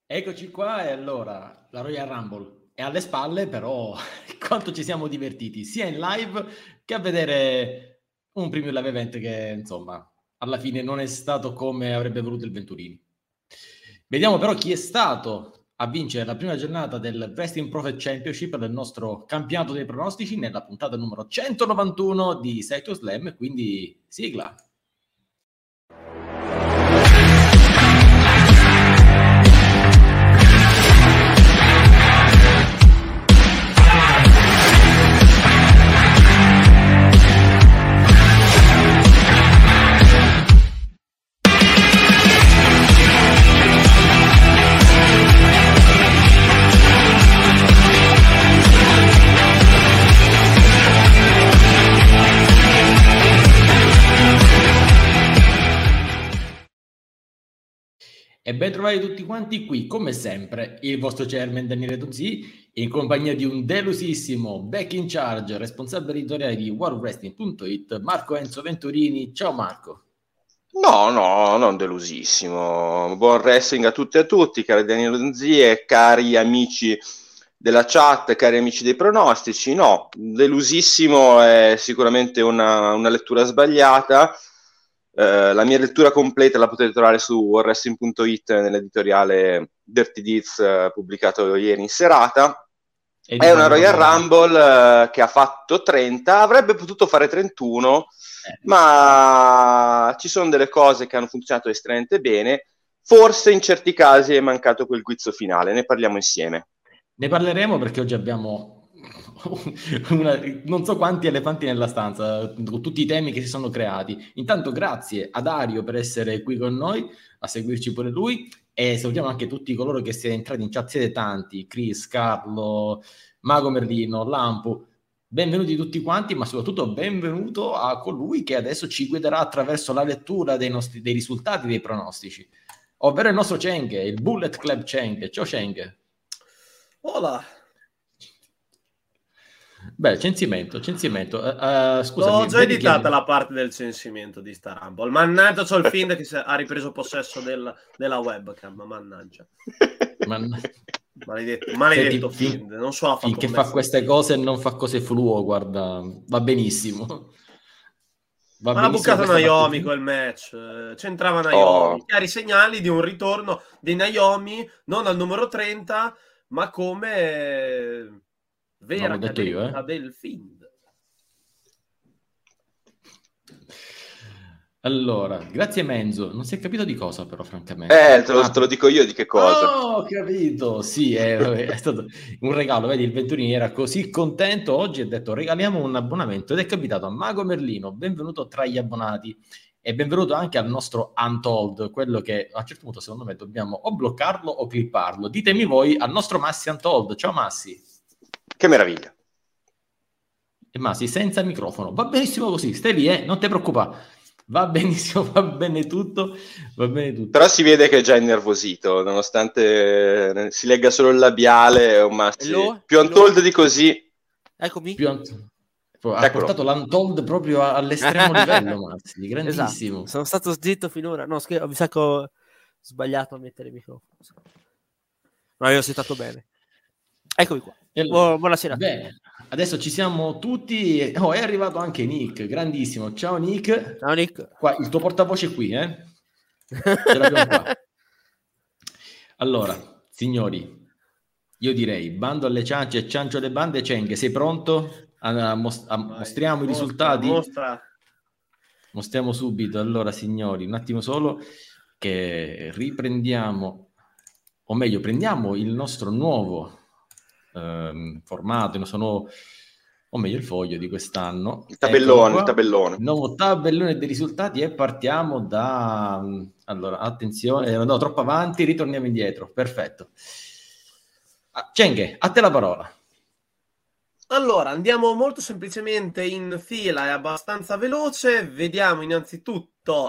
Eccoci qua e allora la Royal Rumble è alle spalle, però quanto ci siamo divertiti sia in live che a vedere un Premium Live Event che insomma alla fine non è stato come avrebbe voluto il Venturini. Vediamo però chi è stato a vincere la prima giornata del Wrestling Profit Championship del nostro campionato dei pronostici nella puntata numero 191 di Saito Slam, quindi sigla. E ben trovati tutti quanti qui, come sempre, il vostro chairman Daniele Tozzi, in compagnia di un delusissimo back in charge, responsabile editoriale di WorldWrestling.it, Marco Enzo Venturini. Ciao Marco. No, non delusissimo. Buon wrestling a tutti e a tutti, cari Daniele Tozzi e cari amici della chat, cari amici dei pronostici. No, delusissimo è sicuramente una lettura sbagliata. La mia lettura completa la potete trovare su WorldWrestling.it nell'editoriale Dirty Deeds pubblicato ieri in serata. È una Royal Rumble che ha fatto 30, avrebbe potuto fare 31, ma ci sono delle cose che hanno funzionato estremamente bene. Forse in certi casi è mancato quel guizzo finale, ne parliamo insieme. Ne parleremo perché oggi abbiamo non so quanti elefanti nella stanza, con tutti i temi che si sono creati. Intanto grazie a Dario per essere qui con noi, a seguirci pure lui, e salutiamo anche tutti coloro che siete entrati in chat, siete tanti, Chris, Carlo, Mago Merlino, Lampu. Benvenuti tutti quanti, ma soprattutto benvenuto a colui che adesso ci guiderà attraverso la lettura dei risultati dei pronostici, ovvero il nostro Cheng, il Bullet Club Cheng. Ciao Cheng. Hola. Beh, censimento. Scusami, l'ho già editata la parte del censimento di sta Rumble. Mannaggia, c'ho il Fiend che ha ripreso possesso della webcam. Mannaggia. Maledetto Fiend. Non so finché fa queste cose e non fa cose fluo, guarda, va benissimo. Ma l'ha bucato Naomi quel match. C'entrava Naomi. Chiari segnali di un ritorno di Naomi, non al numero 30, ma come vera cadetta del Fiend. Allora, grazie Menzo. Non si è capito di cosa, però, francamente. Te lo dico io di che cosa. Oh, ho capito. Sì, è stato un regalo. Vedi, il Venturini era così contento. Oggi ha detto regaliamo un abbonamento ed è capitato a Mago Merlino. Benvenuto tra gli abbonati. E benvenuto anche al nostro Untold, quello che a un certo punto, secondo me, dobbiamo o bloccarlo o clipparlo. Ditemi voi al nostro Massi Untold. Ciao Massi. Che meraviglia. E Massi senza microfono. Va benissimo così. Stai lì, non ti preoccupare. Va benissimo, va bene tutto. Però si vede che è già innervosito, nonostante si legga solo il labiale. Più Untold di così. Eccomi. Ha portato l'Untold proprio all'estremo livello, Mazzi, grandissimo. Esatto. Sono stato zitto finora. No, mi sa che ho sbagliato a mettere il microfono. Ma io ho settato bene. Eccomi qua. Buonasera. Bene, adesso ci siamo tutti. Oh, è arrivato anche Nick, grandissimo. Ciao Nick. Ciao Nick. Qua, il tuo portavoce qui, Ce l'abbiamo qua. Allora, signori, io direi bando alle ciance e ciancio alle bande. Cheng, sei pronto? Mostriamo i risultati? Mostriamo subito. Allora, signori, un attimo solo che riprendiamo, o meglio, prendiamo il nostro nuovo formato, il nostro nuovo, o meglio il foglio di quest'anno, il tabellone, il nuovo tabellone dei risultati, e partiamo da, allora attenzione, no, troppo avanti, ritorniamo indietro, perfetto. Cheng, a te la parola. Allora, andiamo molto semplicemente in fila, è abbastanza veloce. Vediamo innanzitutto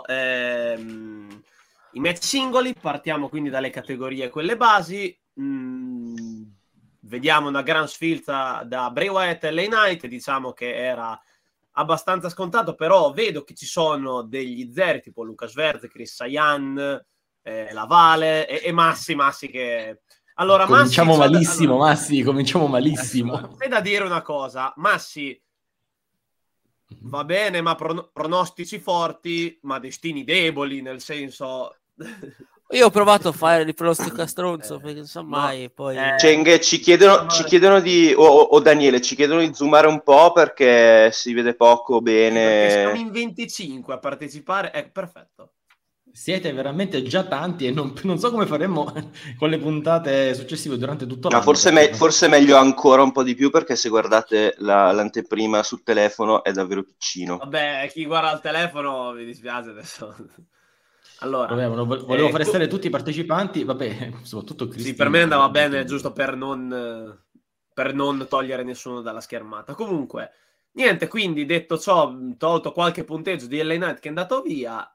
i match singoli, partiamo quindi dalle categorie quelle basi. Vediamo una gran sfilza da Bray Wyatt e LA Knight, diciamo che era abbastanza scontato, però vedo che ci sono degli zeri tipo Lucas Verze, Chris Sayan, la Vale e Massi che... Allora, cominciamo malissimo. C'è da dire una cosa, Massi va bene, ma pronostici forti, ma destini deboli, nel senso... Io ho provato a fare il pronostico a stronzo, perché non so mai, poi... Cenghe, ci chiedono di... O Daniele, ci chiedono di zoomare un po' perché si vede poco bene. Perché siamo in 25 a partecipare, è perfetto. Siete veramente già tanti e non so come faremo con le puntate successive durante tutto l'anno. Forse è meglio ancora un po' di più, perché se guardate l'anteprima sul telefono è davvero piccino. Vabbè, chi guarda al telefono, mi dispiace adesso. Allora, volevo fare stare tutti i partecipanti, vabbè, soprattutto Cristina. Sì, per me andava bene, giusto per non togliere nessuno dalla schermata. Comunque, niente, quindi detto ciò, tolto qualche punteggio di LA Knight che è andato via,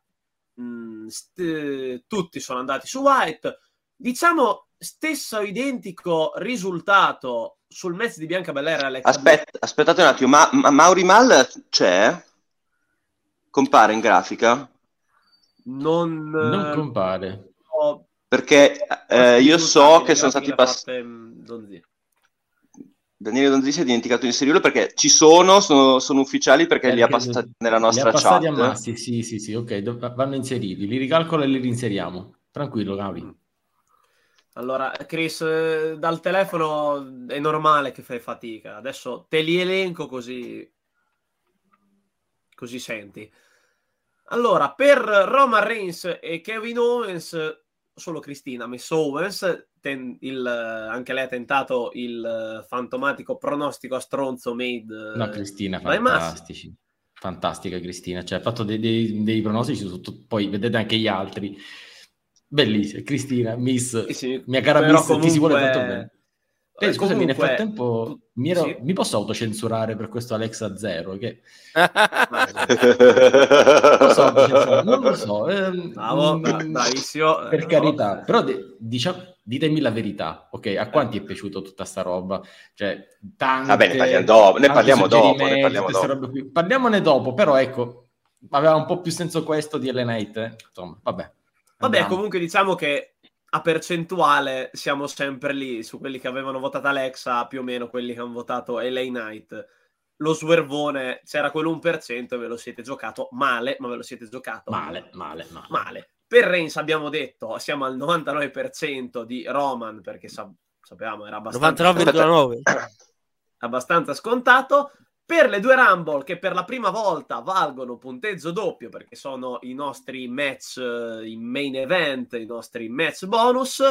tutti sono andati su White, diciamo stesso identico risultato sul match di Bianca Belair e Alexa. Aspettate un attimo, ma Mauri Mal c'è? Compare in grafica? Non compare, perché io so che sono stati passati. Daniele Donzi si è dimenticato di inserirlo, perché ci sono ufficiali, perché li ha passati nella nostra chat. Li ha passati a Massi, sì, ok, vanno inseriti, li ricalcolo e li reinseriamo. Tranquillo, Gavi. Allora, Chris, dal telefono è normale che fai fatica. Adesso te li elenco così senti. Allora, per Roman Reigns e Kevin Owens, solo Cristina ha messo Owens, anche lei ha tentato il fantomatico pronostico a stronzo made. No, Cristina, fantastici. Fantastica Cristina, cioè ha fatto dei pronostici, poi vedete anche gli altri. Bellissima, Cristina, Miss, sì, mia cara Miss, comunque... ti si vuole tanto bene. Scusami, nel frattempo mi posso autocensurare per questo Alexa Zero? Che... non lo so. Bravissimo. Per carità, però ditemi la verità, ok? A quanti è piaciuto tutta sta roba? Cioè, ne parliamo dopo. Parliamone dopo, però ecco, aveva un po' più senso questo di LA Knight, insomma, vabbè, comunque diciamo che a percentuale siamo sempre lì su quelli che avevano votato Alexa, più o meno quelli che hanno votato LA Knight. Lo swervone c'era quello 1% e ve lo siete giocato male, ma ve lo siete giocato male. Per Reigns abbiamo detto siamo al 99% di Roman, perché sapevamo era abbastanza 99,9 abbastanza scontato. Per le due Rumble, che per la prima volta valgono punteggio doppio, perché sono i nostri match in main event, i nostri match bonus,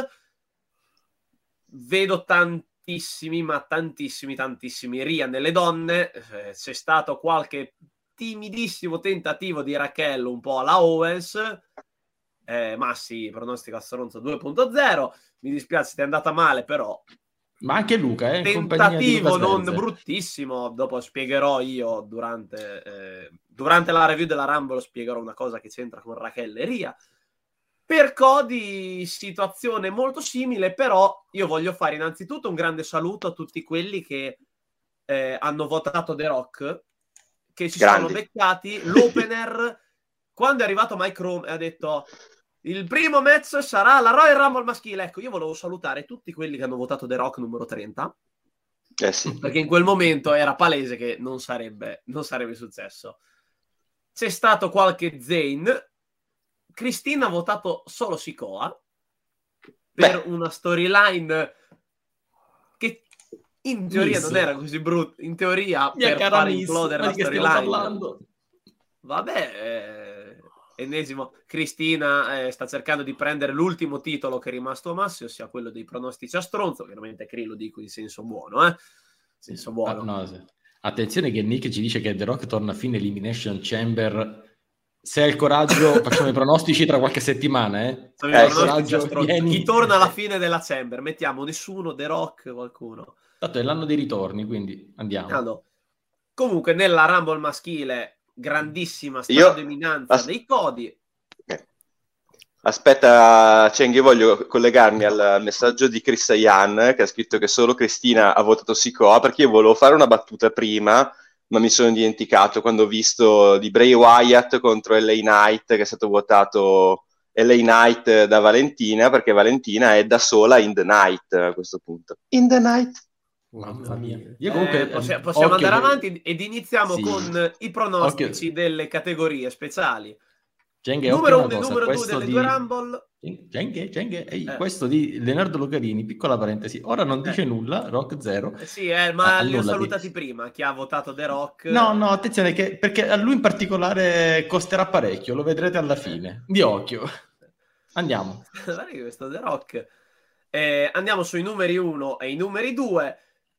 vedo tantissimi Rhea nelle donne. C'è stato qualche timidissimo tentativo di Raquel un po' alla Owens. Massi, pronostico a stronzo 2.0. Mi dispiace, ti è andata male, però... Ma anche Luca, tentativo non bruttissimo. Dopo spiegherò io durante la review della Rumble, spiegherò una cosa che c'entra con Raquel e Rhea. Per Cody situazione molto simile, però io voglio fare innanzitutto un grande saluto a tutti quelli che hanno votato The Rock, che ci sono beccati l'opener quando è arrivato Mike Rome e ha detto il primo match sarà la Royal Rumble maschile. Ecco, io volevo salutare tutti quelli che hanno votato The Rock numero 30. Sì. Perché in quel momento era palese che non sarebbe successo. C'è stato qualche Zayn. Cristina ha votato solo Sikoa per una storyline che in teoria non era così brutta. In teoria, per fare implodere la storyline. Vabbè, ennesimo. Cristina sta cercando di prendere l'ultimo titolo che è rimasto a Massi, ossia quello dei pronostici a stronzo. Chiaramente lo dico in senso buono, senso buono. No, sì. Attenzione che Nick ci dice che The Rock torna a fine Elimination Chamber. Se hai il coraggio facciamo i pronostici tra qualche settimana, Chi torna alla fine della Chamber? Mettiamo nessuno, The Rock, qualcuno. Tanto è l'anno dei ritorni, quindi andiamo. Comunque nella Rumble maschile grandissima dominanza dei Cody. Aspetta, Cenghi, voglio collegarmi al messaggio di Chris Ian, che ha scritto che solo Cristina ha votato Sikoa, perché io volevo fare una battuta prima, ma mi sono dimenticato quando ho visto di Bray Wyatt contro LA Knight, che è stato votato LA Knight da Valentina, perché Valentina è da sola in the night a questo punto. In the night. Mamma mia. Io comunque, possiamo andare avanti ed iniziamo con i pronostici delle categorie speciali. Numero 1 e numero 2 delle due Rumble. Questo di Leonardo Lucarini, piccola parentesi, ora non dice nulla, Rock 0. Ma li ho salutati prima, chi ha votato The Rock. No, attenzione, perché a lui in particolare costerà parecchio, lo vedrete alla fine, di occhio. Andiamo. Guarda che questo The Rock. Andiamo sui numeri 1 e i numeri 2.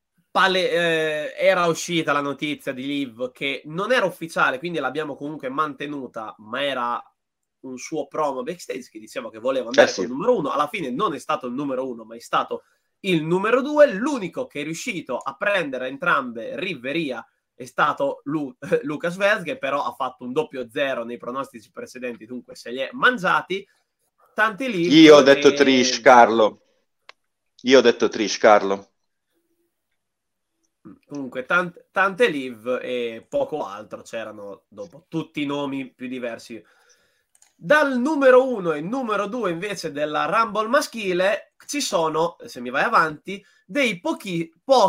Era uscita la notizia di Liv che non era ufficiale, quindi l'abbiamo comunque mantenuta, ma era un suo promo backstage che diceva che voleva andare col numero 1. Alla fine non è stato il numero 1, ma è stato il numero 2. L'unico che è riuscito a prendere entrambe Riveria è stato Lucas Vez, che però ha fatto un doppio 0 nei pronostici precedenti, dunque se li è mangiati. Tanti Liv. Io ho detto Trish, Carlo. Comunque tante Liv e poco altro c'erano dopo, tutti i nomi più diversi. Dal numero 1 e numero 2 invece della Rumble maschile ci sono, se mi vai avanti, dei pochi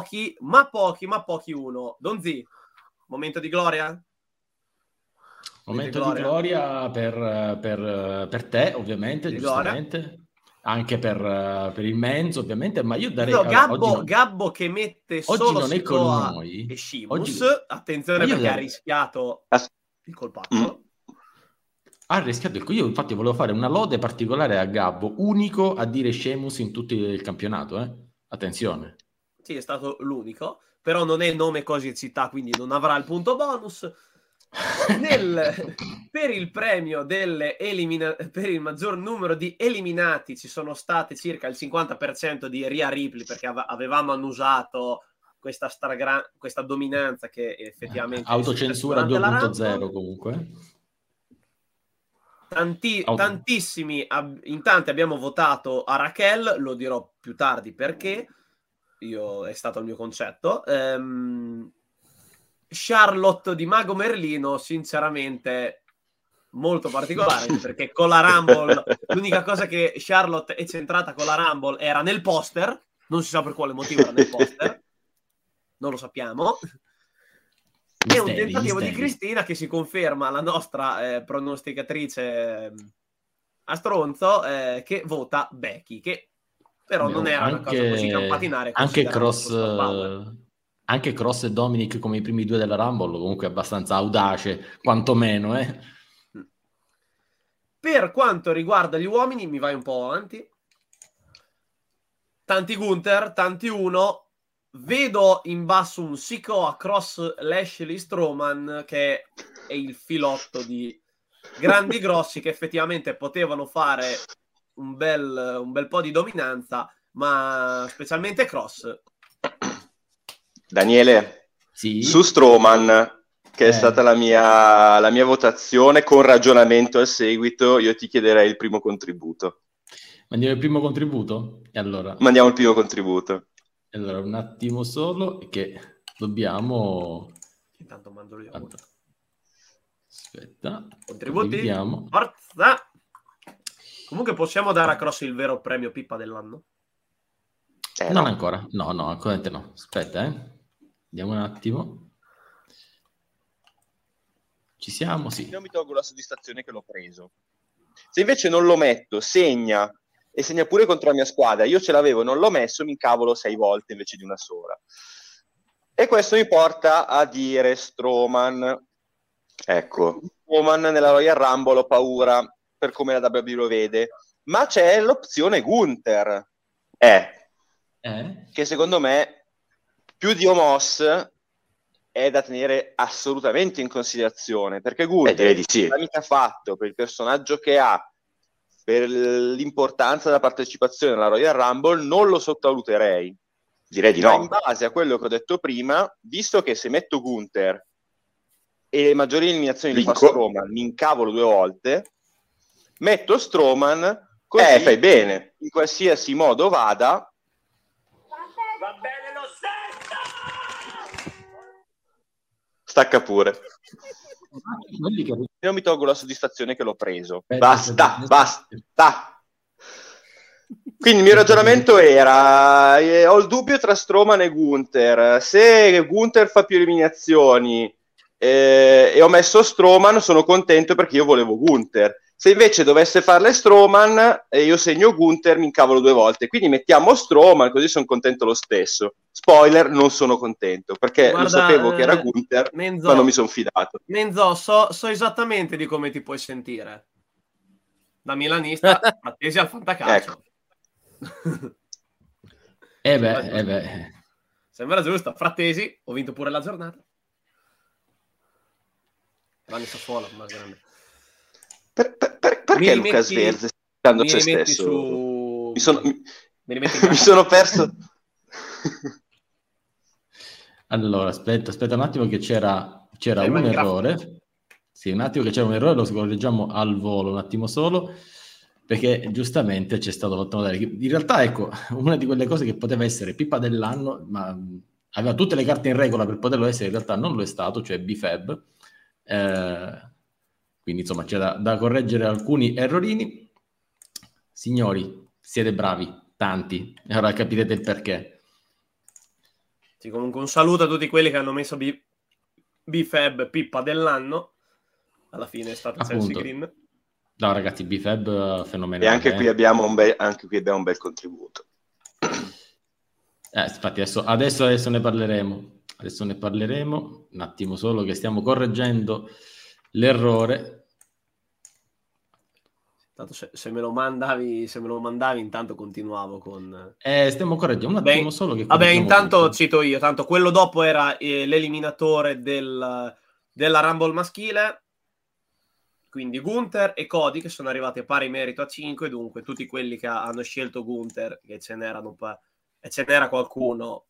uno. Donzi, momento di gloria? Momento di gloria per te, ovviamente, giustamente. Gloria. Anche per il Menzo, ovviamente, ma io darei... Gabbo che mette solo non è con noi. E Sheamus, attenzione perché ha rischiato il colpaccio. Ha rischiato io infatti volevo fare una lode particolare a Gabbo, unico a dire Sheamus in tutto il campionato, attenzione. Sì, è stato l'unico, però non è nome così città, quindi non avrà il punto bonus. Per il premio per il maggior numero di eliminati ci sono state circa il 50% di Rhea Ripley, perché avevamo annusato questa dominanza che effettivamente autocensura 2.0 comunque. Tantissimi in tanti abbiamo votato a Raquel, lo dirò più tardi perché è stato il mio concetto. Charlotte di Mago Merlino, sinceramente molto particolare, perché con la Rumble l'unica cosa che Charlotte è centrata con la Rumble era nel poster, non si sa per quale motivo era nel poster, non lo sappiamo. È un tentativo di Cristina che si conferma la nostra pronosticatrice a stronzo, che vota Becky, che però non era una cosa così campatinare. Anche Cross e Dominic come i primi due della Rumble, comunque abbastanza audace, quantomeno. Per quanto riguarda gli uomini, mi vai un po' avanti. Tanti Gunther, tanti uno. Vedo in basso un Sikoa Cross Lashley Strowman, che è il filotto di grandi grossi che effettivamente potevano fare un bel po' di dominanza, ma specialmente Cross. Daniele, su Strowman, che è stata la mia votazione, con ragionamento al seguito, io ti chiederei il primo contributo. Mandiamo il primo contributo? E allora... Mandiamo il primo contributo. Allora, un attimo solo, che dobbiamo... Intanto mando io. Aspetta. Contributi? Forza! Comunque possiamo dare a Cross il vero premio Pippa dell'anno? Non ancora. No, ancora no. Aspetta, Vediamo un attimo. Ci siamo, sì. Io mi tolgo la soddisfazione che l'ho preso. Se invece non lo metto, segna pure contro la mia squadra. Io ce l'avevo, non l'ho messo, mi incavolo 6 volte invece di una sola. E questo mi porta a dire Strowman. Ecco, Strowman nella Royal Rumble ho paura per come la WWE lo vede. Ma c'è l'opzione Gunther. Che secondo me più di Omos è da tenere assolutamente in considerazione, perché Gunther l'ha mica fatto per il personaggio che ha, per l'importanza della partecipazione alla Royal Rumble, non lo sottovaluterei. Direi di no. Ma in base a quello che ho detto prima, visto che se metto Gunther e le maggiori eliminazioni le fa Strowman, mi incavolo 2 volte, metto Strowman, così fai bene. In qualsiasi modo vada, va bene lo stesso! Stacca pure. io mi tolgo la soddisfazione che l'ho preso. Basta. Quindi il mio ragionamento era, ho il dubbio tra Strowman e Gunther. Se Gunther fa più eliminazioni e ho messo Strowman, sono contento perché io volevo Gunther. Se invece dovesse farle Strowman e io segno Gunther, mi incavolo 2 volte. Quindi mettiamo Strowman, così sono contento lo stesso. Spoiler, non sono contento, perché lo sapevo che era Gunther, Menzo, ma non mi sono fidato. Menzo, so esattamente di come ti puoi sentire. Da milanista, attesi al fantacalcio. Ecco. Sembra giusto. Frattesi, ho vinto pure la giornata. Grande Sassuolo, ma grande. Perché Lucas Verde sta dando se stesso? Mi sono perso. Allora, aspetta un attimo che c'era un errore. Sì, un attimo che c'era un errore, lo correggiamo al volo un attimo solo, perché giustamente c'è stato fatto notare che in realtà, ecco, una di quelle cose che poteva essere Pippa dell'anno, ma aveva tutte le carte in regola per poterlo essere, in realtà non lo è stato, cioè BFAB. Quindi insomma c'è da correggere alcuni errorini. Signori, siete bravi, tanti, e ora capirete il perché. Sì, comunque un saluto a tutti quelli che hanno messo BFAB Pippa dell'anno. Alla fine è stata Chelsea Green. No ragazzi, BFAB fenomenale. E anche qui abbiamo un bel contributo. Infatti adesso ne parleremo. Adesso ne parleremo. Un attimo solo che stiamo correggendo l'errore. Tanto se me lo mandavi intanto continuavo con stiamo correggendo un attimo solo che intanto tutto. Cito io, tanto quello dopo era l'eliminatore della Rumble maschile, quindi Gunther e Cody, che sono arrivati a pari merito a 5, dunque tutti quelli che hanno scelto Gunther, che ce n'era qualcuno,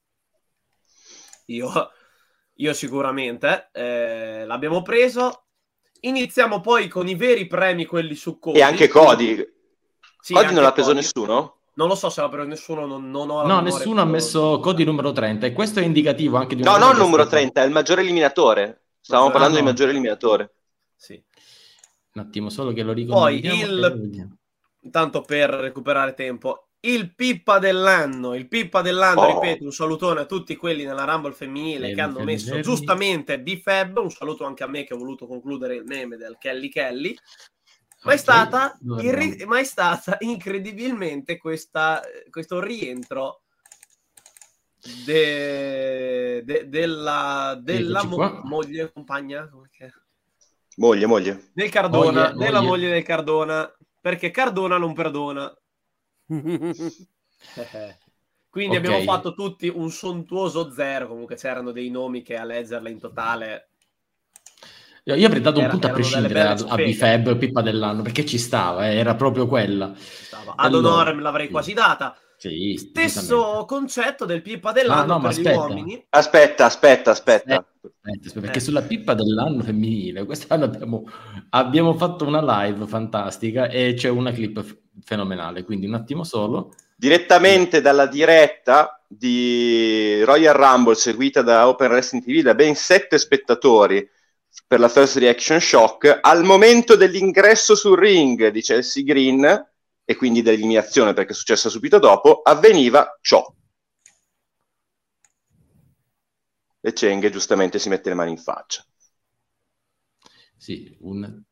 io sicuramente l'abbiamo preso. Iniziamo poi con i veri premi, quelli su Cody. E anche Cody. Sì, Cody anche non l'ha preso nessuno? Non lo so se l'ha preso nessuno, non ho... No, nessuno ha messo Cody numero 30, e questo è indicativo anche di un... No, non il numero 30, è il maggiore eliminatore. Stavamo parlando di maggiore eliminatore. Sì. Un attimo solo che lo ricordiamo. Poi tanto per recuperare tempo, il Pippa dell'anno, ripeto, un salutone a tutti quelli nella Rumble femminile che hanno messo giustamente BFAB, un saluto anche a me che ho voluto concludere il meme del Kelly, ma è stata incredibilmente questo rientro della moglie, compagna, moglie del Cardona, della moglie del Cardona, perché Cardona non perdona. Quindi abbiamo fatto tutti un sontuoso 0. Comunque c'erano dei nomi che a leggerla in totale io avrei dato un punto a prescindere a BFAB Pippa dell'anno, perché ci stava, era proprio quella. Ad Honorem l'avrei quasi data. Sì, stesso concetto del Pippa dell'anno per gli uomini. Aspetta, perché sulla Pippa dell'anno femminile quest'anno abbiamo fatto una live fantastica e c'è una clip fenomenale, quindi un attimo solo. Direttamente dalla diretta di Royal Rumble seguita da Open Wrestling TV da ben 7 spettatori per la First Reaction Shock, al momento dell'ingresso sul ring di Chelsea Green e quindi dell'eliminazione, perché è successa subito dopo, avveniva ciò. E Cheng giustamente si mette le mani in faccia. Sì, un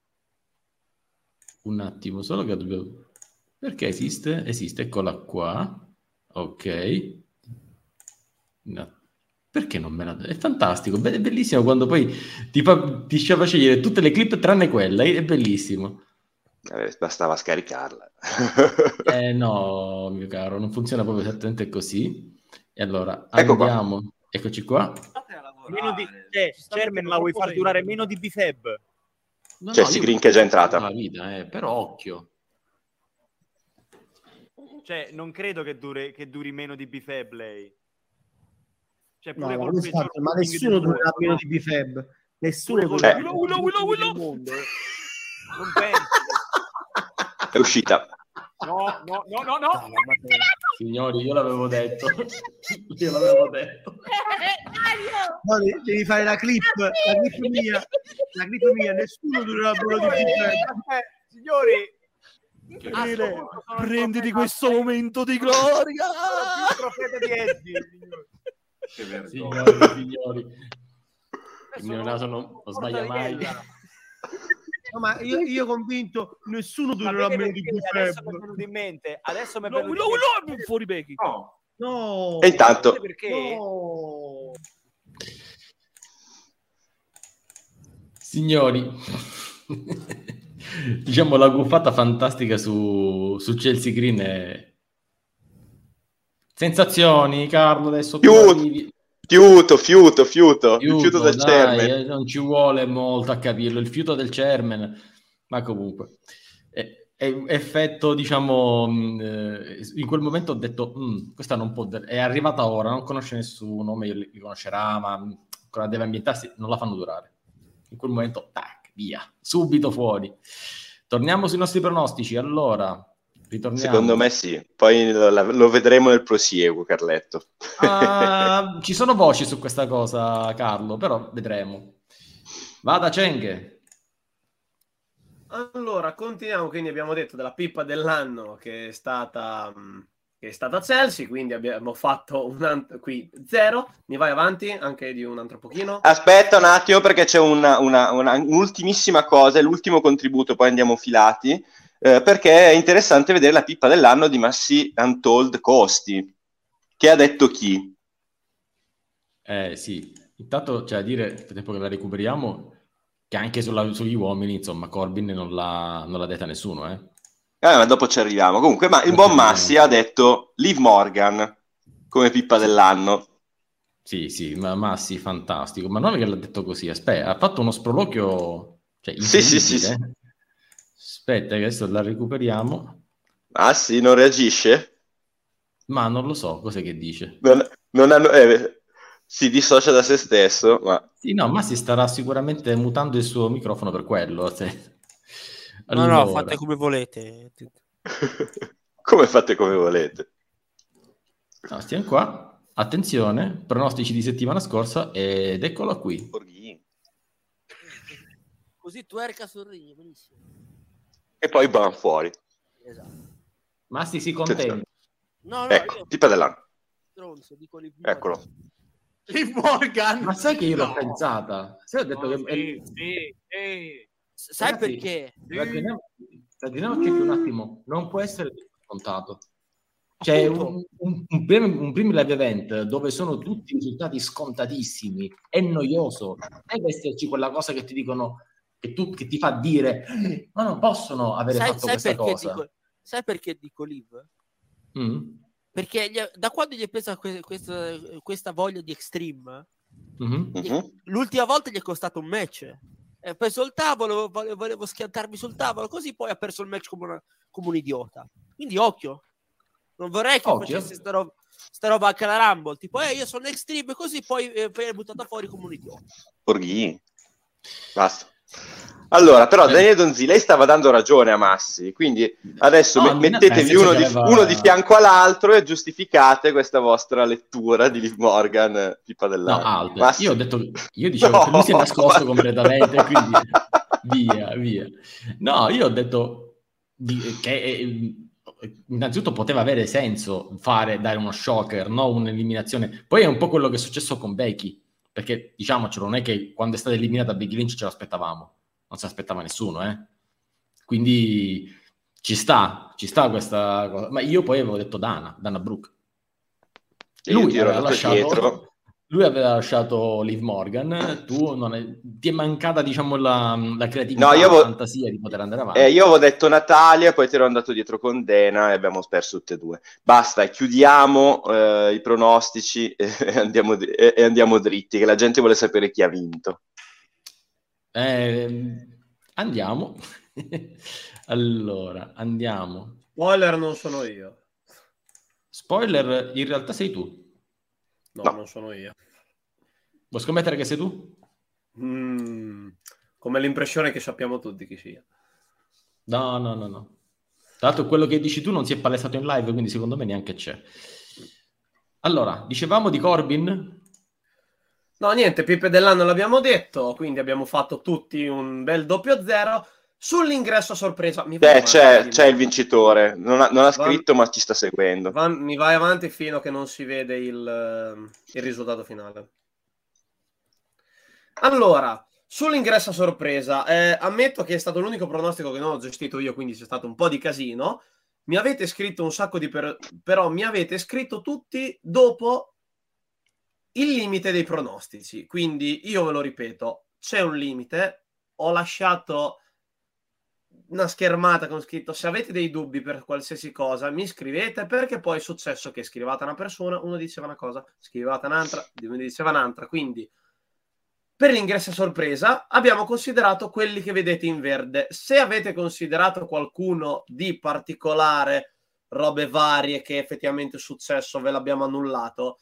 attimo solo che dobbiamo... Perché esiste, eccola qua. Ok. No. Perché non me la... È fantastico, è bellissimo quando poi ti fa scegliere tutte le clip tranne quella, è bellissimo. Bastava scaricarla. No, mio caro, non funziona proprio esattamente così. E allora, andiamo. Qua. Eccoci qua. Chairman, la vuoi far durare meno di BFAB? Chelsea Green che è già entrata. La vita, però occhio. Cioè, non credo che duri meno di BFAB lei. Cioè, pure ma nessuno durerà meno di BFAB. Nessuno durerà meno del mondo. Non penso. È uscita. No. Signori, io l'avevo detto. No, devi fare la clip mia, nessuno durerà quello di signori, prenditi questo momento di gloria. Il profeta di Eddie, che vergogna, signori. Il mio naso non sbaglia mai. No, ma io convinto nessuno durerà meno di adesso mi è venuto in mente. Adesso mi è venuto in mente. Fuori Becky. No. E intanto perché? No. Signori, diciamo la guffata fantastica su Chelsea Green è... Sensazioni, Carlo, adesso fiuto del dai, chairman. Non ci vuole molto a capirlo, il fiuto del chairman, ma comunque è effetto, diciamo, in quel momento ho detto questa non può, è arrivata ora, non conosce nessuno, meglio li conoscerà, ma ancora deve ambientarsi, non la fanno durare. In quel momento, tac, via, subito fuori. Torniamo sui nostri pronostici, allora, ritorniamo. Secondo me sì, poi lo vedremo nel prosieguo, Carletto. Ci sono voci su questa cosa, Carlo, però vedremo. Vada Cenghe. Allora, continuiamo, quindi abbiamo detto della pippa dell'anno che è stata Chelsea, quindi abbiamo fatto qui 0, mi vai avanti anche di un altro pochino. Aspetta un attimo perché c'è un'ultimissima cosa, l'ultimo contributo, poi andiamo filati, perché è interessante vedere la pippa dell'anno di Massi Untold Costi, che ha detto chi? Sì, intanto c'è da dire, nel tempo che la recuperiamo, che anche sugli uomini, insomma, Corbin non l'ha detta nessuno, Ma dopo ci arriviamo. Comunque, ma il buon Massi ha detto Liv Morgan come pippa dell'anno. Sì, ma Massi, fantastico. Ma non è che l'ha detto così, aspetta, ha fatto uno sproloquio, cioè, sì. Aspetta, che adesso la recuperiamo. Massi non reagisce? Ma non lo so, cos'è che dice? Si dissocia da se stesso, ma... Sì, no, Massi starà sicuramente mutando il suo microfono per quello. Allora... No, fate come volete. Come fate come volete? No, stiamo qua. Attenzione, pronostici di settimana scorsa ed eccolo qui. Così tuerca sul ring, benissimo. E poi bam fuori. Esatto. Massi si contenta. No, ecco, pippa dell'anno. Stronzo, dico Eccolo. Liv Morgan. Ma sai che io l'ho pensata? Sai, ho detto che sai ragazzi, perché? ragioniamoci un attimo, non può essere scontato. C'è un primo live event dove sono tutti risultati scontatissimi, è noioso, deve esserci quella cosa che ti dicono, che ti fa dire ma non possono avere fatto questa cosa. Sai perché dico Liv? Perché da quando gli è presa questa voglia di Extreme, l'ultima volta gli è costato un match. Ho preso il tavolo, volevo schiantarmi sul tavolo, così poi ha perso il match come un idiota. Quindi occhio, non vorrei che facesse sta roba anche alla Rumble, tipo io sono Extreme, così poi è buttata fuori come un idiota. Borghini. Basta. Allora, però Daniele Donzi, lei stava dando ragione a Massi, quindi adesso mettetevi uno di fianco all'altro e giustificate questa vostra lettura di Liv Morgan, pippa dell'anno. No, io dicevo che lui si è nascosto completamente, quindi via. No, io ho detto che innanzitutto poteva avere senso dare uno shocker, no? Un'eliminazione. Poi è un po' quello che è successo con Becky, perché diciamocelo, non è che quando è stata eliminata Becky Lynch ce l'aspettavamo. Non si aspettava nessuno, quindi ci sta questa cosa. Ma io poi avevo detto Dana Brooke. Lui aveva lasciato Liv Morgan, ti è mancata, diciamo, la creatività, la fantasia di poter andare avanti. Io avevo detto Natalia, poi ti ero andato dietro con Dana e abbiamo perso tutte e due. Basta, chiudiamo i pronostici e andiamo dritti, che la gente vuole sapere chi ha vinto. Andiamo. Allora, andiamo. Spoiler, non sono io. Spoiler, in realtà sei tu. No, non sono io. Vuoi scommettere che sei tu? Come l'impressione che sappiamo tutti chi sia. No. Tra l'altro quello che dici tu non si è palesato in live, quindi secondo me neanche c'è. Allora, dicevamo di Corbin? No, niente, Pippe dell'anno l'abbiamo detto, quindi abbiamo fatto tutti un bel 0-0. Sull'ingresso a sorpresa... c'è il vincitore, non ha scritto ma ci sta seguendo. Mi vai avanti fino a che non si vede il risultato finale. Allora, sull'ingresso a sorpresa, ammetto che è stato l'unico pronostico che non ho gestito io, quindi c'è stato un po' di casino. Mi avete scritto un sacco di... però mi avete scritto tutti dopo il limite dei pronostici. Quindi io ve lo ripeto, c'è un limite. Ho lasciato una schermata con scritto: se avete dei dubbi per qualsiasi cosa mi scrivete, perché poi è successo che scrivate una persona, uno diceva una cosa, scrivate un'altra, uno diceva un'altra. Quindi per l'ingresso a sorpresa abbiamo considerato quelli che vedete in verde. Se avete considerato qualcuno di particolare, robe varie che effettivamente è successo, ve l'abbiamo annullato.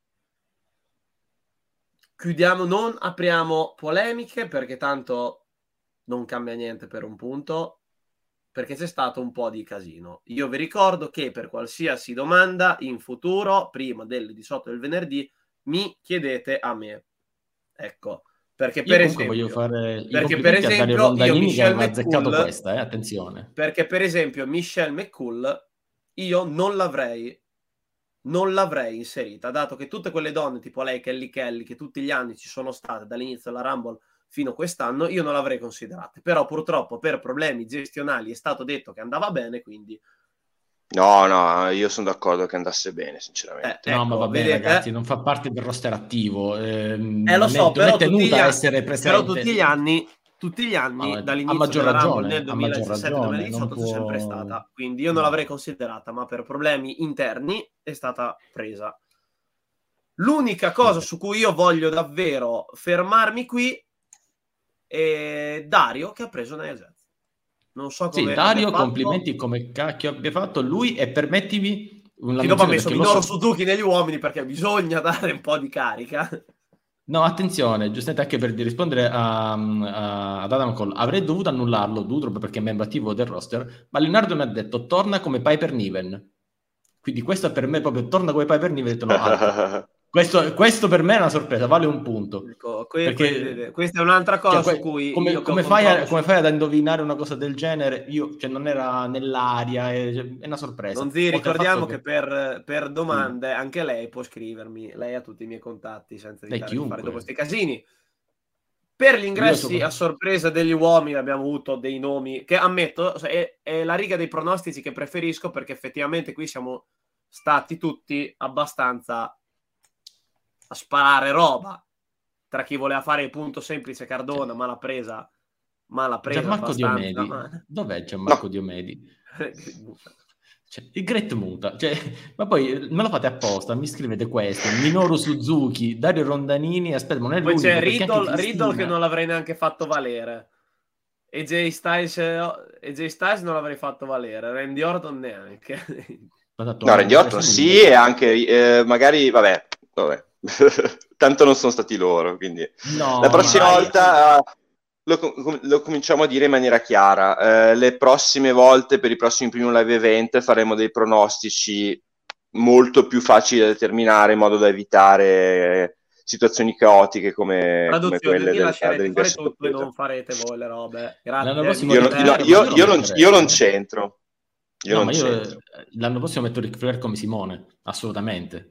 Chiudiamo, non apriamo polemiche, perché tanto non cambia niente per un punto, perché c'è stato un po' di casino. Io vi ricordo che per qualsiasi domanda in futuro, prima delle 18 del venerdì, mi chiedete a me. Ecco, perché per esempio voglio fare perché per esempio io Michelle McCool, questa, attenzione. Perché per esempio Michelle McCool io non l'avrei inserita, dato che tutte quelle donne tipo lei, Kelly che tutti gli anni ci sono state dall'inizio della Rumble fino a quest'anno, io non l'avrei considerate. Però purtroppo per problemi gestionali è stato detto che andava bene, quindi no, io sono d'accordo che andasse bene, sinceramente. No, ma va bene, ragazzi, non fa parte del roster attivo. Lo so, non è tenuta a essere presente. Però tutti gli anni dall'inizio della Rumble nel 2017-2018 c'è sempre stata, quindi io non l'avrei considerata, ma per problemi interni è stata presa. L'unica cosa su cui io voglio davvero fermarmi qui è Dario, che ha preso Nia Jax. Non so come Dario, complimenti come cacchio abbia fatto lui, e permettimi che dopo ha messo Minoru Suzuki negli uomini, perché bisogna dare un po' di carica. No, attenzione, giustamente, anche per rispondere ad Adam Cole, avrei dovuto annullarlo, proprio perché è membro attivo del roster, ma Leonardo mi ha detto torna come Piper Niven, quindi questo per me proprio torna come Piper Niven. No, questo per me è una sorpresa, vale un punto. Perché questa è un'altra cosa su cui come fai ad indovinare una cosa del genere? Non era nell'aria, è una sorpresa. Non ti ricordiamo che per domande anche lei può scrivermi, lei ha tutti i miei contatti senza di fare dopo questi casini. Per gli ingressi a sorpresa degli uomini abbiamo avuto dei nomi che ammetto è la riga dei pronostici che preferisco, perché effettivamente qui siamo stati tutti abbastanza a sparare roba tra chi voleva fare il punto semplice Cardona, ma l'ha presa Gianmarco Diomedi. Dov'è Gianmarco Diomedi? Il Great muta, ma poi me lo fate apposta, mi scrivete questo: Minoru Suzuki, Dario Rondanini, aspetta, ma non è poi l'unico, c'è Riddle che non l'avrei neanche fatto valere, e Jay Styles non l'avrei fatto valere, Randy Orton neanche. No, Randy Orton sì, e anche magari vabbè. Tanto non sono stati loro, quindi la prossima volta lo cominciamo a dire in maniera chiara. Le prossime volte, per i prossimi primi live event, faremo dei pronostici molto più facili da determinare, in modo da evitare situazioni caotiche come quelle dell'ingresso tutto e non farete voi le robe. Grazie. Io non c'entro. L'anno prossimo metto Ric Flair come Simone, assolutamente.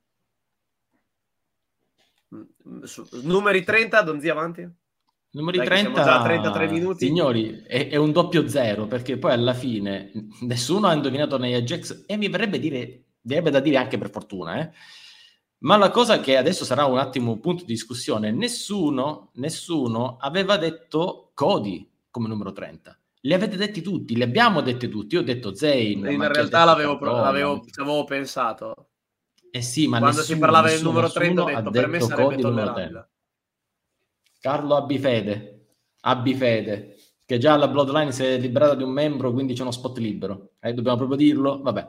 Numeri 30, Donzi avanti. Numeri 30, già a 33 minuti. Signori, è un 0-0, perché poi alla fine nessuno ha indovinato Nia Jax, e mi verrebbe da dire anche per fortuna, ma la cosa che adesso sarà un attimo punto di discussione: nessuno aveva detto Cody come numero 30. Li avete detti tutti, li abbiamo detti tutti. Io ho detto Zayn. In realtà l'avevo pensato. Sì, ma quando si parlava del numero 30 ho detto per me sarebbe tollerabile. Carlo, abbi fede che già la Bloodline si è liberata di un membro, quindi c'è uno spot libero, dobbiamo proprio dirlo. Vabbè,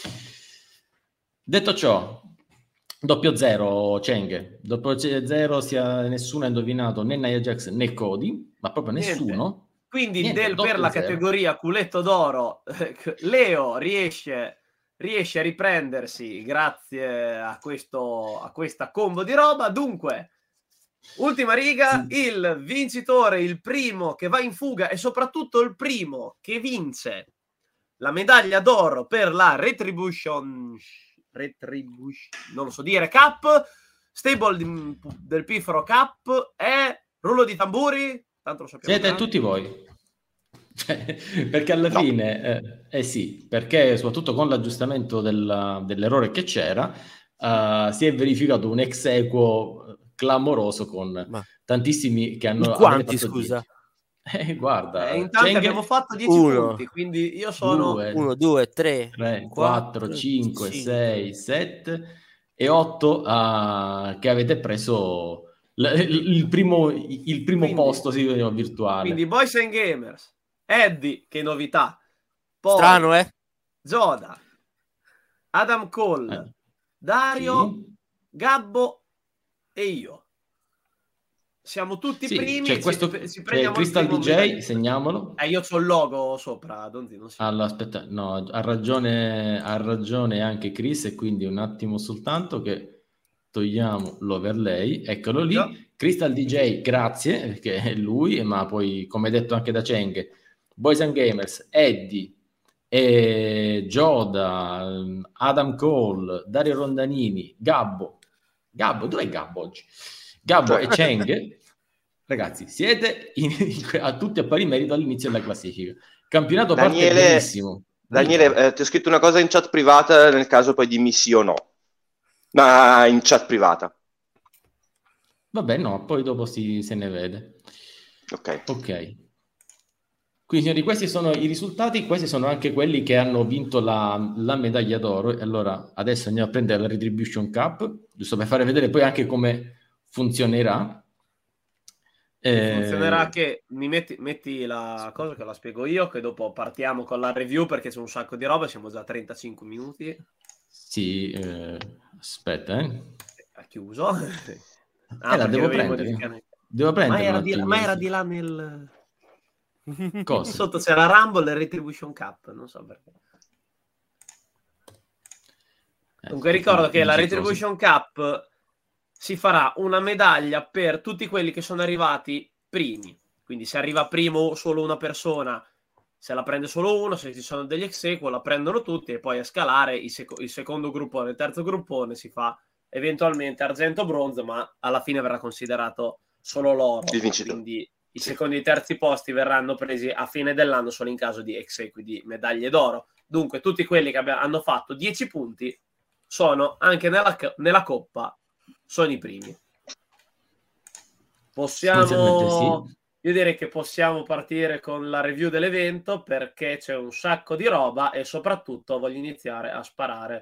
detto ciò, 0-0 Cheng, 0-0, nessuno ha indovinato né Nia Jax né Cody, ma proprio nessuno. Quindi per la categoria culetto d'oro Leo riesce a riprendersi grazie a questa combo di roba. Dunque Ultima riga, il vincitore, il primo che va in fuga e soprattutto il primo che vince la medaglia d'oro per la Retribution, non lo so dire, Cup, stable del Pifero Cup, è rullo di tamburi, tanto lo sappiamo. Siete tutti voi. Perché alla fine, sì, perché soprattutto con l'aggiustamento dell'errore che c'era, si è verificato un ex equo clamoroso con tantissimi che hanno... Quanti, scusa? Guarda, intanto abbiamo fatto 10 punti, quindi io sono 1, 2, 3, 4, 5, 6, 7 e 8 che avete preso il primo posto virtuale. Quindi Boys and Gamers, Eddie, che novità. Poi, strano, Zoda, Adam Cole, Dario, Gabbo e io. Siamo tutti primi. C'è questo Crystal DJ, segniamolo. Io c'ho il logo sopra. Allora, aspetta, no, ha ragione anche Chris, e quindi un attimo soltanto che togliamo l'overlay. Eccolo lì. No. Crystal DJ, grazie, perché è lui, ma poi, come detto anche da Cheng, Boys and Gamers, Eddie, Gioda, Adam Cole, Dario Rondanini, Gabbo, dov'è Gabbo oggi? Gabbo e Cheng, ragazzi, siete a tutti a pari merito all'inizio della classifica. Campionato parte benissimo. Daniele, ti ho scritto una cosa in chat privata nel caso poi dimmi sì o no. Ma in chat privata. Vabbè, no, poi dopo se ne vede. Ok. Quindi, signori, questi sono i risultati, questi sono anche quelli che hanno vinto la medaglia d'oro. E allora adesso andiamo a prendere la Retribution Cup, giusto per fare vedere poi anche come funzionerà. Funzionerà che mi metti la cosa che la spiego io, che dopo partiamo con la review perché c'è un sacco di roba, siamo già a 35 minuti. Sì, aspetta, ha chiuso. La devo prendere. Devo prendere. Ma era di là nel... Cosa? Sotto c'era Rumble e Retribution Cup, non so perché. Comunque ricordo che la Retribution Cup si farà una medaglia per tutti quelli che sono arrivati primi. Quindi se arriva primo solo una persona, se la prende solo uno, se ci sono degli ex equo la prendono tutti, e poi a scalare il secondo gruppone, il terzo gruppone si fa eventualmente argento bronzo, ma alla fine verrà considerato solo l'oro. Quindi i secondi e i terzi posti verranno presi a fine dell'anno solo in caso di ex equo di medaglie d'oro. Dunque tutti quelli che hanno fatto 10 punti sono anche nella coppa, sono i primi. Possiamo... Sì. Io direi che possiamo partire con la review dell'evento, perché c'è un sacco di roba e soprattutto voglio iniziare a sparare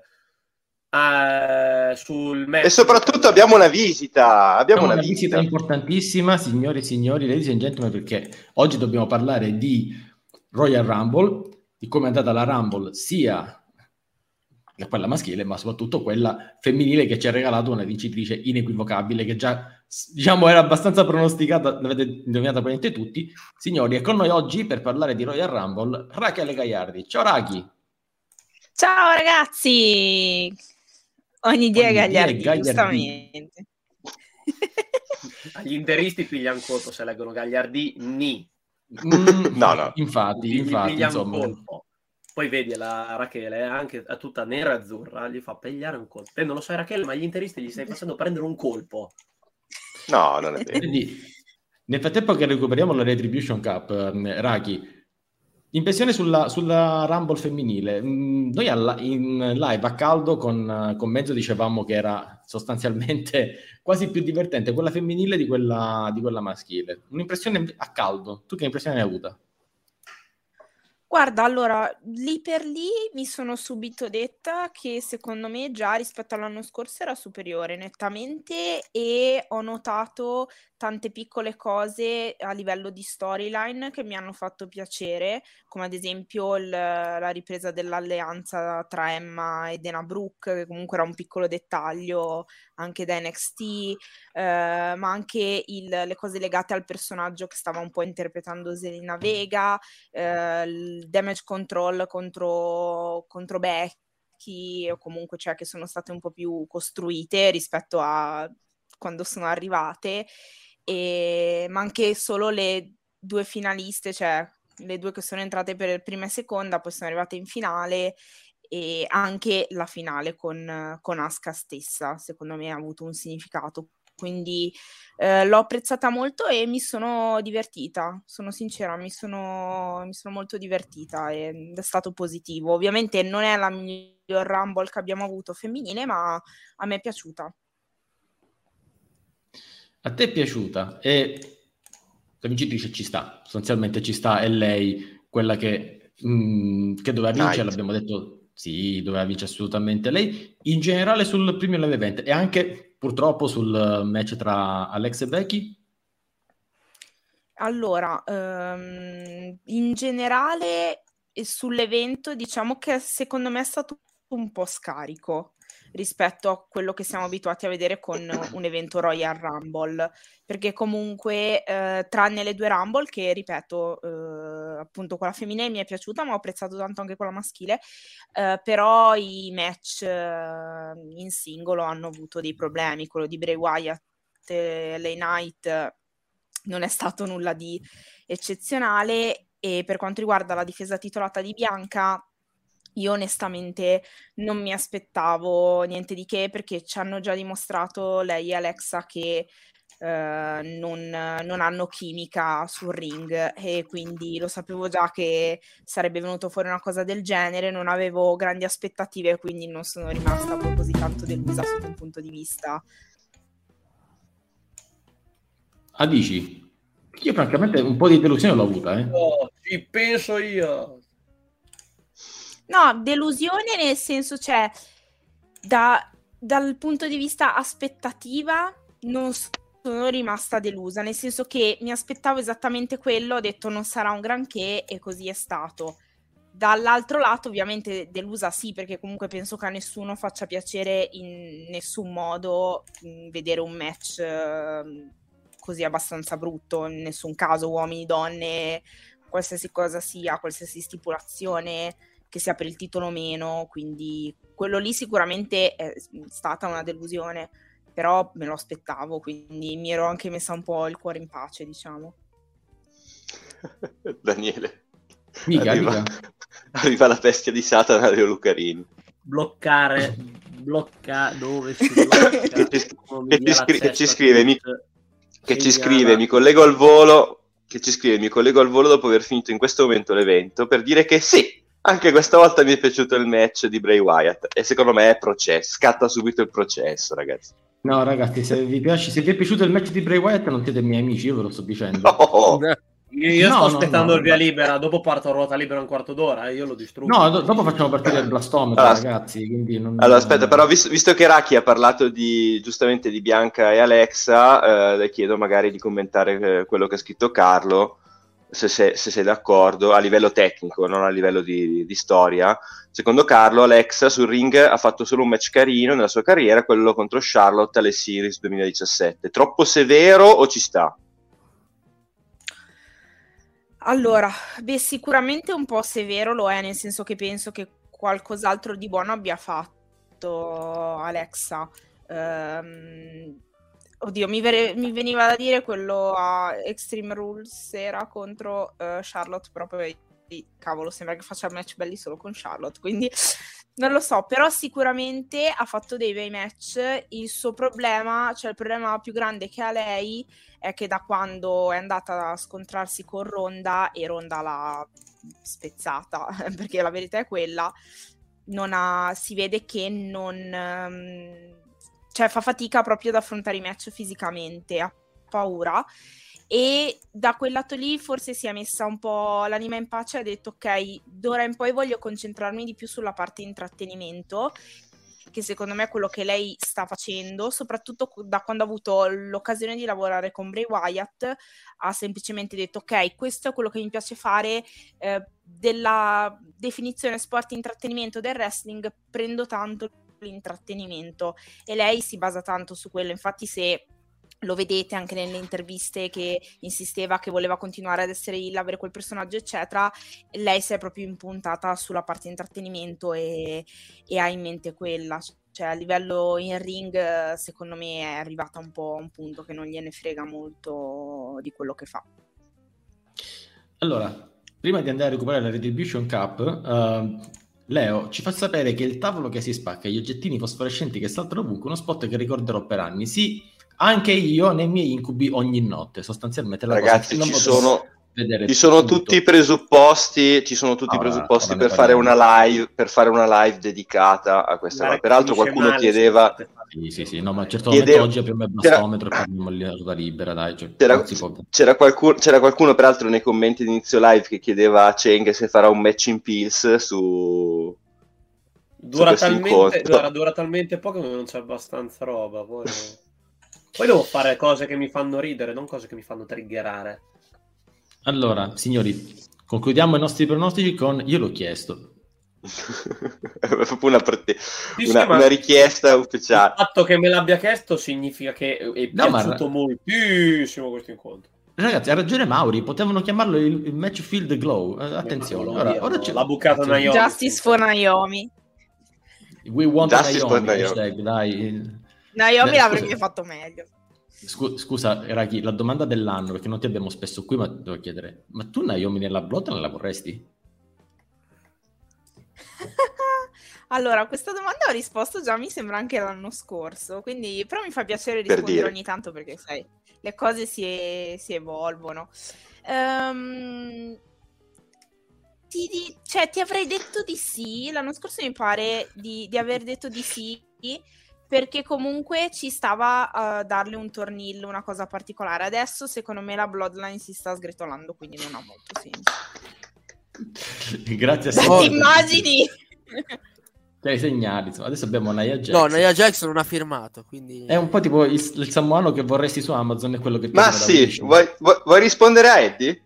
sul match. E soprattutto abbiamo una visita. Abbiamo una visita importantissima, signore e signori, ladies and gentlemen, perché oggi dobbiamo parlare di Royal Rumble, di come è andata la Rumble, sia quella maschile, ma soprattutto quella femminile, che ci ha regalato una vincitrice inequivocabile, che già, diciamo, era abbastanza pronosticata, l'avete indovinata praticamente tutti. Signori, è con noi oggi per parlare di Royal Rumble Rachele Gagliardi. Ciao Rachi! Ciao ragazzi! Ogni dia Gagliardi, giustamente. Gli interisti pigliano colpo se leggono Gagliardini. No. Infatti, insomma. Colpo. Poi vedi la Rachele, anche a tutta nera e azzurra, gli fa pigliare un colpo. Non lo sai Rachele, ma gli interisti gli stai facendo prendere un colpo. No, non è vero. Quindi, nel frattempo che recuperiamo la Retribution Cup, Rachi, impressione sulla Rumble femminile. Noi in live a caldo con Mezzo dicevamo che era sostanzialmente quasi più divertente quella femminile di quella maschile. Un'impressione a caldo. Tu che impressione hai avuta? Guarda, allora, lì per lì mi sono subito detta che secondo me già rispetto all'anno scorso era superiore nettamente, e ho notato tante piccole cose a livello di storyline che mi hanno fatto piacere, come ad esempio la ripresa dell'alleanza tra Emma e Dana Brooke, che comunque era un piccolo dettaglio anche da NXT, ma anche le cose legate al personaggio che stava un po' interpretando Zelina Vega, il damage control contro Becky, o comunque che sono state un po' più costruite rispetto a quando sono arrivate, ma anche solo le 2 finaliste, cioè le 2 che sono entrate per prima e seconda, poi sono arrivate in finale, e anche la finale con Asuka stessa, secondo me ha avuto un significato. Quindi l'ho apprezzata molto e mi sono divertita, sono sincera, mi sono molto divertita ed è stato positivo. Ovviamente non è la miglior Rumble che abbiamo avuto femminile, ma a me è piaciuta. A te è piaciuta? E la vincitrice ci sta, sostanzialmente ci sta, è lei quella che doveva vincere, l'abbiamo detto, sì, doveva vincere assolutamente lei, in generale sul primo live event e anche purtroppo sul match tra Alex e Becky. Allora, in generale sull'evento diciamo che secondo me è stato un po' scarico rispetto a quello che siamo abituati a vedere con un evento Royal Rumble, perché comunque tranne le 2 Rumble che ripeto appunto quella femminile mi è piaciuta, ma ho apprezzato tanto anche quella maschile, però i match in singolo hanno avuto dei problemi. Quello di Bray Wyatt e LA Knight non è stato nulla di eccezionale, e per quanto riguarda la difesa titolata di Bianca, io onestamente non mi aspettavo niente di che, perché ci hanno già dimostrato lei e Alexa che non hanno chimica sul ring, e quindi lo sapevo già che sarebbe venuto fuori una cosa del genere, non avevo grandi aspettative, quindi non sono rimasta poi così tanto delusa sotto un punto di vista. Dici? Io francamente un po' di delusione l'ho avuta. Oh, ci penso io. No, delusione nel senso, cioè, dal punto di vista aspettativa non sono rimasta delusa, nel senso che mi aspettavo esattamente quello, ho detto non sarà un granché e così è stato. Dall'altro lato ovviamente delusa sì, perché comunque penso che a nessuno faccia piacere in nessun modo vedere un match così abbastanza brutto, in nessun caso, uomini, donne, qualsiasi cosa sia, qualsiasi stipulazione che sia per il titolo o meno, quindi quello lì sicuramente è stata una delusione, però me lo aspettavo, quindi mi ero anche messa un po' il cuore in pace, diciamo. Daniele, mica. Arriva la bestia di Satana, Leo Lucarini. Bloccare dove si blocca che ci scrive mi collego al volo dopo aver finito in questo momento l'evento per dire che sì, anche questa volta mi è piaciuto il match di Bray Wyatt e secondo me è processo, scatta subito il processo, ragazzi. No ragazzi, se vi è piaciuto il match di Bray Wyatt non siete miei amici, io ve lo sto dicendo. No. Io sto aspettando il via libera, dopo parto a ruota libera un quarto d'ora e io lo distruggo. No, dopo facciamo partire il blastometro, ragazzi. Quindi allora, aspetta, però visto che Raki ha parlato giustamente di Bianca e Alexa, le chiedo magari di commentare quello che ha scritto Carlo, se sei d'accordo, a livello tecnico, non a livello di storia. Secondo Carlo, Alexa sul ring ha fatto solo un match carino nella sua carriera, quello contro Charlotte alle Series 2017. Troppo severo o ci sta? Allora, sicuramente un po' severo lo è, nel senso che penso che qualcos'altro di buono abbia fatto Alexa. Oddio, mi veniva da dire quello a Extreme Rules era contro Charlotte, proprio cavolo, sembra che faccia match belli solo con Charlotte, quindi non lo so, però sicuramente ha fatto dei bei match. Il suo problema, cioè il problema più grande che ha lei, è che da quando è andata a scontrarsi con Ronda e Ronda l'ha spezzata, perché la verità è quella, si vede che cioè fa fatica proprio ad affrontare i match fisicamente, ha paura, e da quel lato lì forse si è messa un po' l'anima in pace e ha detto ok, d'ora in poi voglio concentrarmi di più sulla parte di intrattenimento, che secondo me è quello che lei sta facendo, soprattutto da quando ha avuto l'occasione di lavorare con Bray Wyatt. Ha semplicemente detto ok, questo è quello che mi piace fare, della definizione sport intrattenimento del wrestling prendo tanto l'intrattenimento, e lei si basa tanto su quello. Infatti se lo vedete anche nelle interviste che insisteva che voleva continuare ad essere avere quel personaggio eccetera, lei si è proprio impuntata sulla parte di intrattenimento e ha in mente quella, Cioè a livello in ring secondo me è arrivata un po' a un punto che non gliene frega molto di quello che fa. Allora, prima di andare a recuperare la Retribution Cup, Leo ci fa sapere che il tavolo che si spacca, gli oggettini fosforescenti che saltano ovunque, uno spot che ricorderò per anni. Sì, anche io nei miei incubi ogni notte, sostanzialmente. Ragazzi, ci sono tutti i presupposti, per fare una live dedicata a questa cosa. Peraltro qualcuno chiedeva sì, no, ma certo oggi apriamo il bastometro e parliamo di ruota libera, dai. C'era qualcuno peraltro nei commenti di inizio live che chiedeva a Cheng se farà un match in Pills su dura talmente poco che non c'è abbastanza roba, poi devo fare cose che mi fanno ridere, non cose che mi fanno triggerare. Allora, signori, concludiamo i nostri pronostici con io l'ho chiesto. Proprio una richiesta ufficiale. Il fatto che me l'abbia chiesto significa che è piaciuto moltissimo questo incontro. Ragazzi, ha ragione Mauri, potevano chiamarlo il match field glow. Attenzione, ora c'è la bucata Naomi. Justice for Naomi. We want Naomi, hashtag, dai. Naomi l'avrebbe fatto meglio. Scusa, Raki, la domanda dell'anno, perché non ti abbiamo spesso qui, ma devo chiedere, ma tu Naomi nella Bloodline la vorresti? Allora, a questa domanda ho risposto già, mi sembra anche l'anno scorso, quindi però mi fa piacere rispondere ogni tanto perché, sai, le cose si evolvono. Ti avrei detto di sì, l'anno scorso mi pare di aver detto di sì, perché comunque ci stava a darle un tornillo, una cosa particolare. Adesso secondo me la Bloodline si sta sgretolando, quindi non ha molto senso. Grazie a te. Ti immagini? Cioè, segnali, insomma. Adesso abbiamo Nia Jax. No, Nia Jax non ha firmato, quindi... È un po' tipo il samoano che vorresti su Amazon, è quello che... Ma sì, vuoi rispondere a Eddie?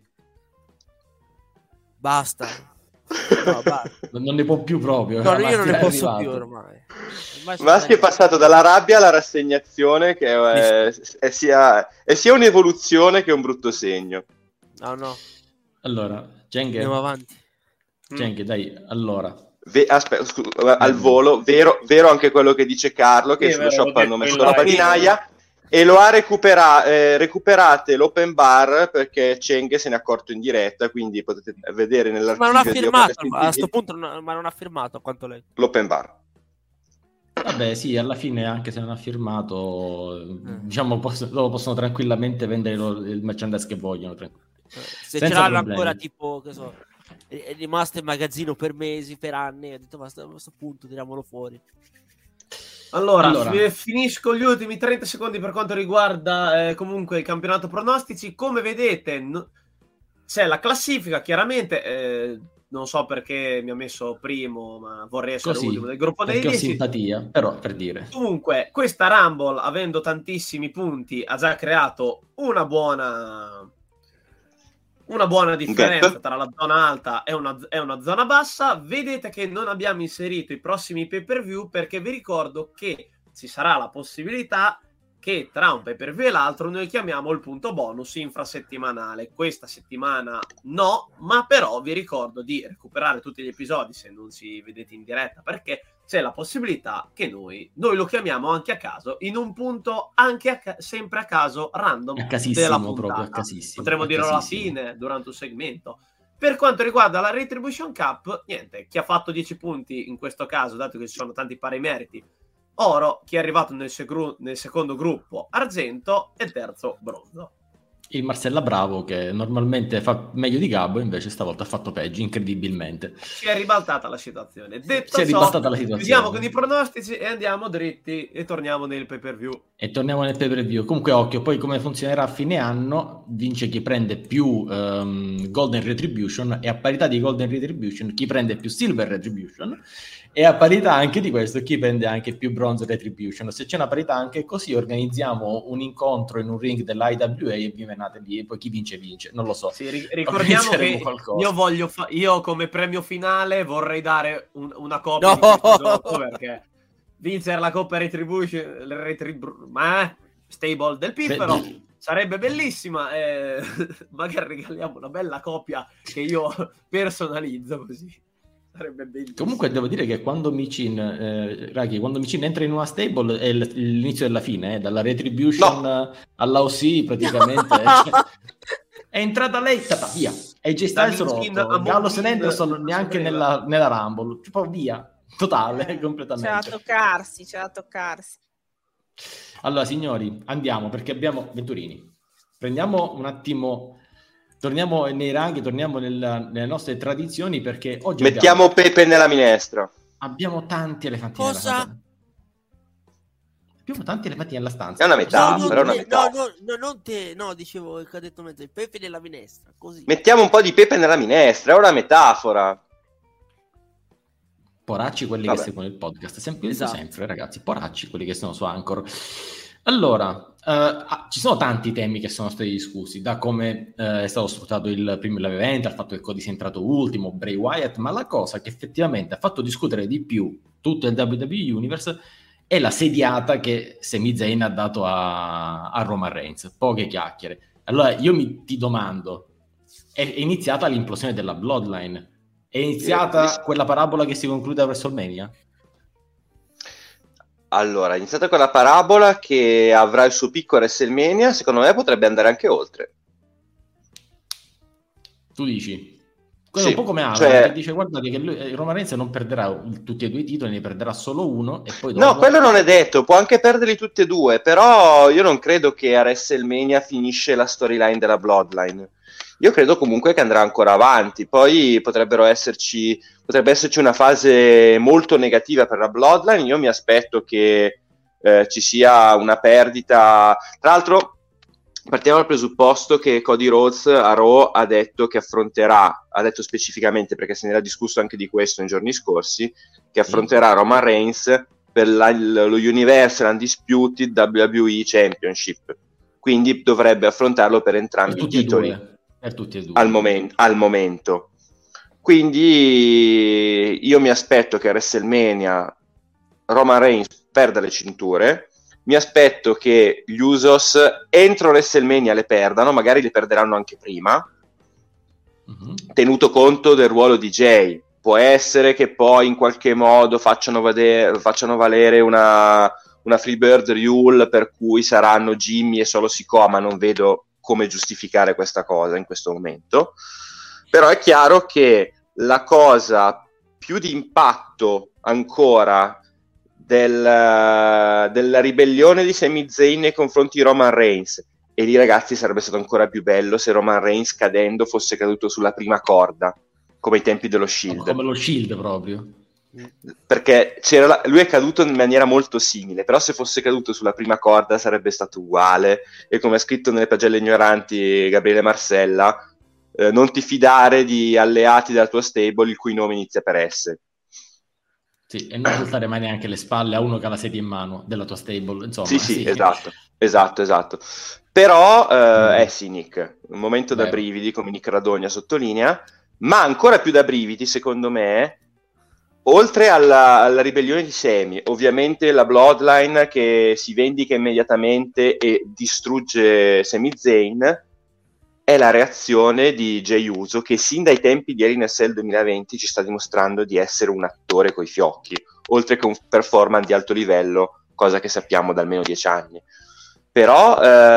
Basta. No, non ne può più proprio. No, io non ne posso più ormai. Maschi è passato dalla rabbia alla rassegnazione, che è sia un'evoluzione che un brutto segno. No. Allora, Geng, andiamo avanti. Geng, dai, allora. Aspetta, al volo, vero anche quello che dice Carlo, che sullo shop hanno messo la pattinaia e lo ha recuperate l'open bar perché Cheng se ne è accorto in diretta, quindi potete vedere nell'archivio. Ma non ha firmato, a sto punto ma non ha firmato a quanto lei. L'open bar. Vabbè, sì, alla fine anche se non ha firmato, diciamo, loro possono tranquillamente vendere il merchandise che vogliono. Se ce l'hanno ancora, tipo, che so, è rimasto in magazzino per mesi, per anni, ho detto, ma a questo punto tiriamolo fuori. Allora, finisco gli ultimi 30 secondi per quanto riguarda comunque il campionato pronostici. Come vedete, c'è la classifica, chiaramente... non so perché mi ha messo primo, ma vorrei essere l'ultimo del gruppo dei 10. Simpatia, però per dire. Comunque, questa Rumble, avendo tantissimi punti, ha già creato una buona differenza tra la zona alta e una zona bassa. Vedete che non abbiamo inserito i prossimi pay-per-view perché vi ricordo che ci sarà la possibilità che tra un pay-per-view e l'altro noi chiamiamo il punto bonus infrasettimanale. Questa settimana no, ma però vi ricordo di recuperare tutti gli episodi se non ci vedete in diretta, perché c'è la possibilità che noi lo chiamiamo anche a caso, in un punto anche sempre a caso, random della puntata. Proprio a casissimo. Potremmo dirlo alla fine, durante un segmento. Per quanto riguarda la Retribution Cup, niente, chi ha fatto 10 punti in questo caso, dato che ci sono tanti pari meriti, oro, chi è arrivato nel secondo gruppo argento e terzo bronzo. Il Marcella Bravo, che normalmente fa meglio di Gabbo, invece stavolta ha fatto peggio, incredibilmente. Si è ribaltata la situazione. Detto ciò, chiudiamo con i pronostici e andiamo dritti e torniamo nel pay-per-view. Comunque occhio, poi come funzionerà a fine anno, vince chi prende più Golden Retribution, e a parità di Golden Retribution chi prende più Silver Retribution, e a parità anche di questo chi prende anche più Bronze Retribution. Se c'è una parità anche così, organizziamo un incontro in un ring dell'IWA e vi venate lì e poi chi vince non lo so. Sì, ricordiamo che io come premio finale vorrei dare una copia di questo gioco, perché vincere la Coppa Retribution stable del Piffero sarebbe bellissima, magari regaliamo una bella copia che io personalizzo così. Comunque devo dire che quando Michin quando Michin entra in una stable è l'inizio della fine, dalla Retribution all'AOC praticamente. È entrata lei, via. E J Styles rotto, Gallows e Anderson neanche nella Rumble, tipo via, totale, completamente. C'è da toccarsi. Allora signori, andiamo perché abbiamo Venturini. Prendiamo un attimo, torniamo nei ranghi, torniamo nelle nostre tradizioni perché oggi mettiamo pepe nella minestra. Abbiamo tanti elefanti nella stanza. Abbiamo tanti elefanti nella stanza. È una metafora, No, dicevo che ha detto il pepe nella minestra, così. Mettiamo un po' di pepe nella minestra, è una metafora. Poracci quelli che seguono il podcast, sempre ragazzi, poracci quelli che sono su Anchor. Allora, ci sono tanti temi che sono stati discussi, da come è stato sfruttato il primo live event, al fatto che Cody sia entrato ultimo, Bray Wyatt, ma la cosa che effettivamente ha fatto discutere di più tutto il WWE Universe è la sediata che Sami Zayn ha dato a Roman Reigns. Poche chiacchiere. Allora io ti domando, è iniziata l'implosione della Bloodline? È iniziata quella parabola che si conclude a WrestleMania? Allora, è iniziata quella parabola che avrà il suo picco a WrestleMania, secondo me potrebbe andare anche oltre. Tu dici? Quello è un po' come Alan, che dice guardate che Roman Reigns non perderà tutti e due i titoli, ne perderà solo uno e poi dopo... No, quello non è detto, può anche perderli tutti e due, però io non credo che a WrestleMania finisce la storyline della Bloodline. Io credo comunque che andrà ancora avanti, poi potrebbe esserci una fase molto negativa per la Bloodline. Io mi aspetto che ci sia una perdita. Tra l'altro partiamo dal presupposto che Cody Rhodes a Raw ha detto che ha detto specificamente, perché se ne era discusso anche di questo nei giorni scorsi, che affronterà Roman Reigns per lo Universal Undisputed WWE Championship, quindi dovrebbe affrontarlo per entrambi i titoli. Per tutti e due. Al momento. Quindi io mi aspetto che a WrestleMania Roman Reigns perda le cinture, mi aspetto che gli Usos entro WrestleMania le perdano, magari le perderanno anche prima, tenuto conto del ruolo di Jay. Può essere che poi in qualche modo facciano valere una Freebird Rule per cui saranno Jimmy e solo Sikoa, ma non vedo come giustificare questa cosa in questo momento. Però è chiaro che la cosa più di impatto ancora della ribellione di Sami Zayn nei confronti di Roman Reigns, e lì ragazzi sarebbe stato ancora più bello se Roman Reigns cadendo fosse caduto sulla prima corda come ai tempi dello Shield, come lo Shield proprio, perché lui è caduto in maniera molto simile, però se fosse caduto sulla prima corda sarebbe stato uguale. E come ha scritto nelle pagelle ignoranti Gabriele Marcella, non ti fidare di alleati della tua stable il cui nome inizia per S. Sì, e non voltare mai neanche le spalle a uno che ha la sedia in mano della tua stable, insomma. Sì. Esatto. Però sì, Nick, un momento da brividi, come Nick Radogna sottolinea, ma ancora più da brividi secondo me, oltre alla ribellione di Sami, ovviamente la Bloodline che si vendica immediatamente e distrugge Sami Zayn, è la reazione di Jey Uso, che sin dai tempi di Hell in a Cell 2020 ci sta dimostrando di essere un attore coi fiocchi, oltre che un performance di alto livello, cosa che sappiamo da almeno 10 anni. Però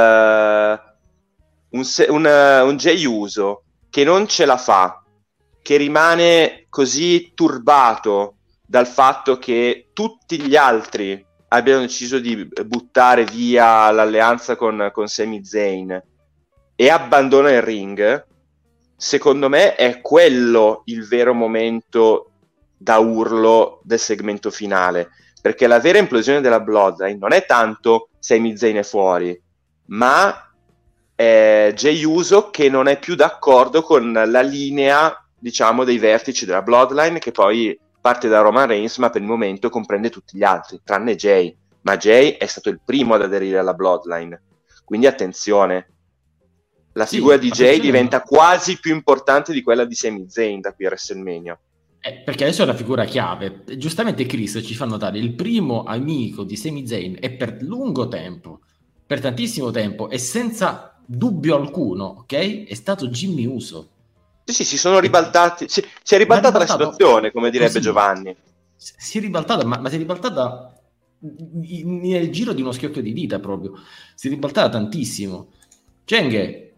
un Jey Uso che non ce la fa, che rimane così turbato dal fatto che tutti gli altri abbiano deciso di buttare via l'alleanza con Sami Zayn e abbandona il ring, secondo me è quello il vero momento da urlo del segmento finale, perché la vera implosione della Bloodline non è tanto Sami Zayn è fuori, ma è Jey Uso che non è più d'accordo con la linea, diciamo, dei vertici della Bloodline, che poi parte da Roman Reigns, ma per il momento comprende tutti gli altri, tranne Jey. Ma Jey è stato il primo ad aderire alla Bloodline, quindi attenzione. La figura di Jey diventa quasi più importante di quella di Sami Zayn da qui a WrestleMania. Perché adesso è la figura chiave. Giustamente Chris ci fa notare il primo amico di Sami Zayn e per lungo tempo, per tantissimo tempo e senza dubbio alcuno, ok? È stato Jimmy Uso. Sì, si sono ribaltati. Si è ribaltata la situazione, come direbbe Giovanni. Si è ribaltata, ma si è ribaltata nel giro di uno schiocchio di dita proprio. Si è ribaltata tantissimo. Cenghe,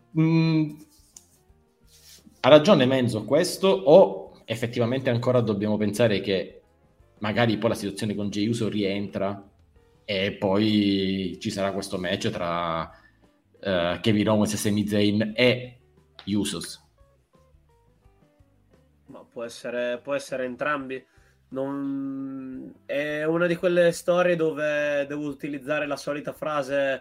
ha ragione Menzo questo, o effettivamente ancora dobbiamo pensare che magari poi la situazione con Jey Uso rientra e poi ci sarà questo match tra Kevin Owens e Sami Zayn e Usos? Ma può essere entrambi. È una di quelle storie dove devo utilizzare la solita frase: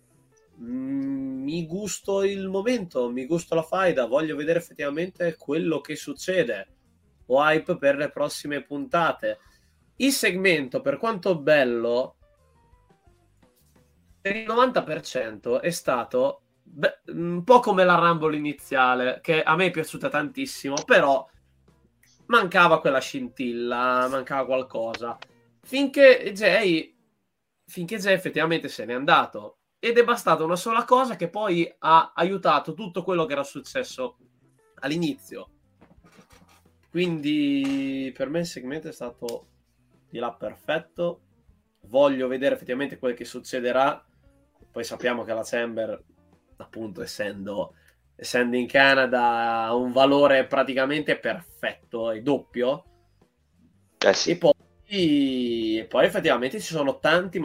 mi gusto il momento, mi gusto la faida, voglio vedere effettivamente quello che succede, ho hype per le prossime puntate. Il segmento, per quanto bello, per il 90% è stato un po' come la Rumble iniziale, che a me è piaciuta tantissimo, però mancava quella scintilla, mancava qualcosa. Finché Jay effettivamente se n'è andato. Ed è bastata una sola cosa che poi ha aiutato tutto quello che era successo all'inizio. Quindi per me il segmento è stato di là perfetto. Voglio vedere effettivamente quel che succederà. Poi sappiamo che la Chamber, appunto, essendo in Canada, ha un valore praticamente perfetto e doppio. Sì. E poi effettivamente ci sono tanti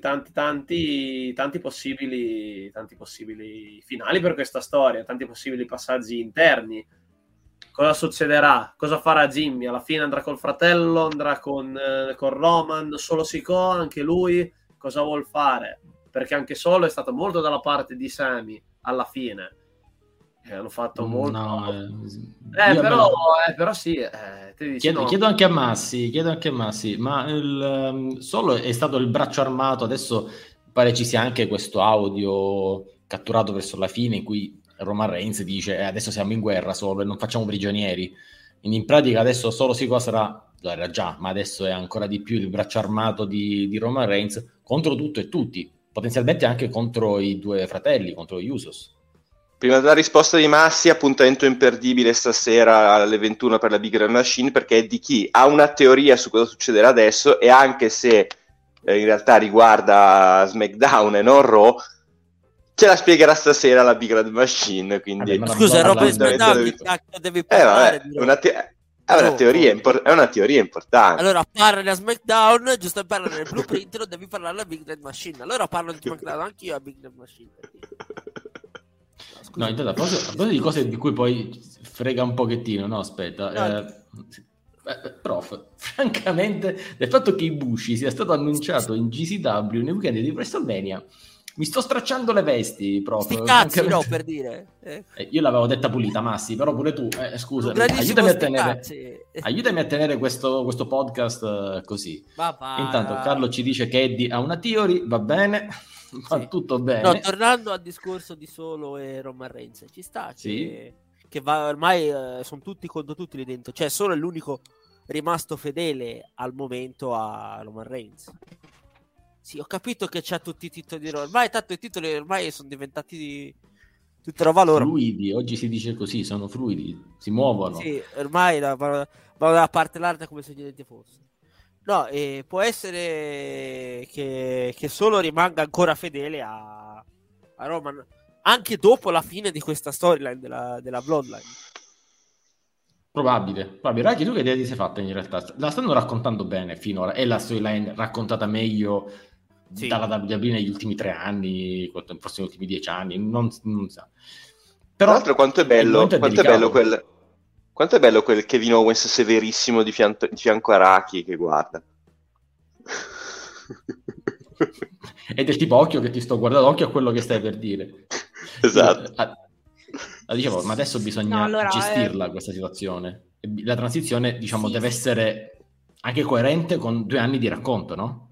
possibili finali per questa storia, tanti possibili passaggi interni. Cosa succederà? Cosa farà Jimmy? Alla fine andrà col fratello, andrà con Roman, solo Sikoa, anche lui cosa vuol fare? Perché anche Solo è stato molto dalla parte di Sami alla fine. Hanno fatto molto. No, però sì. Chiedo anche a Massi, ma Solo è stato il braccio armato. Adesso pare ci sia anche questo audio catturato verso la fine in cui Roman Reigns dice adesso siamo in guerra Solo e non facciamo prigionieri. Quindi in pratica adesso Solo Sikoa sarà, lo era già, ma adesso è ancora di più il braccio armato di Roman Reigns contro tutto e tutti, potenzialmente anche contro i due fratelli, contro gli Usos. Prima della risposta di Massi, appuntamento imperdibile stasera alle 21 per la Big Red Machine, perché è di chi ha una teoria su cosa succederà adesso, e anche se in realtà riguarda SmackDown e non Raw, ce la spiegherà stasera la Big Red Machine. Quindi scusa, Rob SmackDown devi parlare è una teoria importante. Allora parla a SmackDown, giusto, parla nel blueprint, non devi parlare alla Big Red Machine. Allora parlo di SmackDown anch'io a Big Red Machine. No, intanto a proposito di cose di cui poi frega un pochettino, no? Aspetta, prof, francamente, del fatto che Ibushi sia stato annunciato in GCW nel weekend di WrestleMania, mi sto stracciando le vesti, prof. Sti cazzi, no, per dire. Io l'avevo detta pulita, Massi, però pure tu, scusa, aiutami a tenere questo podcast così. Intanto Carlo ci dice che Eddie ha una theory, va bene. Va tutto bene. No, tornando al discorso di Solo e Roman Reigns, ci sta che va, ormai sono tutti contro tutti lì dentro, cioè Solo è l'unico rimasto fedele al momento a Roman Reigns. Sì, ho capito che c'ha tutti i titoli, ormai tanto i titoli ormai sono diventati tutta roba loro. Fluidi, oggi si dice così, sono fluidi, si muovono. Sì, ormai vanno dalla parte l'arte come se niente fosse. No, può essere che Solo rimanga ancora fedele a Roman anche dopo la fine di questa storyline della Bloodline. Probabile. Raghi, tu che idea ti sei fatta in realtà? La stanno raccontando bene finora, è la storyline raccontata meglio dalla WWE negli ultimi 3 anni, forse negli ultimi 10 anni, non sa. Però, tra l'altro, quanto è bello quel Kevin Owens severissimo di fianco a Raki che guarda. È del tipo occhio che ti sto guardando, occhio a quello che stai per dire. Esatto. Dicevo, ma adesso bisogna gestirla questa situazione. La transizione, diciamo, deve essere anche coerente con 2 anni di racconto, no?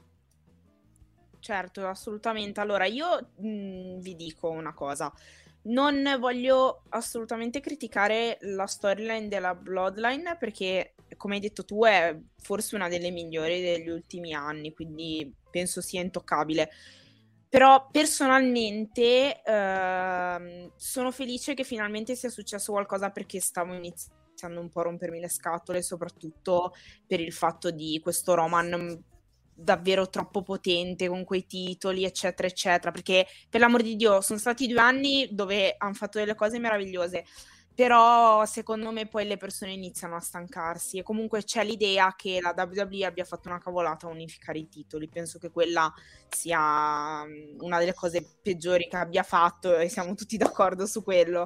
Certo, assolutamente. Allora, io vi dico una cosa. Non voglio assolutamente criticare la storyline della Bloodline perché, come hai detto tu, è forse una delle migliori degli ultimi anni, quindi penso sia intoccabile. Però personalmente sono felice che finalmente sia successo qualcosa, perché stavo iniziando un po' a rompermi le scatole, soprattutto per il fatto di questo Roman davvero troppo potente con quei titoli eccetera eccetera, perché per l'amor di Dio sono stati 2 anni dove hanno fatto delle cose meravigliose, però secondo me poi le persone iniziano a stancarsi, e comunque c'è l'idea che la WWE abbia fatto una cavolata a unificare i titoli. Penso che quella sia una delle cose peggiori che abbia fatto, e siamo tutti d'accordo su quello.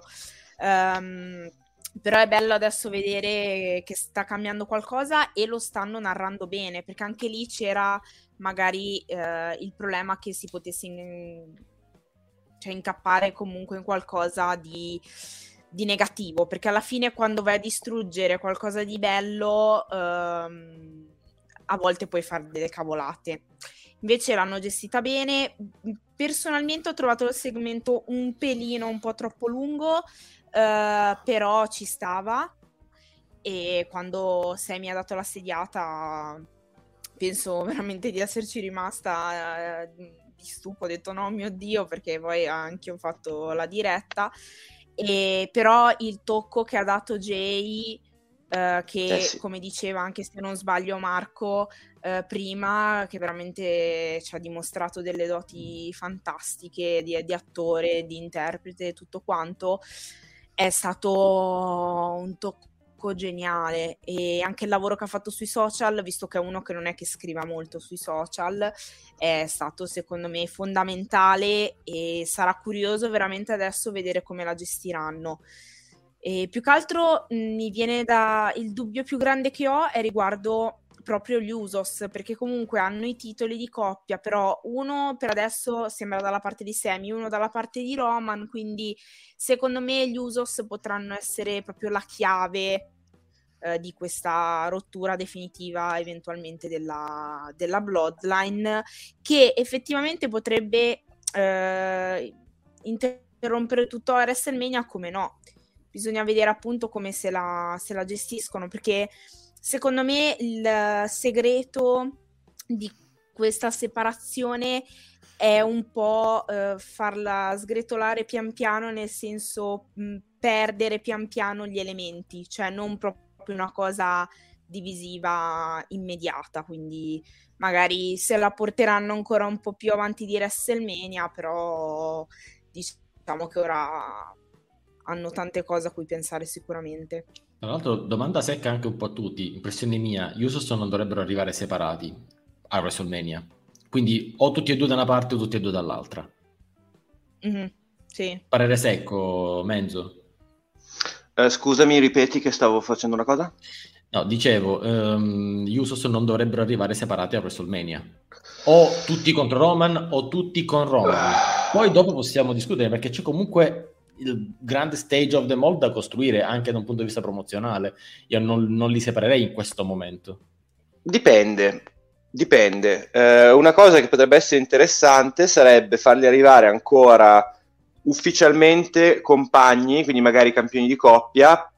Però è bello adesso vedere che sta cambiando qualcosa e lo stanno narrando bene, perché anche lì c'era magari il problema che si potesse incappare comunque in qualcosa di negativo, perché alla fine quando vai a distruggere qualcosa di bello a volte puoi fare delle cavolate. Invece l'hanno gestita bene. Personalmente ho trovato il segmento un pelino un po' troppo lungo, però ci stava, e quando Sammy ha dato la sediata penso veramente di esserci rimasta di stupo, ho detto no mio Dio, perché poi anche ho fatto la diretta, e però il tocco che ha dato Jay, che sì, come diceva anche se non sbaglio Marco prima, che veramente ci ha dimostrato delle doti fantastiche di attore, di interprete e tutto quanto, è stato un tocco geniale. E anche il lavoro che ha fatto sui social, visto che è uno che non è che scriva molto sui social, è stato secondo me fondamentale, e sarà curioso veramente adesso vedere come la gestiranno. E più che altro mi viene il dubbio più grande che ho è riguardo proprio gli Usos, perché comunque hanno i titoli di coppia, però uno per adesso sembra dalla parte di Sammy, uno dalla parte di Roman, quindi secondo me gli Usos potranno essere proprio la chiave di questa rottura definitiva eventualmente della Bloodline, che effettivamente potrebbe interrompere tutto a WrestleMania, come no. Bisogna vedere appunto come se la gestiscono, perché secondo me il segreto di questa separazione è un po' farla sgretolare pian piano, nel senso perdere pian piano gli elementi, cioè non proprio una cosa divisiva immediata, quindi magari se la porteranno ancora un po' più avanti di WrestleMania, però diciamo che ora hanno tante cose a cui pensare sicuramente. Tra l'altro, domanda secca anche un po' a tutti, impressione mia, gli Usos non dovrebbero arrivare separati a WrestleMania, quindi o tutti e due da una parte o tutti e due dall'altra. Sì. Parere secco, Menzo? Scusami, ripeti che stavo facendo una cosa? No, dicevo, gli Usos non dovrebbero arrivare separati a WrestleMania, o tutti contro Roman o tutti con Roman. Poi dopo possiamo discutere, perché c'è comunque il grande stage of the mall da costruire anche da un punto di vista promozionale. Io non li separerei in questo momento. Dipende. Una cosa che potrebbe essere interessante sarebbe farli arrivare ancora ufficialmente compagni, quindi magari campioni di coppia,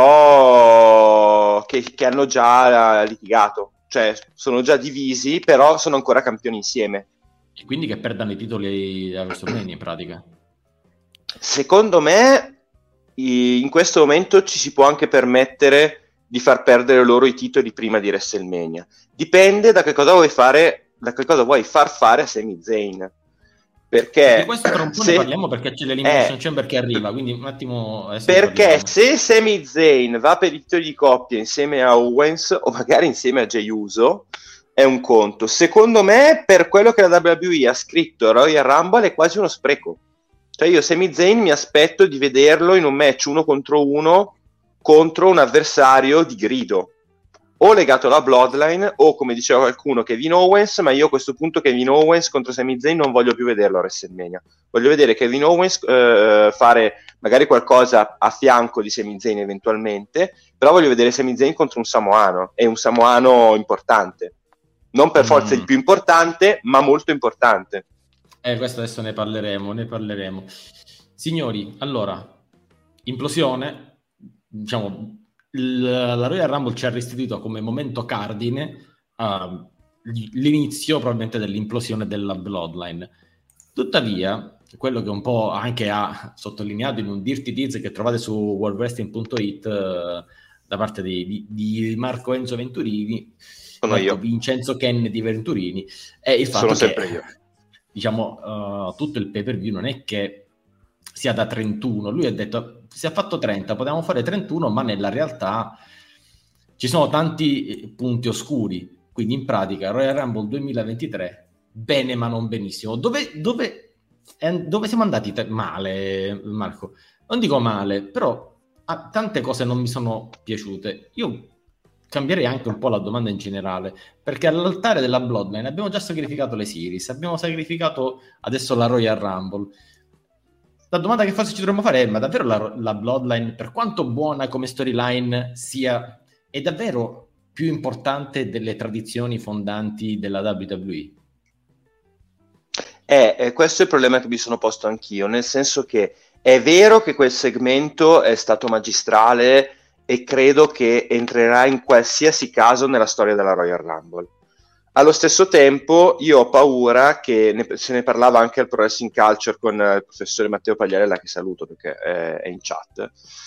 però che hanno già litigato, cioè sono già divisi, però sono ancora campioni insieme. E quindi che perdano i titoli a WrestleMania in pratica? Secondo me in questo momento ci si può anche permettere di far perdere loro i titoli prima di WrestleMania. Dipende da che cosa vuoi fare, da che cosa vuoi far fare a Sami Zayn. Perché di questo tra un po' ne parliamo, perché c'è l'Elimination Chamber che arriva, quindi un attimo. Perché se Sami Zayn va per i titoli di coppia insieme a Owens o magari insieme a Jey Uso è un conto. Secondo me, per quello che la WWE ha scritto Royal Rumble è quasi uno spreco. Cioè io Sami Zayn mi aspetto di vederlo in un match 1-1 contro un avversario di grido, o legato alla Bloodline, o come diceva qualcuno Kevin Owens, ma io a questo punto Kevin Owens contro Sami Zayn non voglio più vederlo a WrestleMania. Voglio vedere Kevin Owens fare magari qualcosa a fianco di Sami Zayn eventualmente, però voglio vedere Sami Zayn contro un samoano, e un samoano importante. Non per forza il più importante, ma molto importante. Questo adesso ne parleremo. Signori, allora, implosione, diciamo, la Royal Rumble ci ha restituito come momento cardine l'inizio probabilmente dell'implosione della Bloodline. Tuttavia, quello che un po' anche ha sottolineato in un Dirty Deeds che trovate su worldwrestling.it da parte di Marco Enzo Venturini, sono io. Vincenzo Kennedy Venturini, è il fatto sono sempre io. Diciamo, tutto il pay-per-view non è che sia da 31, lui ha detto si è fatto 30, potevamo fare 31, ma nella realtà ci sono tanti punti oscuri, quindi in pratica Royal Rumble 2023 bene ma non benissimo. Dove siamo andati male, Marco? Non dico male, però tante cose non mi sono piaciute. Io cambierei anche un po' la domanda in generale, perché all'altare della Bloodline abbiamo già sacrificato le series, abbiamo sacrificato adesso la Royal Rumble. La domanda che forse ci dovremmo fare è: ma davvero la Bloodline, per quanto buona come storyline sia, è davvero più importante delle tradizioni fondanti della WWE? Questo è il problema che mi sono posto anch'io, nel senso che è vero che quel segmento è stato magistrale e credo che entrerà in qualsiasi caso nella storia della Royal Rumble. Allo stesso tempo io ho paura che se ne parlava anche al Pro Wrestling Culture con il professore Matteo Pagliarella, che saluto perché è in chat,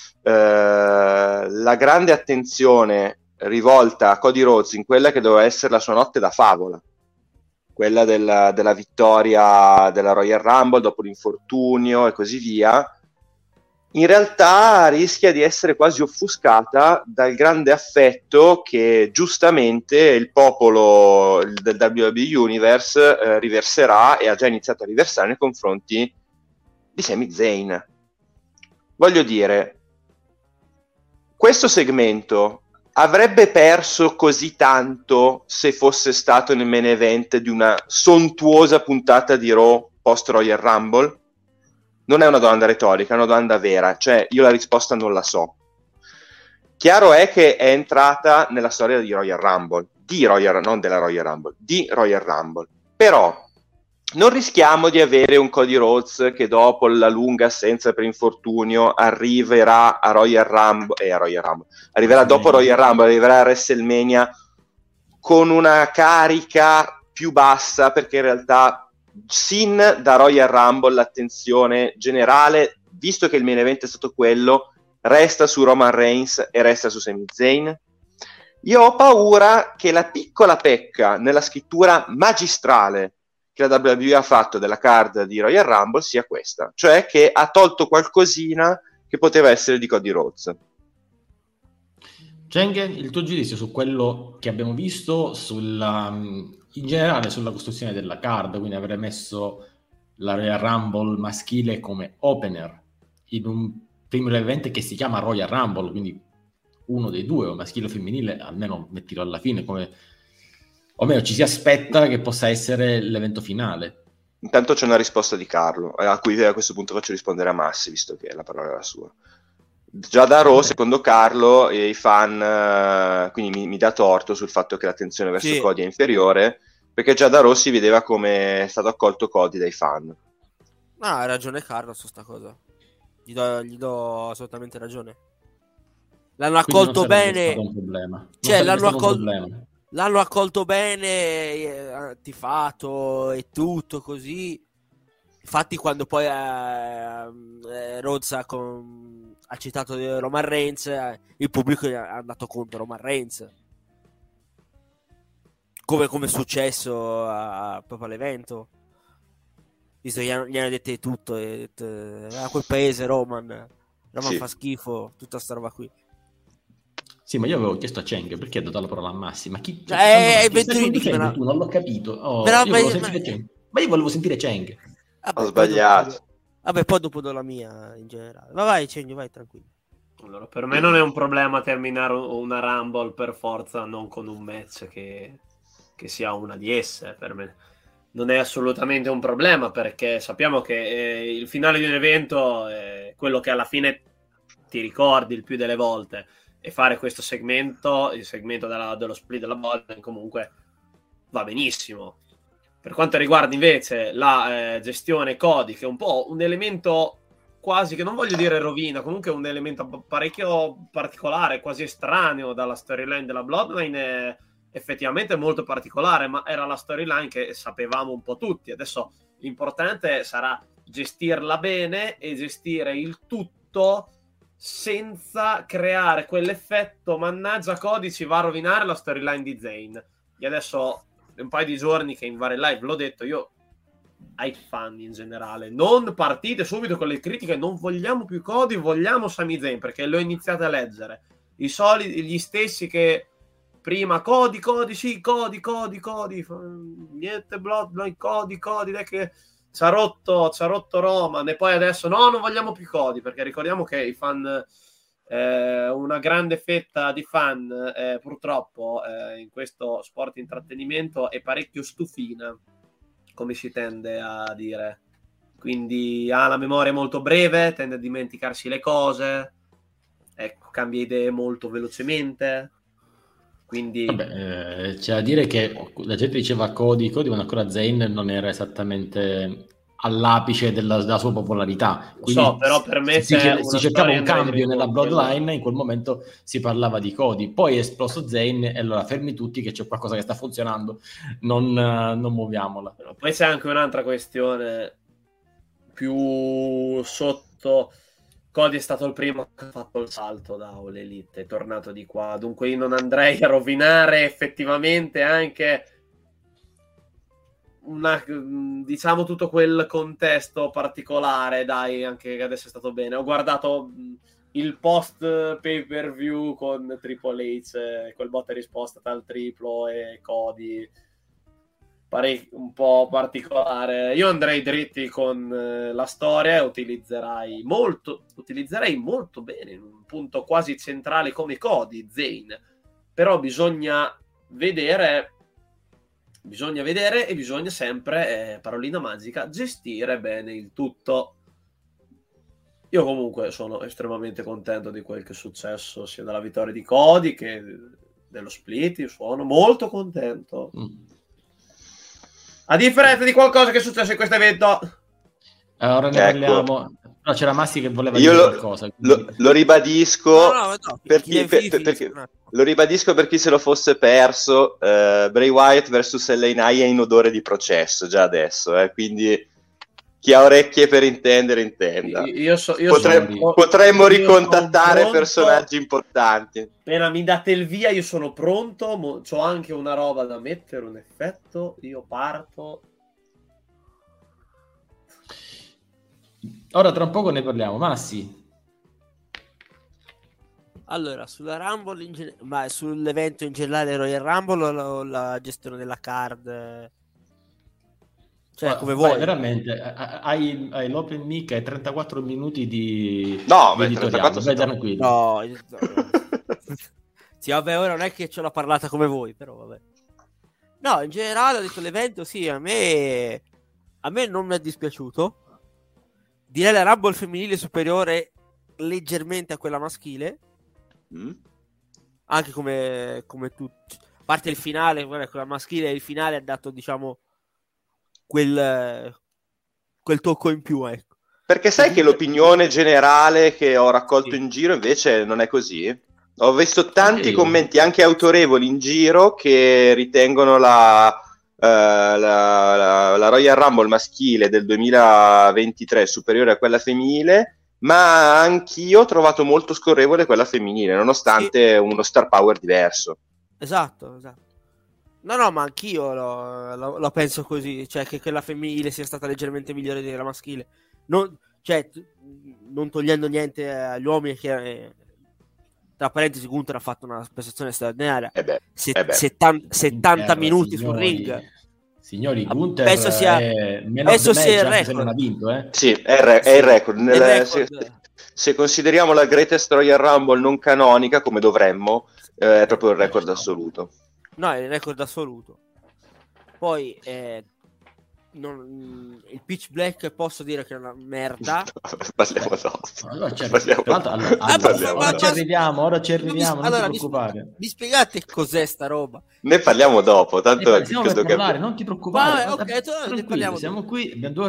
la grande attenzione rivolta a Cody Rhodes in quella che doveva essere la sua notte da favola, quella della vittoria della Royal Rumble dopo l'infortunio e così via, in realtà rischia di essere quasi offuscata dal grande affetto che giustamente il popolo del WWE Universe riverserà e ha già iniziato a riversare nei confronti di Sami Zayn. Voglio dire, questo segmento avrebbe perso così tanto se fosse stato nel main event di una sontuosa puntata di Raw post Royal Rumble? Non è una domanda retorica, è una domanda vera, cioè io la risposta non la so. Chiaro è che è entrata nella storia di Royal Rumble, non della Royal Rumble, di Royal Rumble. Però non rischiamo di avere un Cody Rhodes che dopo la lunga assenza per infortunio arriverà a Royal Rumble, arriverà dopo Royal Rumble, arriverà a WrestleMania con una carica più bassa, perché in realtà sin da Royal Rumble l'attenzione generale, visto che il main event è stato quello, resta su Roman Reigns e resta su Sami Zayn. Io ho paura che la piccola pecca nella scrittura magistrale che la WWE ha fatto della card di Royal Rumble sia questa, cioè che ha tolto qualcosina che poteva essere di Cody Rhodes. Cheng, il tuo giudizio su quello che abbiamo visto, in generale sulla costruzione della card, quindi avrei messo la Royal Rumble maschile come opener in un primo evento che si chiama Royal Rumble, quindi uno dei due, o maschile o femminile, almeno mettilo alla fine, come, o meglio ci si aspetta che possa essere l'evento finale. Intanto c'è una risposta di Carlo, a cui a questo punto faccio rispondere a Massi, visto che la parola era sua. Già da Raw, secondo Carlo, i fan quindi mi dà torto sul fatto che l'attenzione verso Cody è inferiore, perché già da Raw si vedeva come è stato accolto Cody dai fan. Ha ragione Carlo su sta cosa, gli do assolutamente ragione. L'hanno accolto bene, cioè l'hanno accolto bene, tifato e tutto così. Infatti quando poi Rhodes ha citato Roman Reigns, il pubblico è andato contro Roman Reigns, come è successo proprio all'evento, visto che gli hanno detto tutto, a quel paese Roman fa schifo, tutta sta roba qui. Sì, ma io avevo chiesto a Cheng perché ha dato la parola a Massi, ma chi Venturini che tu non l'ho capito. Ma io volevo sentire Cheng. Ho sbagliato. Vabbè, poi dopo do la mia in generale. Ma vai, Cheng, vai tranquillo. Allora, per me non è un problema terminare una Rumble per forza non con un match che sia una di esse. Per me non è assolutamente un problema, perché sappiamo che il finale di un evento è quello che alla fine ti ricordi il più delle volte, e fare questo segmento, il segmento dello split della Bloodline, comunque va benissimo. Per quanto riguarda invece la gestione Cody, che è un po' un elemento quasi, che non voglio dire rovina, comunque un elemento parecchio particolare, quasi estraneo dalla storyline della Bloodline, è effettivamente molto particolare, ma era la storyline che sapevamo un po' tutti. Adesso L'importante sarà gestirla bene e gestire il tutto senza creare quell'effetto mannaggia Cody ci va a rovinare la storyline di Zayn. E adesso è un paio di giorni che in varie live l'ho detto, io ai fan in generale, non partite subito con le critiche, non vogliamo più Cody, vogliamo Sami Zayn, perché le ho iniziate a leggere gli stessi che prima Cody, sì, Cody, niente Bloodline, Cody, dai che ci ha rotto Roman, e poi adesso no, non vogliamo più Cody, perché ricordiamo che i fan, una grande fetta di fan purtroppo in questo sport intrattenimento è parecchio stufina, come si tende a dire, quindi ha la memoria molto breve, tende a dimenticarsi le cose, ecco, cambia idee molto velocemente, quindi c'è da dire che la gente diceva Cody, ma ancora Zayn non era esattamente all'apice della sua popolarità, quindi però per me si cercava un cambio nella Bloodline, in quel momento si parlava di Cody, poi è esploso Zayn e allora fermi tutti che c'è qualcosa che sta funzionando, non muoviamola. Poi c'è anche un'altra questione più sotto. Cody è stato il primo che ha fatto il salto da All Elite, è tornato di qua, dunque io non andrei a rovinare effettivamente anche diciamo tutto quel contesto particolare, dai, anche che adesso è stato bene. Ho guardato il post pay per view con Triple H, quel botta e risposta tra il triplo e Cody, un po' particolare. Io andrei dritti con la storia e utilizzerei molto bene in un punto quasi centrale come Cody, Zayn, però bisogna vedere e bisogna sempre, parolina magica, gestire bene il tutto. Io comunque sono estremamente contento di quel che è successo sia dalla vittoria di Cody che dello split. Io sono molto contento. A differenza di qualcosa che è successo in questo evento. Ora ne parliamo. No, c'era Massi che voleva dire qualcosa. Lo ribadisco perché lo ribadisco per chi se lo fosse perso. Bray Wyatt vs LA Knight è in odore di processo già adesso, quindi chi ha orecchie per intendere intenda. Potremmo ricontattare personaggi importanti. Appena mi date il via io sono pronto, c'ho anche una roba da mettere, un effetto, io parto. Ora tra un poco ne parliamo. Massi. Allora, sulla Rumble ma sull'evento in generale Royal Rumble o la gestione della card? Cioè, come vuoi. Veramente, hai l'open mic e 34 minuti di editoriale. No. Sì, vabbè, ora non è che ce l'ho parlata come voi, però vabbè. No, in generale ho detto l'evento, sì, a me non mi è dispiaciuto. Direi la Rumble femminile superiore leggermente a quella maschile. Anche come tutti. A parte il finale, quella maschile, il finale ha dato, diciamo, quel tocco in più, ecco. Perché sai che l'opinione generale che ho raccolto in giro invece non è così? Ho visto tanti commenti anche autorevoli in giro che ritengono la Royal Rumble maschile del 2023 superiore a quella femminile, ma anch'io ho trovato molto scorrevole quella femminile, nonostante uno star power diverso. Esatto. No, ma anch'io lo penso così, cioè che quella femminile sia stata leggermente migliore della maschile. Non togliendo niente agli uomini, che tra parentesi Gunther ha fatto una prestazione straordinaria. 70 minuti sul ring. Signori, Gunther penso sia il record. Se non ha vinto, Sì, è il record. Se consideriamo la Greatest Royal Rumble non canonica, come dovremmo, è proprio il record assoluto. No, è il record assoluto. Poi il Pitch Black posso dire che è una merda. Parliamo dopo. Ora ci arriviamo, non ti preoccupare. Mi spiegate cos'è sta roba? Ne parliamo dopo, tanto non ti preoccupare. Siamo qui, abbiamo 2 ore,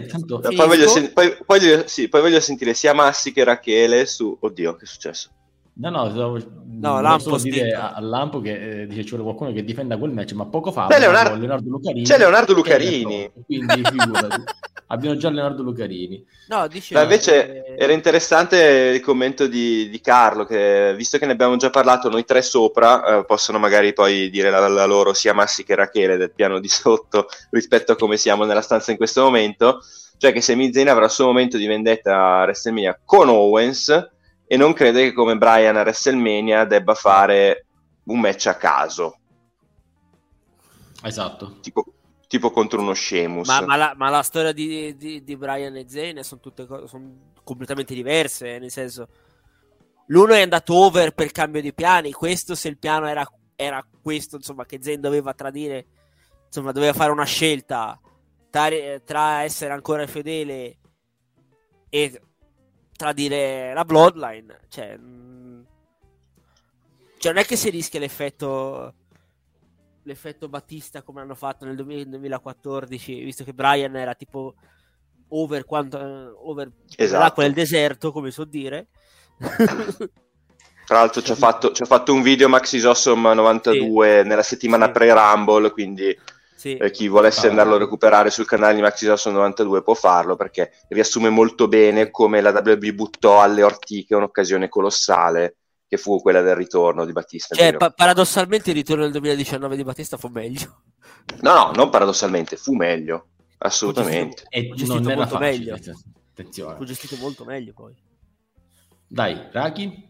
poi voglio sentire sia Massi che Rachele su... Oddio, che è successo? Lampo dire a Lampo che dice ci vuole qualcuno che difenda quel match, ma poco fa Leonardo Lucarini. C'è Leonardo Lucarini. Quindi figurati. Abbiamo già Leonardo Lucarini. Invece era interessante il commento di Carlo, che visto che ne abbiamo già parlato noi tre sopra, possono magari poi dire la loro sia Massi che Rachele del piano di sotto rispetto a come siamo nella stanza in questo momento, cioè che Sami Zayn avrà il suo momento di vendetta a WrestleMania con Owens e non crede che come Bryan a WrestleMania debba fare un match a caso. Esatto. Tipo contro uno Sheamus. Ma la storia di Bryan e Zayn sono tutte sono completamente diverse, nel senso, l'uno è andato over per cambio di piani, questo se il piano era questo, insomma, che Zayn doveva tradire, insomma, doveva fare una scelta tra essere ancora fedele e tradire la Bloodline, cioè non è che si rischia l'effetto Battista come hanno fatto nel 2014, visto che Bryan era tipo over esatto. L'acqua del deserto, come so dire. Tra l'altro ci ha fatto un video Maxis Awesome 92 nella settimana pre-Rumble, quindi chi volesse andarlo a recuperare sul canale di Maxis Awesome 92 può farlo, perché riassume molto bene come la WWE buttò alle ortiche un'occasione colossale, che fu quella del ritorno di Battista. Cioè, paradossalmente il ritorno del 2019 di Battista fu meglio. No, non paradossalmente, fu meglio, assolutamente. Fu gestito molto meglio. Attenzione. Fu gestito molto meglio poi. Dai, Raki?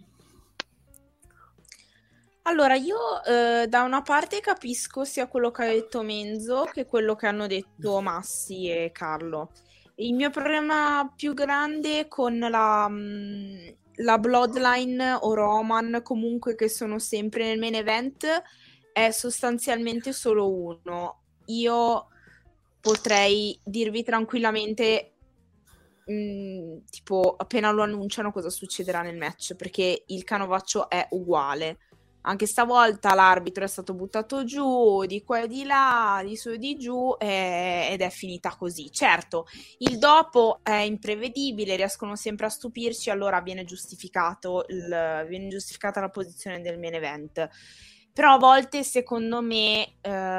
Allora, io da una parte capisco sia quello che ha detto Menzo che quello che hanno detto Massi e Carlo. Il mio problema più grande con la Bloodline o Roman, comunque, che sono sempre nel main event, è sostanzialmente solo uno. Io potrei dirvi tranquillamente tipo appena lo annunciano cosa succederà nel match, perché il canovaccio è uguale. Anche stavolta l'arbitro è stato buttato giù di qua e di là, di su e di giù, ed è finita così. Certo, il dopo è imprevedibile, riescono sempre a stupirci, allora viene giustificata la posizione del main event. Però a volte, secondo me,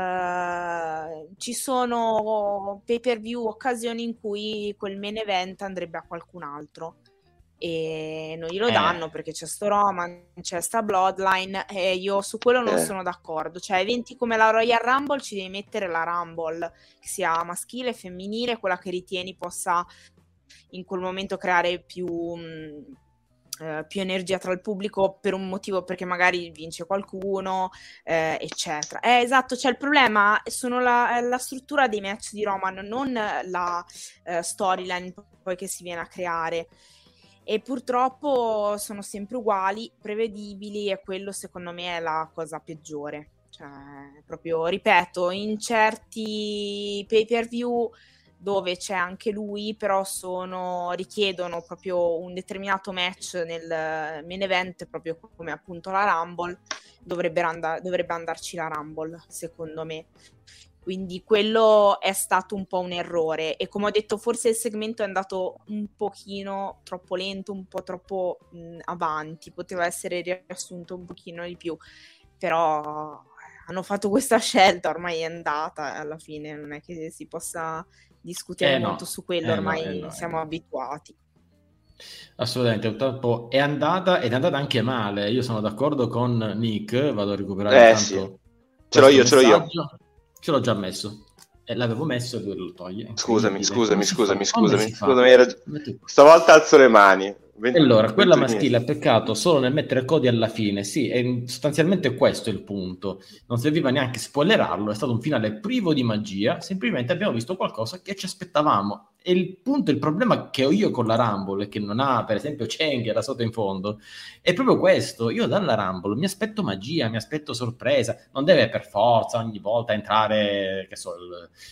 ci sono pay-per-view, occasioni in cui quel main event andrebbe a qualcun altro. E non glielo danno perché c'è sto Roman, c'è sta Bloodline, e io su quello non sono d'accordo. Cioè, eventi come la Royal Rumble ci devi mettere la Rumble, che sia maschile, femminile, quella che ritieni possa in quel momento creare più energia tra il pubblico, per un motivo, perché magari vince qualcuno, eccetera. Esatto, cioè il problema sono la struttura dei match di Roman, non la storyline poi che si viene a creare. E purtroppo sono sempre uguali, prevedibili, e quello secondo me è la cosa peggiore. Cioè, proprio, ripeto, in certi pay-per-view dove c'è anche lui, però richiedono proprio un determinato match nel main event, proprio come appunto la Rumble, dovrebbe andarci la Rumble, secondo me. Quindi quello è stato un po' un errore, e come ho detto forse il segmento è andato un pochino troppo lento, un po' troppo avanti, poteva essere riassunto un pochino di più, però hanno fatto questa scelta, ormai è andata, alla fine non è che si possa discutere molto su quello, ormai siamo abituati. Assolutamente, purtroppo è andata anche male. Io sono d'accordo con Nick, vado a recuperare sì. Ce l'ho io. Ce l'ho già messo. L'avevo messo e lui lo toglie. Scusami. Stavolta alzo le mani. Allora, quella maschile ha peccato solo nel mettere Cody alla fine. Sì, e sostanzialmente questo è il punto. Non serviva neanche spoilerarlo, è stato un finale privo di magia, semplicemente abbiamo visto qualcosa che ci aspettavamo. E il problema che ho io con la Rumble, che non ha per esempio Chen che era sotto in fondo, è proprio questo. Io dalla Rumble mi aspetto magia, mi aspetto sorpresa, non deve per forza ogni volta entrare, che so,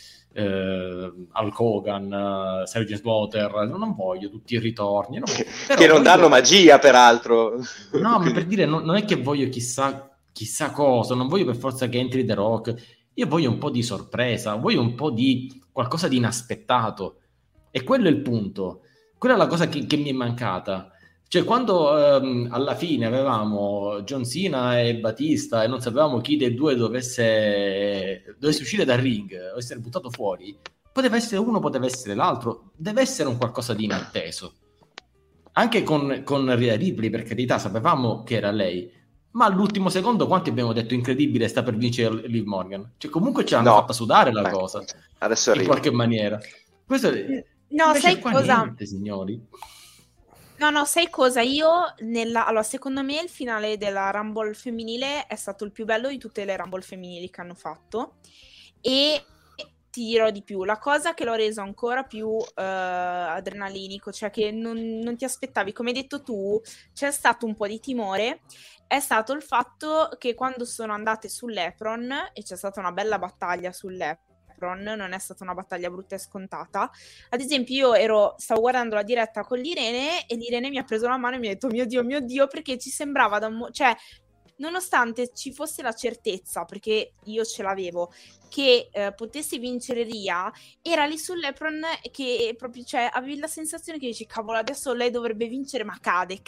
Hulk Hogan, Sergio Slaughter, non voglio tutti i ritorni, che non danno magia peraltro. No, ma per dire, non è che voglio chissà cosa, non voglio per forza che entri The Rock, io voglio un po' di sorpresa, voglio un po' di qualcosa di inaspettato, e quello è il punto, quella è la cosa che mi è mancata. Cioè, quando alla fine avevamo John Cena e Batista e non sapevamo chi dei due dovesse uscire dal ring o essere buttato fuori, poteva essere uno, poteva essere l'altro, deve essere un qualcosa di inatteso. Anche con Rhea Ripley, per carità, sapevamo che era lei, ma all'ultimo secondo quanti abbiamo detto incredibile, sta per vincere Liv Morgan? Cioè, comunque ci hanno fatta sudare la cosa, adesso in qualche maniera. Questo no, sai cosa? Niente, signori. No, sai cosa? Allora, secondo me il finale della Rumble femminile è stato il più bello di tutte le Rumble femminili che hanno fatto, e ti dirò di più, la cosa che l'ho reso ancora più adrenalinico, cioè che non ti aspettavi, come hai detto tu, c'è stato un po' di timore, è stato il fatto che quando sono andate sull'Epron, e c'è stata una bella battaglia sull'Epron, non è stata una battaglia brutta e scontata. Ad esempio io stavo guardando la diretta con l'Irene e l'Irene mi ha preso la mano e mi ha detto mio Dio, perché ci sembrava cioè nonostante ci fosse la certezza, perché io ce l'avevo, che potesse vincere Rhea, era lì sull'Epron che proprio, cioè, avevi la sensazione che dici cavolo, adesso lei dovrebbe vincere, ma cade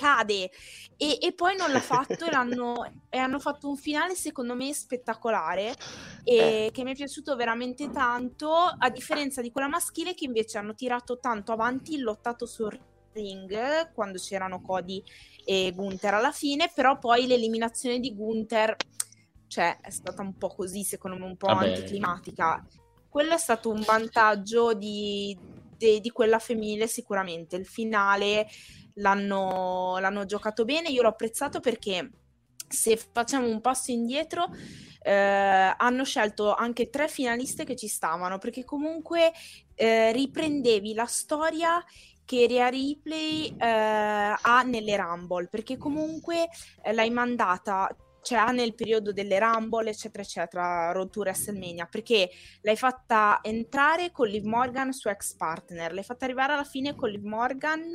e poi non l'ha fatto e hanno fatto un finale secondo me spettacolare e che mi è piaciuto veramente tanto, a differenza di quella maschile che invece hanno tirato tanto avanti il lottato sul ring quando c'erano Cody e Gunther alla fine, però poi l'eliminazione di Gunther, cioè, è stata un po' così, secondo me un po' anticlimatica. Quello è stato un vantaggio di quella femminile sicuramente. Il finale l'hanno giocato bene, io l'ho apprezzato perché se facciamo un passo indietro hanno scelto anche 3 finaliste che ci stavano, perché comunque riprendevi la storia che Rhea Ripley ha nelle Rumble, perché comunque l'hai mandata, cioè nel periodo delle Rumble eccetera eccetera, Road to WrestleMania, perché l'hai fatta entrare con Liv Morgan, suo ex partner, l'hai fatta arrivare alla fine con Liv Morgan,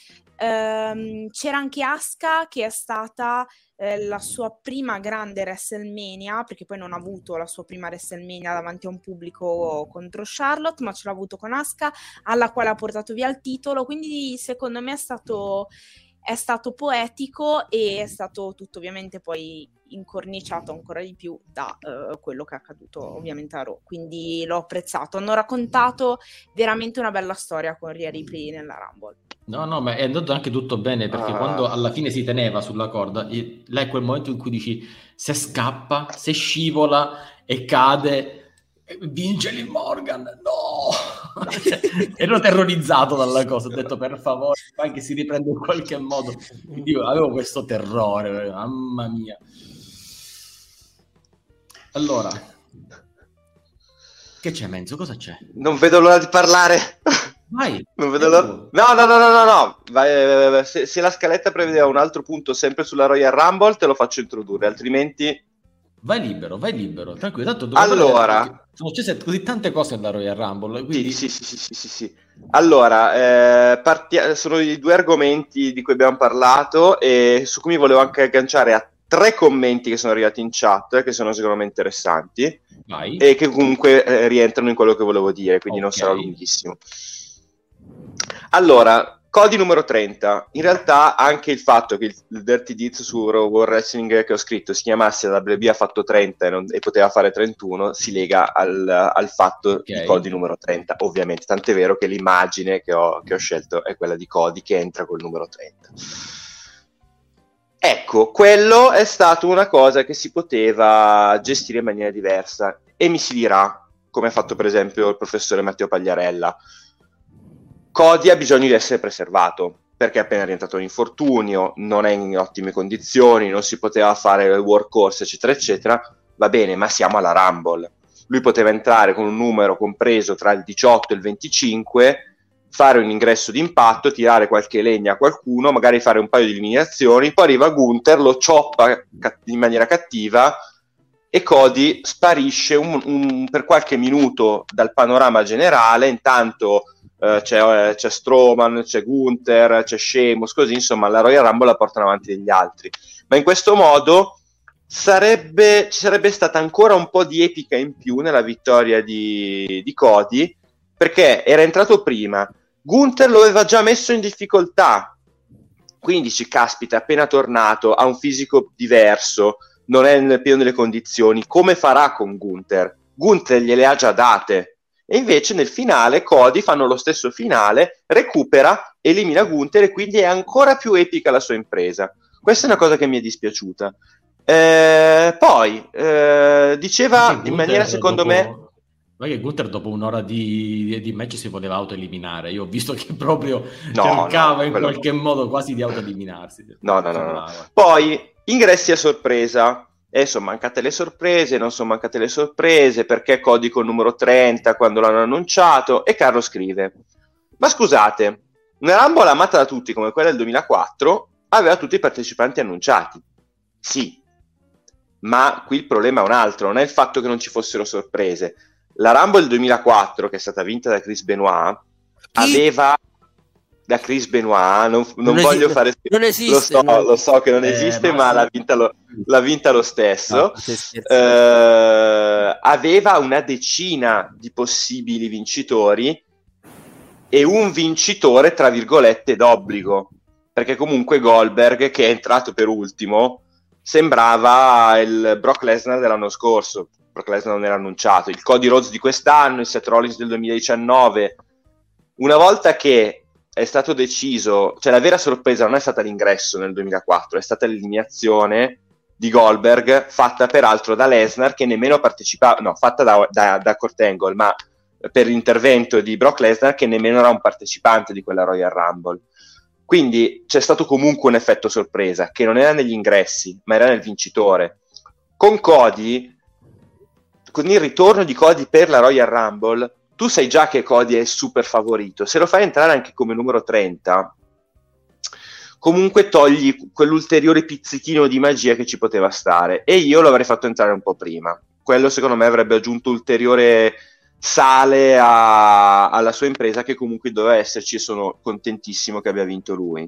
c'era anche Asuka che è stata la sua prima grande WrestleMania, perché poi non ha avuto la sua prima WrestleMania davanti a un pubblico contro Charlotte, ma ce l'ha avuto con Asuka, alla quale ha portato via il titolo, quindi secondo me è stato poetico e è stato tutto ovviamente poi incorniciato ancora di più da quello che è accaduto ovviamente a Raw, quindi l'ho apprezzato, hanno raccontato veramente una bella storia con Rhea Ripley nella Rumble. No, ma è andato anche tutto bene, perché quando alla fine si teneva sulla corda, là è quel momento in cui dici se scappa, se scivola e cade, vince Liv Morgan, no! Ero terrorizzato dalla cosa, ho detto per favore, anche si riprende in qualche modo. Quindi io avevo questo terrore, mamma mia. Allora, che c'è Menzo? Cosa c'è? Non vedo l'ora di parlare. Vai. Non vedo l'ora. No. Vai. Se la scaletta prevedeva un altro punto sempre sulla Royal Rumble, te lo faccio introdurre, altrimenti vai libero, tranquillo. Tanto allora, sono successe così tante cose nella Royal Rumble. Quindi... Sì. Allora, sono i 2 argomenti di cui abbiamo parlato e su cui mi volevo anche agganciare a 3 commenti che sono arrivati in chat, che sono secondo me interessanti. Vai. E che comunque rientrano in quello che volevo dire, quindi non sarà lunghissimo. Allora, Cody numero 30. In realtà anche il fatto che il Dirty Deeds su World Wrestling che ho scritto si chiamasse WWE ha fatto 30 e poteva fare 31 si lega al fatto di Cody numero 30, ovviamente. Tant'è vero che l'immagine che ho scelto è quella di Cody che entra col numero 30. Ecco, quello è stato una cosa che si poteva gestire in maniera diversa e mi si dirà, come ha fatto per esempio il professore Matteo Pagliarella, Cody ha bisogno di essere preservato perché è appena rientrato in infortunio, non è in ottime condizioni, non si poteva fare il workhorse eccetera eccetera, va bene, ma siamo alla Rumble, lui poteva entrare con un numero compreso tra il 18 e il 25, fare un ingresso d'impatto, tirare qualche legna a qualcuno, magari fare un paio di eliminazioni, poi arriva Gunther, lo cioppa in maniera cattiva e Cody sparisce per qualche minuto dal panorama generale. Intanto c'è Strowman, c'è Gunther, c'è Sheamus, così insomma la Royal Rumble la portano avanti degli altri, ma in questo modo ci sarebbe stata ancora un po' di epica in più nella vittoria di Cody, perché era entrato prima, Gunther lo aveva già messo in difficoltà Quindi dici, caspita, appena tornato, ha un fisico diverso, non è nel pieno delle condizioni, come farà con Gunther? Gunther gliele ha già date. E invece nel finale Cody fanno lo stesso finale, recupera, elimina Gunther e quindi è ancora più epica la sua impresa. Questa è una cosa che mi è dispiaciuta. Poi diceva in maniera secondo me... Ma che Gunther dopo un'ora di match si voleva autoeliminare. Io ho visto che proprio cercava in qualche modo quasi di autoeliminarsi. No. Poi ingressi a sorpresa. Sono mancate le sorprese, non sono mancate le sorprese, perché Cody col numero 30 quando l'hanno annunciato? E Carlo scrive: ma scusate, una Rumble amata da tutti come quella del 2004 aveva tutti i partecipanti annunciati. Sì, ma qui il problema è un altro, non è il fatto che non ci fossero sorprese. La Rumble del 2004, che è stata vinta da Chris Benoit, aveva... Da Chris Benoit, non voglio fare... Non esiste. Lo so che non esiste, ma l'ha vinta lo stesso. Aveva una decina di possibili vincitori e un vincitore, tra virgolette, d'obbligo. Perché comunque Goldberg, che è entrato per ultimo, sembrava il Brock Lesnar dell'anno scorso. Brock Lesnar non era annunciato. Il Cody Rhodes di quest'anno, il Seth Rollins del 2019. Una volta che è stato deciso, cioè la vera sorpresa non è stata l'ingresso nel 2004, è stata l'eliminazione di Goldberg, fatta peraltro da Lesnar, che nemmeno partecipava, no, fatta da Kurt Angle, ma per l'intervento di Brock Lesnar, che nemmeno era un partecipante di quella Royal Rumble. Quindi c'è stato comunque un effetto sorpresa, che non era negli ingressi, ma era nel vincitore. Con Cody, con il ritorno di Cody per la Royal Rumble, tu sai già che Cody è il super favorito. Se lo fai entrare anche come numero 30, comunque togli quell'ulteriore pizzichino di magia che ci poteva stare, e io lo avrei fatto entrare un po' prima. Quello secondo me avrebbe aggiunto ulteriore sale alla sua impresa, che comunque doveva esserci, e sono contentissimo che abbia vinto lui.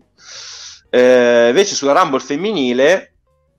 Invece sulla Rumble femminile,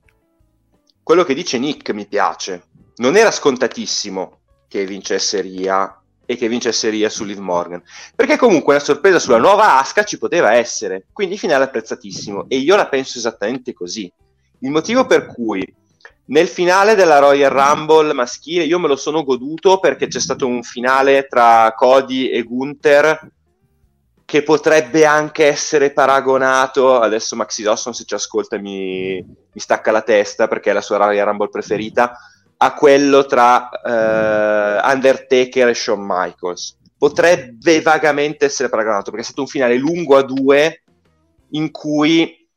quello che dice Nick mi piace. Non era scontatissimo che vincesse Rhea e che vincesse Rhea su Liv Morgan, perché comunque una sorpresa sulla nuova Asuka ci poteva essere, quindi finale apprezzatissimo, e io la penso esattamente così. Il motivo per cui nel finale della Royal Rumble maschile io me lo sono goduto, perché c'è stato un finale tra Cody e Gunther che potrebbe anche essere paragonato, adesso Maxi Dawson se ci ascolta mi stacca la testa perché è la sua Royal Rumble preferita, a quello tra Undertaker e Shawn Michaels. Potrebbe vagamente essere paragonato, perché è stato un finale lungo a due in cui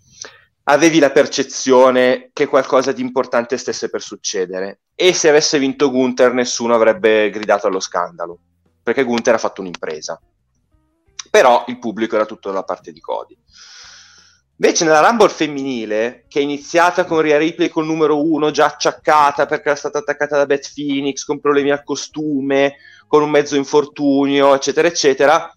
avevi la percezione che qualcosa di importante stesse per succedere, e se avesse vinto Gunther nessuno avrebbe gridato allo scandalo, perché Gunther ha fatto un'impresa, però il pubblico era tutto dalla parte di Cody. Invece nella Rumble femminile, che è iniziata con Rhea Ripley col numero 1 già acciaccata perché era stata attaccata da Beth Phoenix, con problemi al costume, con un mezzo infortunio, eccetera eccetera,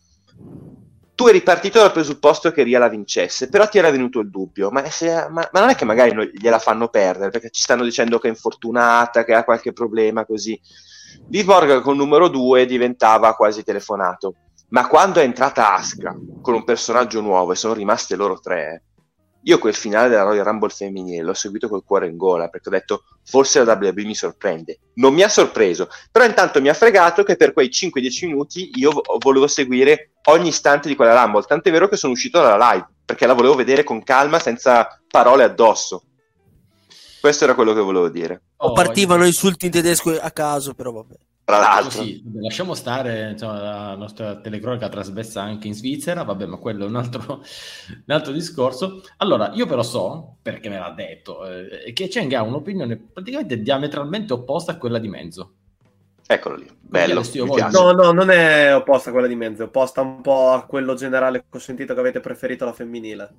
tu eri partito dal presupposto che Rhea la vincesse, però ti era venuto il dubbio, ma non è che magari gliela fanno perdere, perché ci stanno dicendo che è infortunata, che ha qualche problema così. Liv Morgan con numero 2 diventava quasi telefonato, ma quando è entrata Asuka con un personaggio nuovo e sono rimaste loro tre, io quel finale della Royal Rumble femminile l'ho seguito col cuore in gola, perché ho detto forse la WWE mi sorprende. Non mi ha sorpreso, però intanto mi ha fregato che per quei 5-10 minuti io volevo seguire ogni istante di quella Rumble, tant'è vero che sono uscito dalla live perché la volevo vedere con calma, senza parole addosso. Questo era quello che volevo dire. O partivano insulti in tedesco a caso, però vabbè. Tra l'altro, sì, lasciamo stare, insomma, la nostra telecronaca trasmessa anche in Svizzera, vabbè, ma quello è un altro discorso. Allora, io però so, perché me l'ha detto, che Cheng ha un'opinione praticamente diametralmente opposta a quella di Menzo. Eccolo lì, bello. No, non è opposta a quella di Menzo, è opposta un po' a quello generale che ho sentito che avete preferito la femminile.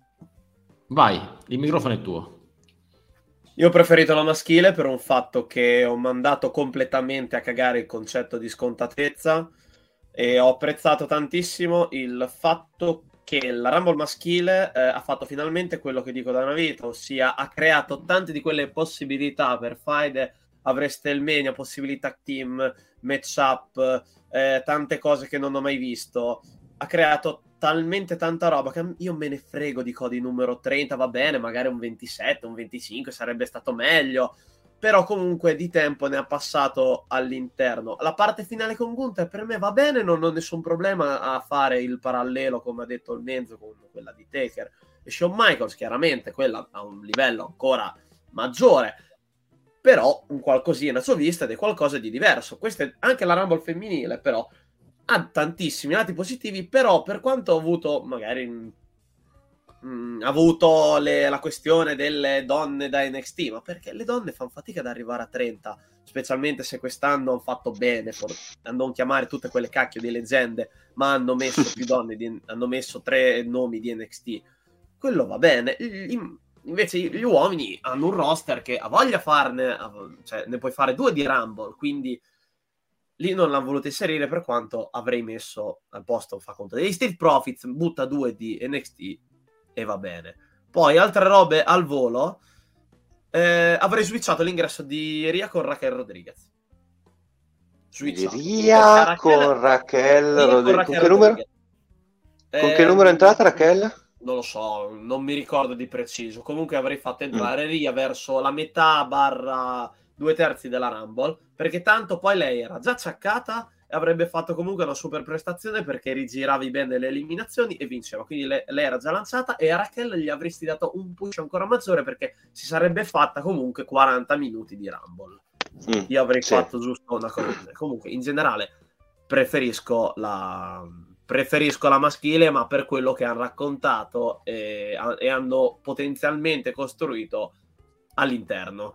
Vai, il microfono è tuo. Io ho preferito la maschile per un fatto che ho mandato completamente a cagare il concetto di scontatezza, e ho apprezzato tantissimo il fatto che la Rumble maschile ha fatto finalmente quello che dico da una vita, ossia ha creato tante di quelle possibilità per faide a WrestleMania, possibilità team, match up, tante cose che non ho mai visto. ha creato talmente tanta roba che io me ne frego di Cody numero 30, va bene, magari un 27, un 25 sarebbe stato meglio, però comunque di tempo ne ha passato all'interno. La parte finale con Gunther per me va bene, non ho nessun problema a fare il parallelo, come ha detto il Menzo, con quella di Taker e Shawn Michaels, chiaramente quella a un livello ancora maggiore, però un qualcosina a sua vista ed è qualcosa di diverso. Questa è anche la Rumble femminile, però ha tantissimi lati positivi, però per quanto ho avuto magari ha avuto la questione delle donne da NXT, ma perché le donne fanno fatica ad arrivare a 30, specialmente se quest'anno hanno fatto bene a non chiamare tutte quelle cacchio di leggende, ma hanno messo più donne, hanno messo 3 nomi di NXT, quello va bene. Invece gli uomini hanno un roster che ha voglia farne, cioè ne puoi fare 2 di Rumble, quindi lì non l'hanno voluto inserire, per quanto avrei messo al posto, fa conto degli Street Profits, butta 2 di NXT e va bene. Poi altre robe al volo, avrei switchato l'ingresso di Rhea con Raquel Rodriguez. Rhea con Raquel Rodriguez. Con che numero? Con che numero è entrata Raquel? Non lo so, non mi ricordo di preciso. Comunque avrei fatto entrare Rhea verso la metà / 2/3 della Rumble, perché tanto poi lei era già ciaccata e avrebbe fatto comunque una super prestazione perché rigiravi bene le eliminazioni e vinceva, quindi lei era già lanciata e a Raquel gli avresti dato un push ancora maggiore perché si sarebbe fatta comunque 40 minuti di Rumble. Io avrei fatto giusto una cosa. Comunque in generale preferisco la maschile, ma per quello che hanno raccontato e hanno potenzialmente costruito all'interno.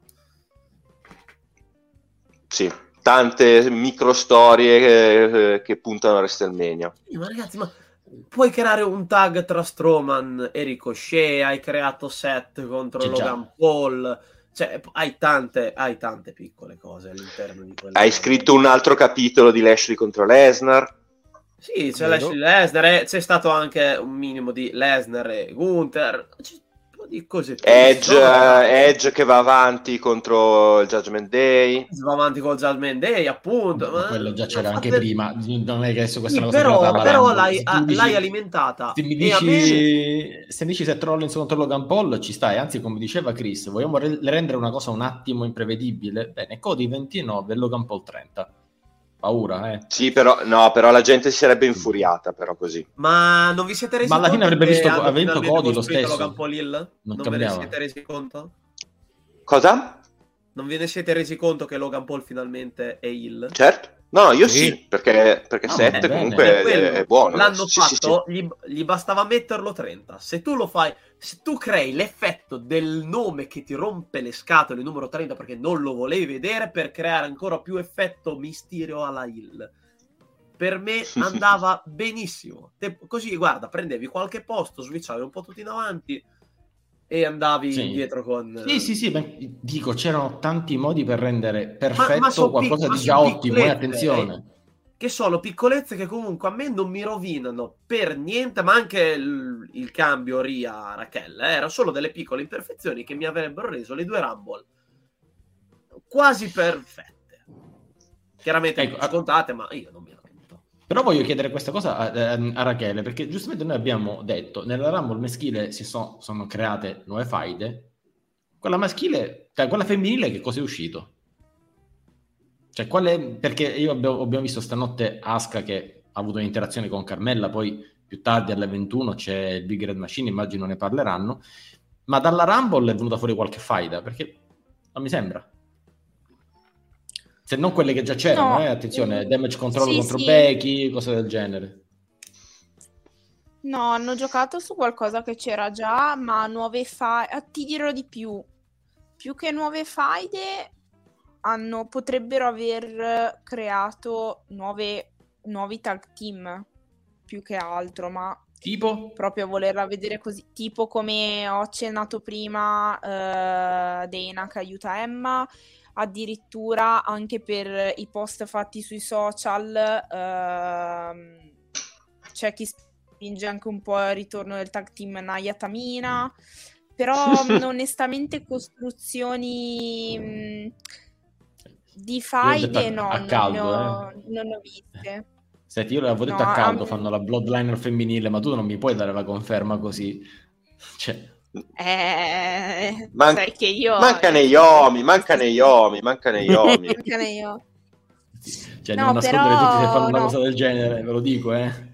Sì, tante micro storie che puntano a WrestleMania. Sì, ma ragazzi, ma puoi creare un tag tra Strowman e Ricochet, hai creato Seth contro Logan Paul, cioè hai tante piccole cose all'interno di quella. Hai scritto un altro capitolo di Lashley contro Lesnar. Sì, c'è Lashley Lesnar, c'è stato anche un minimo di Lesnar e Gunther, di cose Edge che va avanti contro il Judgment Day, va avanti col Judgment Day, appunto, ma quello già c'era anche prima, non è che adesso questa sì, è una cosa però l'hai alimentata. Se mi dici Seth Rollins contro Logan Paul ci stai, anzi come diceva Chris, vogliamo rendere una cosa un attimo imprevedibile, bene, Cody 29 e Logan Paul 30. Paura, Sì, però la gente si sarebbe infuriata, però così. Ma non vi siete resi conto? Ma alla fine avrebbe visto avendo Cody lo stesso. Logan Paul Hill? Non ve ne siete resi conto? Cosa? Non ve ne siete resi conto che Logan Paul finalmente è Hill? Certo. No, io sì, perché Seth comunque è buono. L'hanno fatto, sì. Gli bastava metterlo 30. Se tu lo fai, se tu crei l'effetto del nome che ti rompe le scatole numero 30 perché non lo volevi vedere, per creare ancora più effetto Mysterio alla Hill, per me andava benissimo. Così, guarda, prendevi qualche posto, switchavi un po' tutti in avanti e andavi indietro con... Sì, beh, dico, c'erano tanti modi per rendere perfetto qualcosa di già ottimo, attenzione. Che sono piccolezze che comunque a me non mi rovinano per niente, ma anche il cambio Rhea-Raquel, erano solo delle piccole imperfezioni che mi avrebbero reso le 2 Rumble quasi perfette. Chiaramente scontate, ma io non mi lamento. Però voglio chiedere questa cosa a Rachele, perché giustamente noi abbiamo detto nella Rumble maschile sono create nuove faide, quella maschile, quella femminile che cosa è uscito? Cioè perché io abbiamo visto stanotte Asuka che ha avuto un'interazione con Carmella, poi più tardi alle 21 c'è il Big Red Machine, immagino ne parleranno, ma dalla Rumble è venuta fuori qualche faida, perché non mi sembra. Se non quelle che già c'erano, attenzione, damage control contro Becky, cose del genere. No, hanno giocato su qualcosa che c'era già, ma nuove faide, ti dirò di più che nuove faide, potrebbero aver creato nuovi tag team, più che altro, ma tipo? Proprio a volerla vedere così, tipo come ho accennato prima, Dana che aiuta Emma, addirittura anche per i post fatti sui social c'è chi spinge anche un po' il ritorno del tag team Naya Tamina, però onestamente costruzioni di faide non ho viste. Senti, io l'avevo detto a caldo, fanno la Bloodline al femminile, ma tu non mi puoi dare la conferma così. Cioè... sai che io... Manca Naomi. Cioè, non nascondere tutti se fanno una cosa del genere, ve lo dico,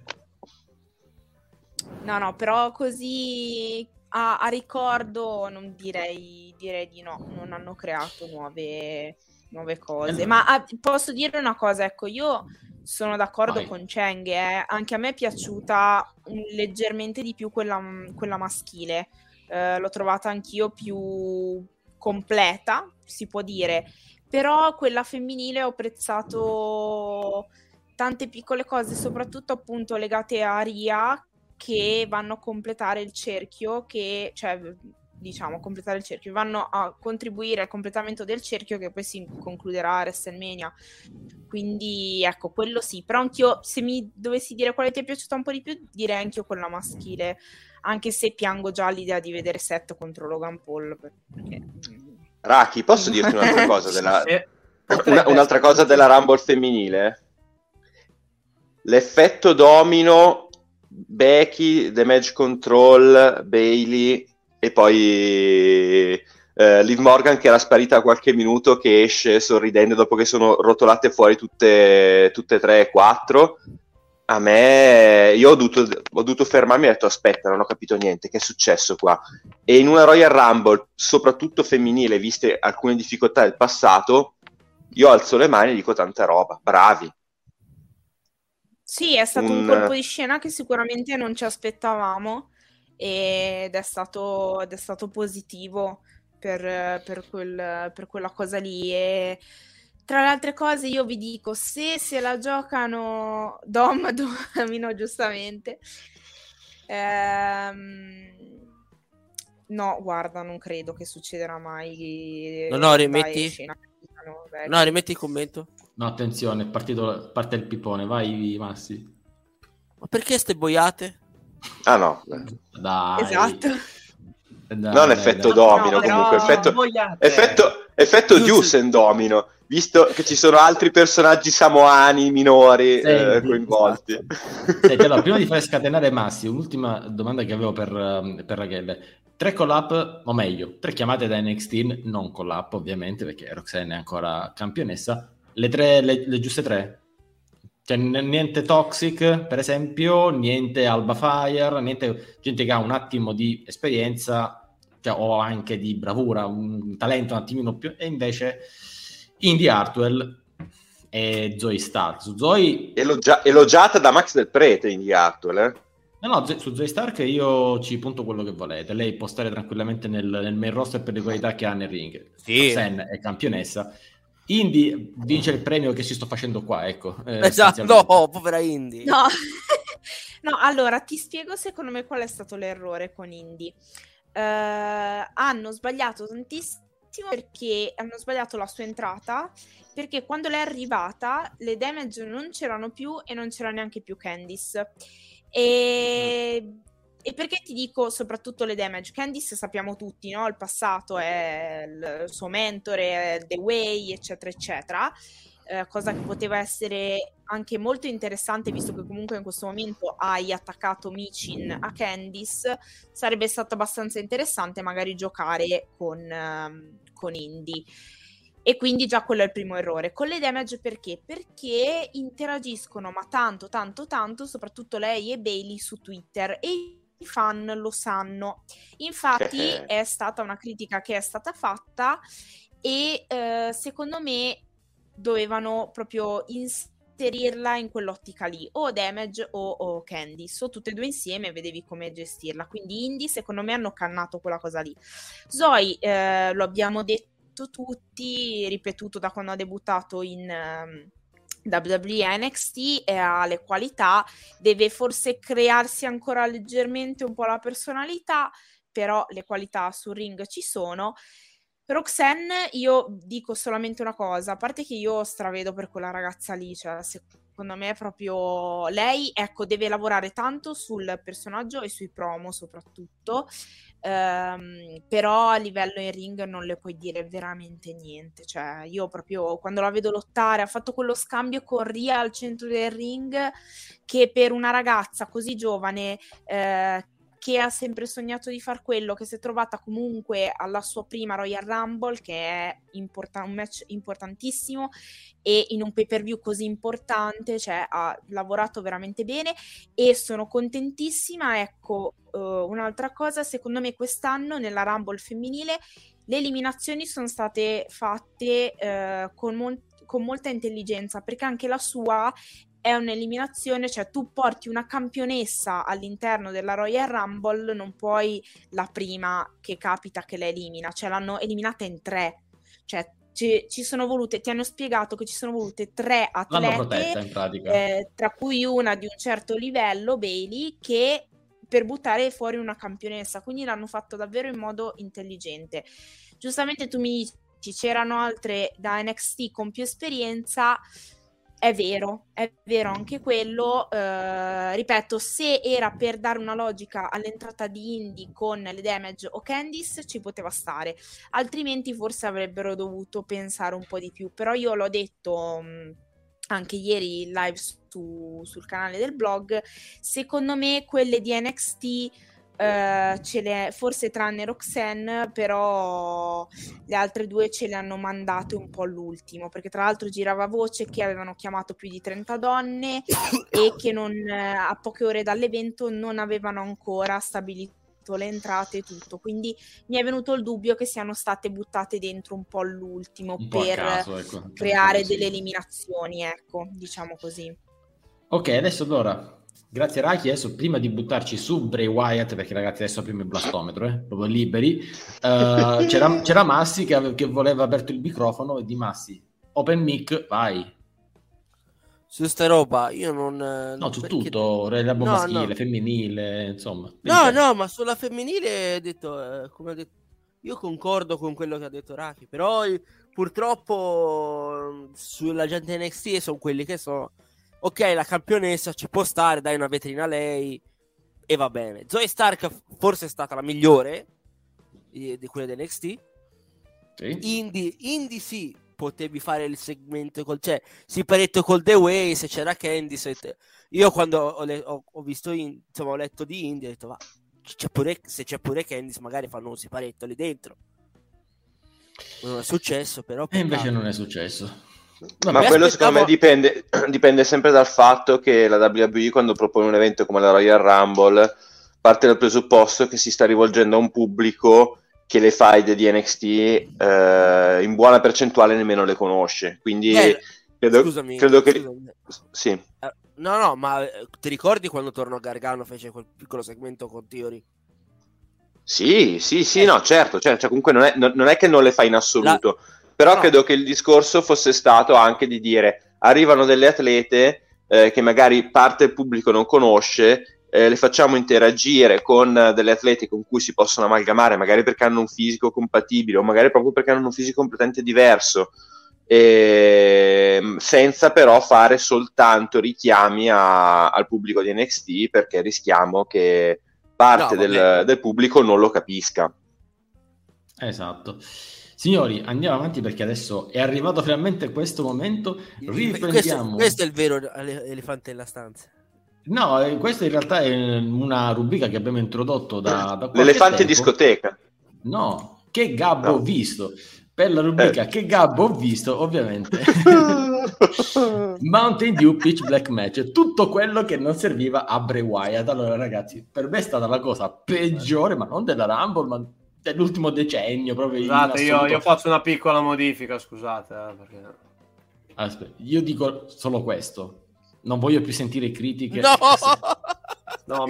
No, però così a ricordo non direi di no, non hanno creato nuove cose. Ma posso dire una cosa, ecco, io sono d'accordo con Cheng, anche a me è piaciuta leggermente di più quella maschile, l'ho trovata anch'io più completa, si può dire, però quella femminile ho apprezzato tante piccole cose, soprattutto appunto legate a Rhea, che vanno a completare il cerchio, vanno a contribuire al completamento del cerchio che poi si concluderà a WrestleMania. Quindi ecco, quello sì, però anch'io, se mi dovessi dire quale ti è piaciuta un po' di più, direi anch'io quella maschile, anche se piango già l'idea di vedere Seth contro Logan Paul, perché... Raki, posso dirti un'altra cosa un'altra cosa della Rumble femminile? L'effetto domino, Becky, Damage Control, Bayley e poi Liv Morgan che era sparita qualche minuto, che esce sorridendo dopo che sono rotolate fuori tutte e 3 e 4. A me, io ho dovuto fermarmi e ho detto aspetta, non ho capito niente, che è successo qua? E in una Royal Rumble, soprattutto femminile, viste alcune difficoltà del passato, io alzo le mani e dico tanta roba, bravi. Sì, è stato un colpo di scena che sicuramente non ci aspettavamo ed è stato positivo per quella cosa lì. E tra le altre cose io vi dico, se la giocano Domino giustamente, no, guarda, non credo che succederà mai. No, rimetti il commento. No, attenzione, parte il pippone, vai Massi. Ma perché ste boiate? Ah no. Dai. Esatto. Non effetto domino, no, comunque, effetto Juicen domino, visto che ci sono altri personaggi samoani minori coinvolti. Senti, allora, prima di fare scatenare Massi, un'ultima domanda che avevo per Rachele. 3 call-up, o meglio, 3 chiamate da NXT, non call-up ovviamente, perché Roxanne è ancora campionessa. Le giuste 3? Cioè, niente Toxic, per esempio, niente Alba Fire, niente gente che ha un attimo di esperienza, cioè, o anche di bravura, un talento un attimino più, e invece Indi Hartwell e Zoe Stark. Zoe elogiata da Max Del Prete, Indi Hartwell, No, su Zoe Stark io ci punto quello che volete. Lei può stare tranquillamente nel main roster per le qualità che ha nel ring. Sì. Sen è campionessa. Indy vince il premio che ci sto facendo qua, ecco. Esatto, no, povera Indy. No. No, allora, ti spiego secondo me qual è stato l'errore con Indy. Hanno sbagliato tantissimo perché hanno sbagliato la sua entrata, perché quando lei è arrivata le damage non c'erano più e non c'era neanche più Candice. E perché ti dico soprattutto le damage? Candice sappiamo tutti, no? Il passato è il suo mentore, è The Way, eccetera, eccetera. Cosa che poteva essere anche molto interessante, visto che comunque in questo momento hai attaccato Michin a Candice. Sarebbe stato abbastanza interessante magari giocare con Indy. E quindi già quello è il primo errore. Con le damage perché? Perché interagiscono ma tanto, soprattutto lei e Bayley su Twitter, e i fan lo sanno. Infatti è stata una critica che è stata fatta e secondo me dovevano proprio inserirla in quell'ottica lì, o Damage o Candice, o tutte e due insieme, vedevi come gestirla. Quindi Indy secondo me hanno cannato quella cosa lì. Zoe, lo abbiamo detto tutti, ripetuto da quando ha debuttato in WWE NXT, e ha le qualità, deve forse crearsi ancora leggermente un po' la personalità, però le qualità sul ring ci sono. Roxanne, io dico solamente una cosa, a parte che io stravedo per quella ragazza lì, cioè secondo me è proprio lei, ecco, deve lavorare tanto sul personaggio e sui promo soprattutto, però a livello in ring non le puoi dire veramente niente, cioè io proprio quando la vedo lottare, ha fatto quello scambio con Rhea al centro del ring, che per una ragazza così giovane che ha sempre sognato di far quello, che si è trovata comunque alla sua prima Royal Rumble, che è un match importantissimo, e in un pay-per-view così importante, cioè ha lavorato veramente bene e sono contentissima. Ecco, un'altra cosa, secondo me quest'anno nella Rumble femminile le eliminazioni sono state fatte con molta intelligenza, perché anche la sua è un'eliminazione, cioè tu porti una campionessa all'interno della Royal Rumble, non puoi la prima che capita che la elimina, cioè l'hanno eliminata in 3, cioè ci sono volute, ti hanno spiegato che ci sono volute 3 atlete, l'hanno protetta in pratica, tra cui una di un certo livello, Bayley, che per buttare fuori una campionessa, quindi l'hanno fatto davvero in modo intelligente. Giustamente tu mi dici c'erano altre da NXT con più esperienza. È vero anche quello, ripeto, se era per dare una logica all'entrata di Indy con le Damage o Candice ci poteva stare, altrimenti forse avrebbero dovuto pensare un po' di più, però io l'ho detto anche ieri in live sul canale del blog, secondo me quelle di NXT forse tranne Roxanne, però le altre 2 ce le hanno mandate un po' all'ultimo, perché tra l'altro girava voce che avevano chiamato più di 30 donne e che a poche ore dall'evento non avevano ancora stabilito le entrate e tutto, quindi mi è venuto il dubbio che siano state buttate dentro un po' all'ultimo per caso, ecco, creare delle eliminazioni, ecco, diciamo così. Ok, adesso allora grazie Raki, adesso prima di buttarci su Bray Wyatt, perché ragazzi adesso apriamo il blastometro, proprio liberi, c'era Massi che voleva aperto il microfono, e di Massi, open mic, vai. Su sta roba io non... No, su tutto, relabo maschile, femminile, insomma. No, ma sulla femminile ho detto, come ha detto, io concordo con quello che ha detto Raki, però purtroppo sulla gente NXT sono quelli che sono... Ok, la campionessa ci può stare, dai una vetrina a lei e va bene. Zoe Stark forse è stata la migliore di quelle dell'NXT. Sì. Indy sì, potevi fare il segmento cioè si paretto col The Way, se c'era Candice. Io quando ho visto insomma ho letto di Indy ho detto va, se c'è pure Candice magari fanno un siparetto lì dentro. Non è successo, però e invece non è successo. Ma quello secondo me dipende sempre dal fatto che la WWE quando propone un evento come la Royal Rumble parte dal presupposto che si sta rivolgendo a un pubblico che le faide di NXT in buona percentuale nemmeno le conosce, quindi credo che sì. No, ma ti ricordi quando tornò Gargano fece quel piccolo segmento con Theory? Sì, no, certo, cioè comunque non è che non le fa in assoluto. Però credo che il discorso fosse stato anche di dire arrivano delle atlete che magari parte del pubblico non conosce, le facciamo interagire con delle atlete con cui si possono amalgamare, magari perché hanno un fisico compatibile o magari proprio perché hanno un fisico completamente diverso, senza però fare soltanto richiami al pubblico di NXT, perché rischiamo che parte del pubblico non lo capisca. Esatto. Signori, andiamo avanti perché adesso è arrivato finalmente questo momento. Riprendiamo. Questo è il vero elefante nella stanza. No, questa in realtà è una rubrica che abbiamo introdotto da l'elefante tempo. Discoteca. No, che gabbo ho visto. Per la rubrica che gabbo ho visto, ovviamente. Mountain Dew Pitch Black Match, tutto quello che non serviva a Bray Wyatt. Allora ragazzi, per me è stata la cosa peggiore, ma non della Rumble, ma dell'ultimo decennio proprio. Scusate, io faccio una piccola modifica, scusate, perché... Aspetta, io dico solo questo, non voglio più sentire critiche. No,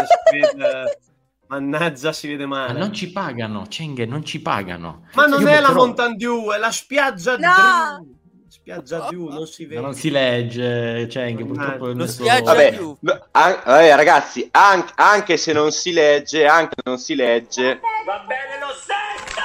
mannaggia, si vede male. Ma non ci pagano, Cenghe, non ci pagano. Ma non è la Mountain Dew, è la spiaggia Dew. Spiaggia Dew, non si vede. Non si legge, Cenghe, purtroppo è vabbè, ragazzi, anche se non si legge, va bene lo stesso.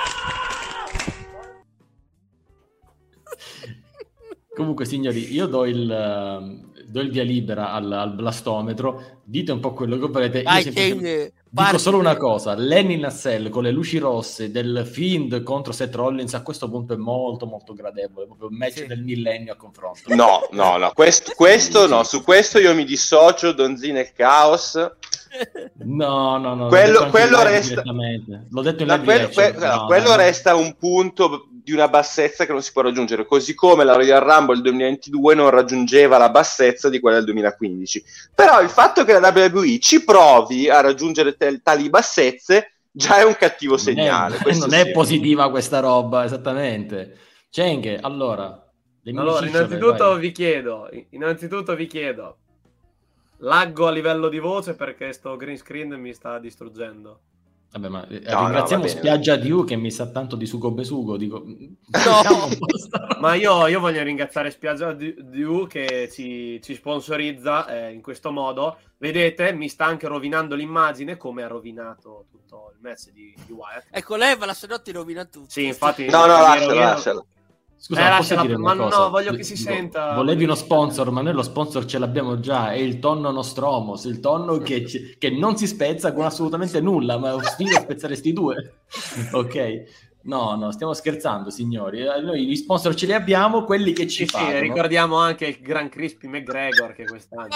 Comunque signori, io do do il via libera al blastometro, dite un po' quello che volete. Dico solo una cosa: Lenny Nassel con le luci rosse del Fiend contro Seth Rollins a questo punto è molto molto gradevole, proprio un match del millennio a confronto. No, questo no, su questo io mi dissocio. Donzino e Caos. No, quello resta. L'ho detto in live. Quello resta un punto di una bassezza che non si può raggiungere, così come la Royal Rumble del 2022 non raggiungeva la bassezza di quella del 2015. Però il fatto che la WWE ci provi a raggiungere tali bassezze già è un cattivo segnale. Non è positiva questa roba, esattamente. Cenghe, allora innanzitutto vi chiedo laggo a livello di voce perché sto green screen mi sta distruggendo. Vabbè, ma ringraziamo Spiaggia Diu che mi sa tanto di sugo besugo. Dico, ma io voglio ringraziare Spiaggia Diu che ci sponsorizza in questo modo. Vedete, mi sta anche rovinando l'immagine come ha rovinato tutto il match di Wyatt. Ecco, levala, se no ti rovina tutto. Sì, infatti. No, lasciala. Scusa, lasciala, ma no, voglio che si senta. Volevi uno sponsor, ma noi lo sponsor ce l'abbiamo già, è il tonno Nostromos, il tonno che non si spezza con assolutamente nulla, ma sfido a spezzare due. Ok? No, stiamo scherzando, signori. Noi gli sponsor ce li abbiamo, quelli che ci fanno. Sì, ricordiamo anche il Gran Crispy McGregor che quest'anno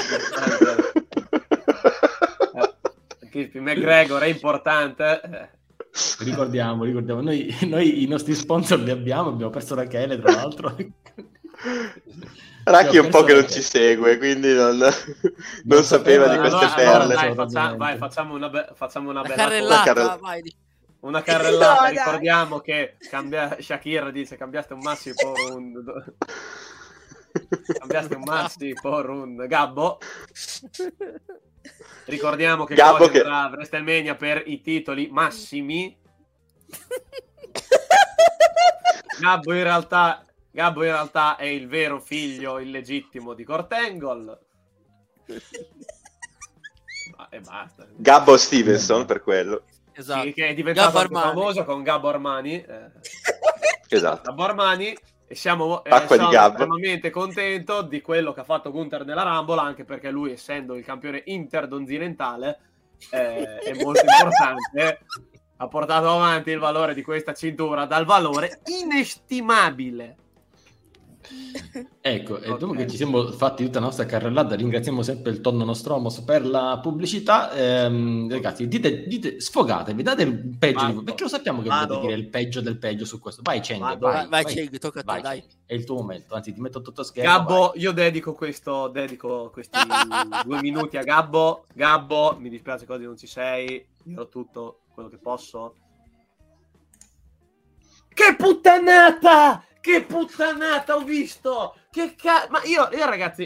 Crispy McGregor è importante. Ricordiamo. Noi i nostri sponsor li abbiamo perso Rachele, tra l'altro. Racchi è un po' che non ci segue, quindi non sapeva di queste perle. Dai, facciamo una bella carrellata. Una carrellata. No, ricordiamo che Shakira dice cambiaste un Massi por un Gabbo. Ricordiamo che Gabbo tra WrestleMania per i titoli massimi. Gabbo in realtà è il vero figlio illegittimo di Kurt Angle. E basta. Gabbo Stevenson per quello. Esatto. Sì, che è diventato famoso con Gabbo Armani. Esatto. Gabbo Armani. E siamo estremamente contento di quello che ha fatto Gunther nella Rumble, anche perché lui, essendo il campione interdonzinentale, è molto importante. Ha portato avanti il valore di questa cintura dal valore inestimabile. Ecco, okay. E dopo che ci siamo fatti tutta la nostra carrellata, ringraziamo sempre il tonno Nostromos per la pubblicità. Ragazzi, dite, sfogatevi, date il peggio, perché lo sappiamo che volete dire il peggio del peggio su questo. Vai Ceng, vai Ceng, tocca a te, dai. È il tuo momento, anzi ti metto tutto a schermo. Gabbo, io dedico questi 2 minuti a Gabbo. Gabbo, mi dispiace che oggi non ci sei, dirò tutto quello che posso. Che puttanata! Che puttanata ho visto! Ma io ragazzi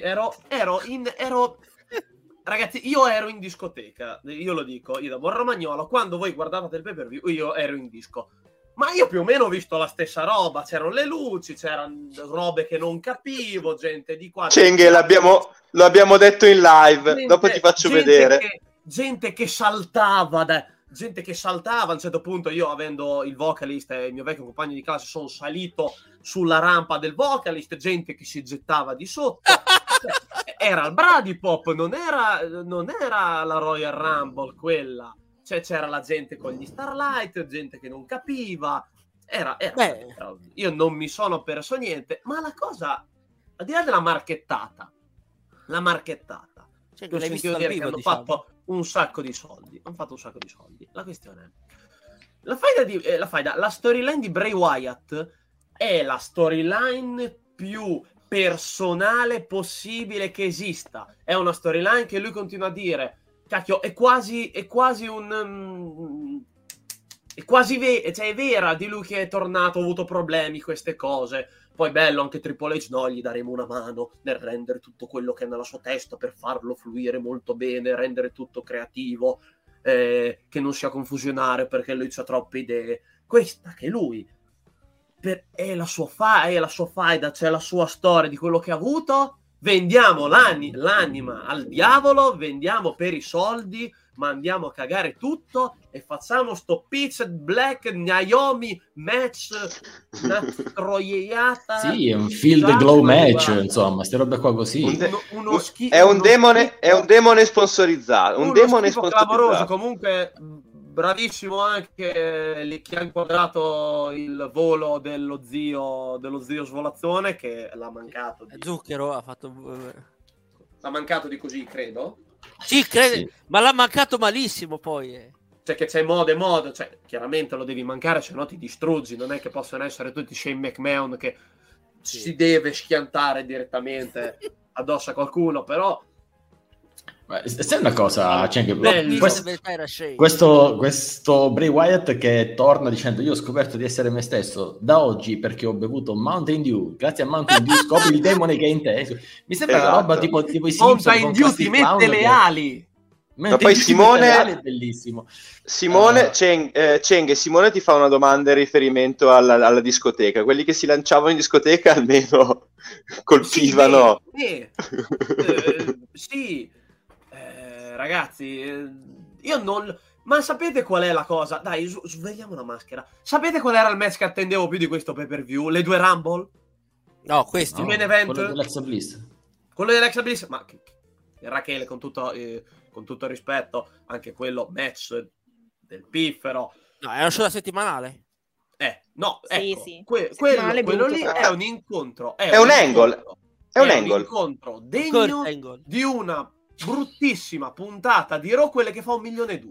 ragazzi, io ero in discoteca, io lo dico, io da buon romagnolo, quando voi guardavate il pay-per-view, io ero in disco. Ma io più o meno ho visto la stessa roba, c'erano le luci, c'erano robe che non capivo, gente di qua. Cenghe, lo abbiamo detto in live, dopo ti faccio vedere. Gente che saltava, a un certo punto io, avendo il vocalist e il mio vecchio compagno di classe, sono salito sulla rampa del vocalist, gente che si gettava di sotto. Era il Bradipop, non era la Royal Rumble quella. Cioè c'era la gente con gli Starlight, gente che non capiva. Io non mi sono perso niente, ma la cosa, al di là della marchettata, cioè, ho sentito dire che hanno fatto un sacco di soldi. La questione è la storyline di Bray Wyatt è la storyline più personale possibile che esista. È una storyline che lui continua a dire, cacchio, è vera di lui che è tornato, ha avuto problemi, queste cose. Poi bello anche Triple H, no, gli daremo una mano nel rendere tutto quello che è nella sua testa per farlo fluire molto bene, rendere tutto creativo, che non sia confusionario perché lui c'ha troppe idee. Questa che lui è la sua faida, cioè la sua storia di quello che ha avuto, vendiamo l'anima al diavolo, vendiamo per i soldi, mandiamo a cagare tutto e facciamo sto Pitch Black Naomi match troiata. Sì, è un field glow match, insomma, ste robe qua così. È un demone sponsorizzato, un demone clamoroso. Comunque bravissimo anche chi ha inquadrato il volo dello zio Svolazzone, che l'ha mancato Zucchero ha fatto l'ha mancato di così, credo. Sì, sì, ma l'ha mancato malissimo poi. Cioè che c'è modo, cioè chiaramente lo devi mancare, se no ti distruggi. Non è che possono essere tutti Shane McMahon che si deve schiantare direttamente addosso a qualcuno, però sai una cosa, c'è anche questo Bray Wyatt che torna dicendo: io ho scoperto di essere me stesso da oggi perché ho bevuto Mountain Dew, grazie a Mountain Dew scopri il demone che è in te. Mi sembra una roba tipo i Simpson. Mountain Dew ti mette le ali. Ma poi Simone è bellissimo. Cheng e Simone ti fa una domanda in riferimento alla discoteca. Quelli che si lanciavano in discoteca almeno colpivano. Sì. Ragazzi, io non... Ma sapete qual è la cosa? Dai, svegliamo una maschera. Sapete qual era il match che attendevo più di questo pay-per-view? Le 2 Rumble? No, questo. Il main event? Quello dell'Alexa Bliss. Quello dell'Alexa Bliss? Ma Rachele, con tutto il rispetto, anche quello match del piffero. No, è una sola settimanale. No, sì, ecco. sì. Quello lì è un incontro. È un angle. È un incontro degno di una bruttissima puntata di Raw, quelle che fa 1,2 milioni.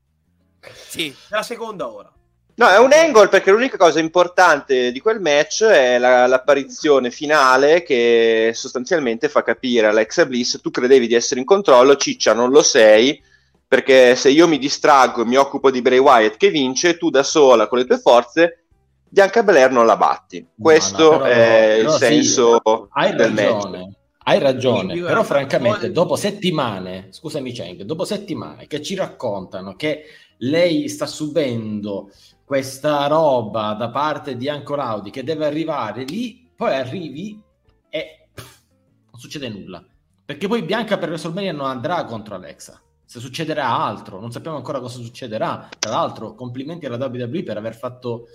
Sì. La seconda ora. No, è un angle perché l'unica cosa importante di quel match è l'apparizione finale che sostanzialmente fa capire a Alexa Bliss: tu credevi di essere in controllo, ciccia, non lo sei, perché se io mi distraggo e mi occupo di Bray Wyatt che vince, tu da sola con le tue forze Bianca Belair non la batti. Questo è il senso del match. Hai ragione, però francamente dopo settimane, scusami Cheng, dopo settimane che ci raccontano che lei sta subendo questa roba da parte di Anchor Audi, che deve arrivare lì, poi arrivi e non succede nulla, perché poi Bianca per WrestleMania non andrà contro Alexa, se succederà altro, non sappiamo ancora cosa succederà. Tra l'altro complimenti alla WWE per aver fatto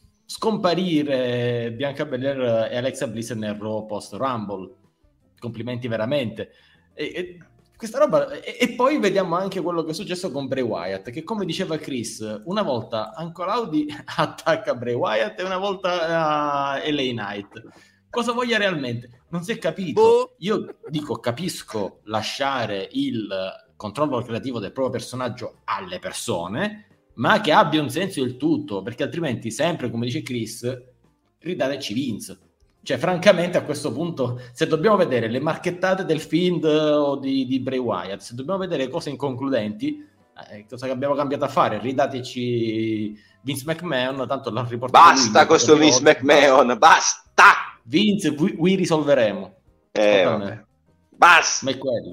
scomparire Bianca Belair e Alexa Bliss nel Raw post Rumble. Complimenti veramente. E questa roba, e poi vediamo anche quello che è successo con Bray Wyatt, che come diceva Chris, una volta Anchor Audi attacca Bray Wyatt e una volta LA Knight. Cosa voglia realmente? Non si è capito. Io dico, capisco lasciare il controllo creativo del proprio personaggio alle persone, ma che abbia un senso il tutto, perché altrimenti sempre, come dice Chris, ridateci Vince. Cioè, francamente, a questo punto, se dobbiamo vedere le marchettate del Fiend o di Bray Wyatt, se dobbiamo vedere cose inconcludenti, cosa che abbiamo cambiato a fare? Ridateci Vince McMahon, tanto l'ha riportato. Basta con questo Vince McMahon, basta! Vince, we risolveremo. Basta! Ma è quello.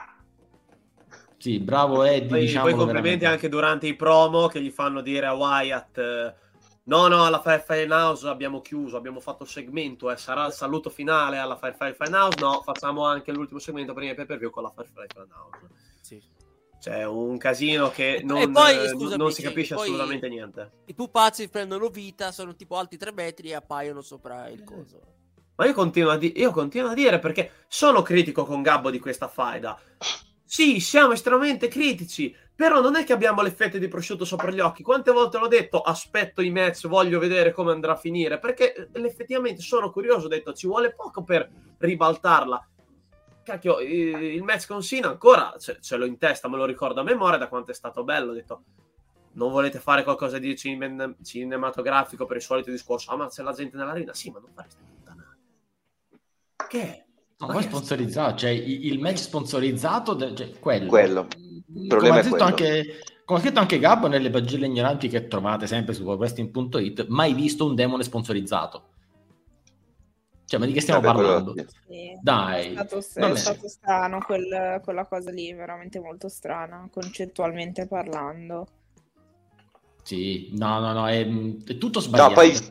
Sì, bravo Eddie. Poi complimenti anche durante i promo che gli fanno dire a Wyatt... No, alla Firefly House abbiamo chiuso, abbiamo fatto il segmento, sarà il saluto finale alla Firefly House. No, facciamo anche l'ultimo segmento prima del pay-per-view con la Firefly House. Sì. C'è un casino che non si capisce assolutamente niente. I pupazzi prendono vita, sono tipo alti 3 metri e appaiono sopra il coso. Ma io continuo a dire, perché sono critico con Gabbo di questa faida. Sì, siamo estremamente critici, però non è che abbiamo le fette di prosciutto sopra gli occhi. Quante volte l'ho detto, aspetto i match, voglio vedere come andrà a finire, perché effettivamente sono curioso, ho detto, ci vuole poco per ribaltarla. Cacchio, il match con Cena ancora ce l'ho in testa, me lo ricordo a memoria da quanto è stato bello. Ho detto, non volete fare qualcosa di cinematografico per il solito discorso? Ah, ma c'è la gente nell'arena? Sì, ma non fare queste puttanate. Che? No, poi sponsorizzato, cioè il match sponsorizzato, cioè quello. Come ha scritto anche Gabbo nelle pagine ignoranti che trovate sempre su wrestling.it, mai visto un demone sponsorizzato. Cioè, ma di che stiamo parlando? Sì. Dai. È stato strano quella cosa lì, veramente molto strana, concettualmente parlando. Sì, no, è tutto sbagliato. No, poi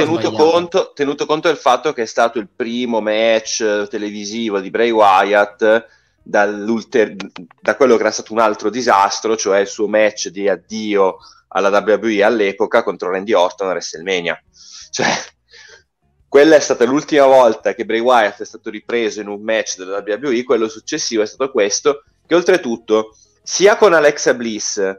tenuto conto del fatto che è stato il primo match televisivo di Bray Wyatt da quello che era stato un altro disastro, cioè il suo match di addio alla WWE all'epoca contro Randy Orton a WrestleMania. Cioè, quella è stata l'ultima volta che Bray Wyatt è stato ripreso in un match della WWE, quello successivo è stato questo, che oltretutto, sia con Alexa Bliss,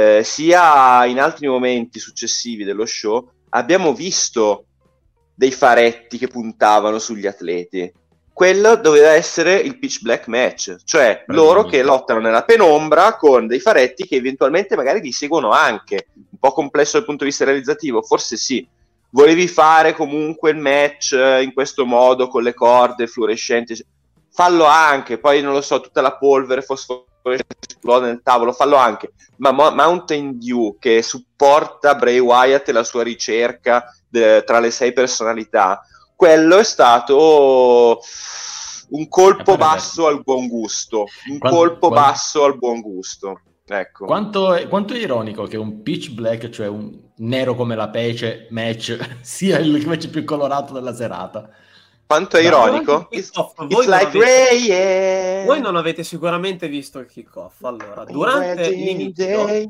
sia in altri momenti successivi dello show, abbiamo visto dei faretti che puntavano sugli atleti. Quello doveva essere il pitch black match, cioè loro che lottano nella penombra con dei faretti che eventualmente magari li seguono anche. Un po' complesso dal punto di vista realizzativo, forse sì. Volevi fare comunque il match in questo modo con le corde fluorescenti, fallo anche, poi non lo so, tutta la polvere fosforescente esplode nel tavolo, fallo anche, ma Mountain Dew che supporta Bray Wyatt e la sua ricerca tra le 6 personalità, quello è stato un colpo basso al buon gusto, basso al buon gusto. Ecco. Quanto è ironico che un pitch black, cioè un nero come la pece match, sia il match più colorato della serata. Quanto è ironico? It's like Ray. Voi non avete sicuramente visto il kick-off. Allora, durante l'inizio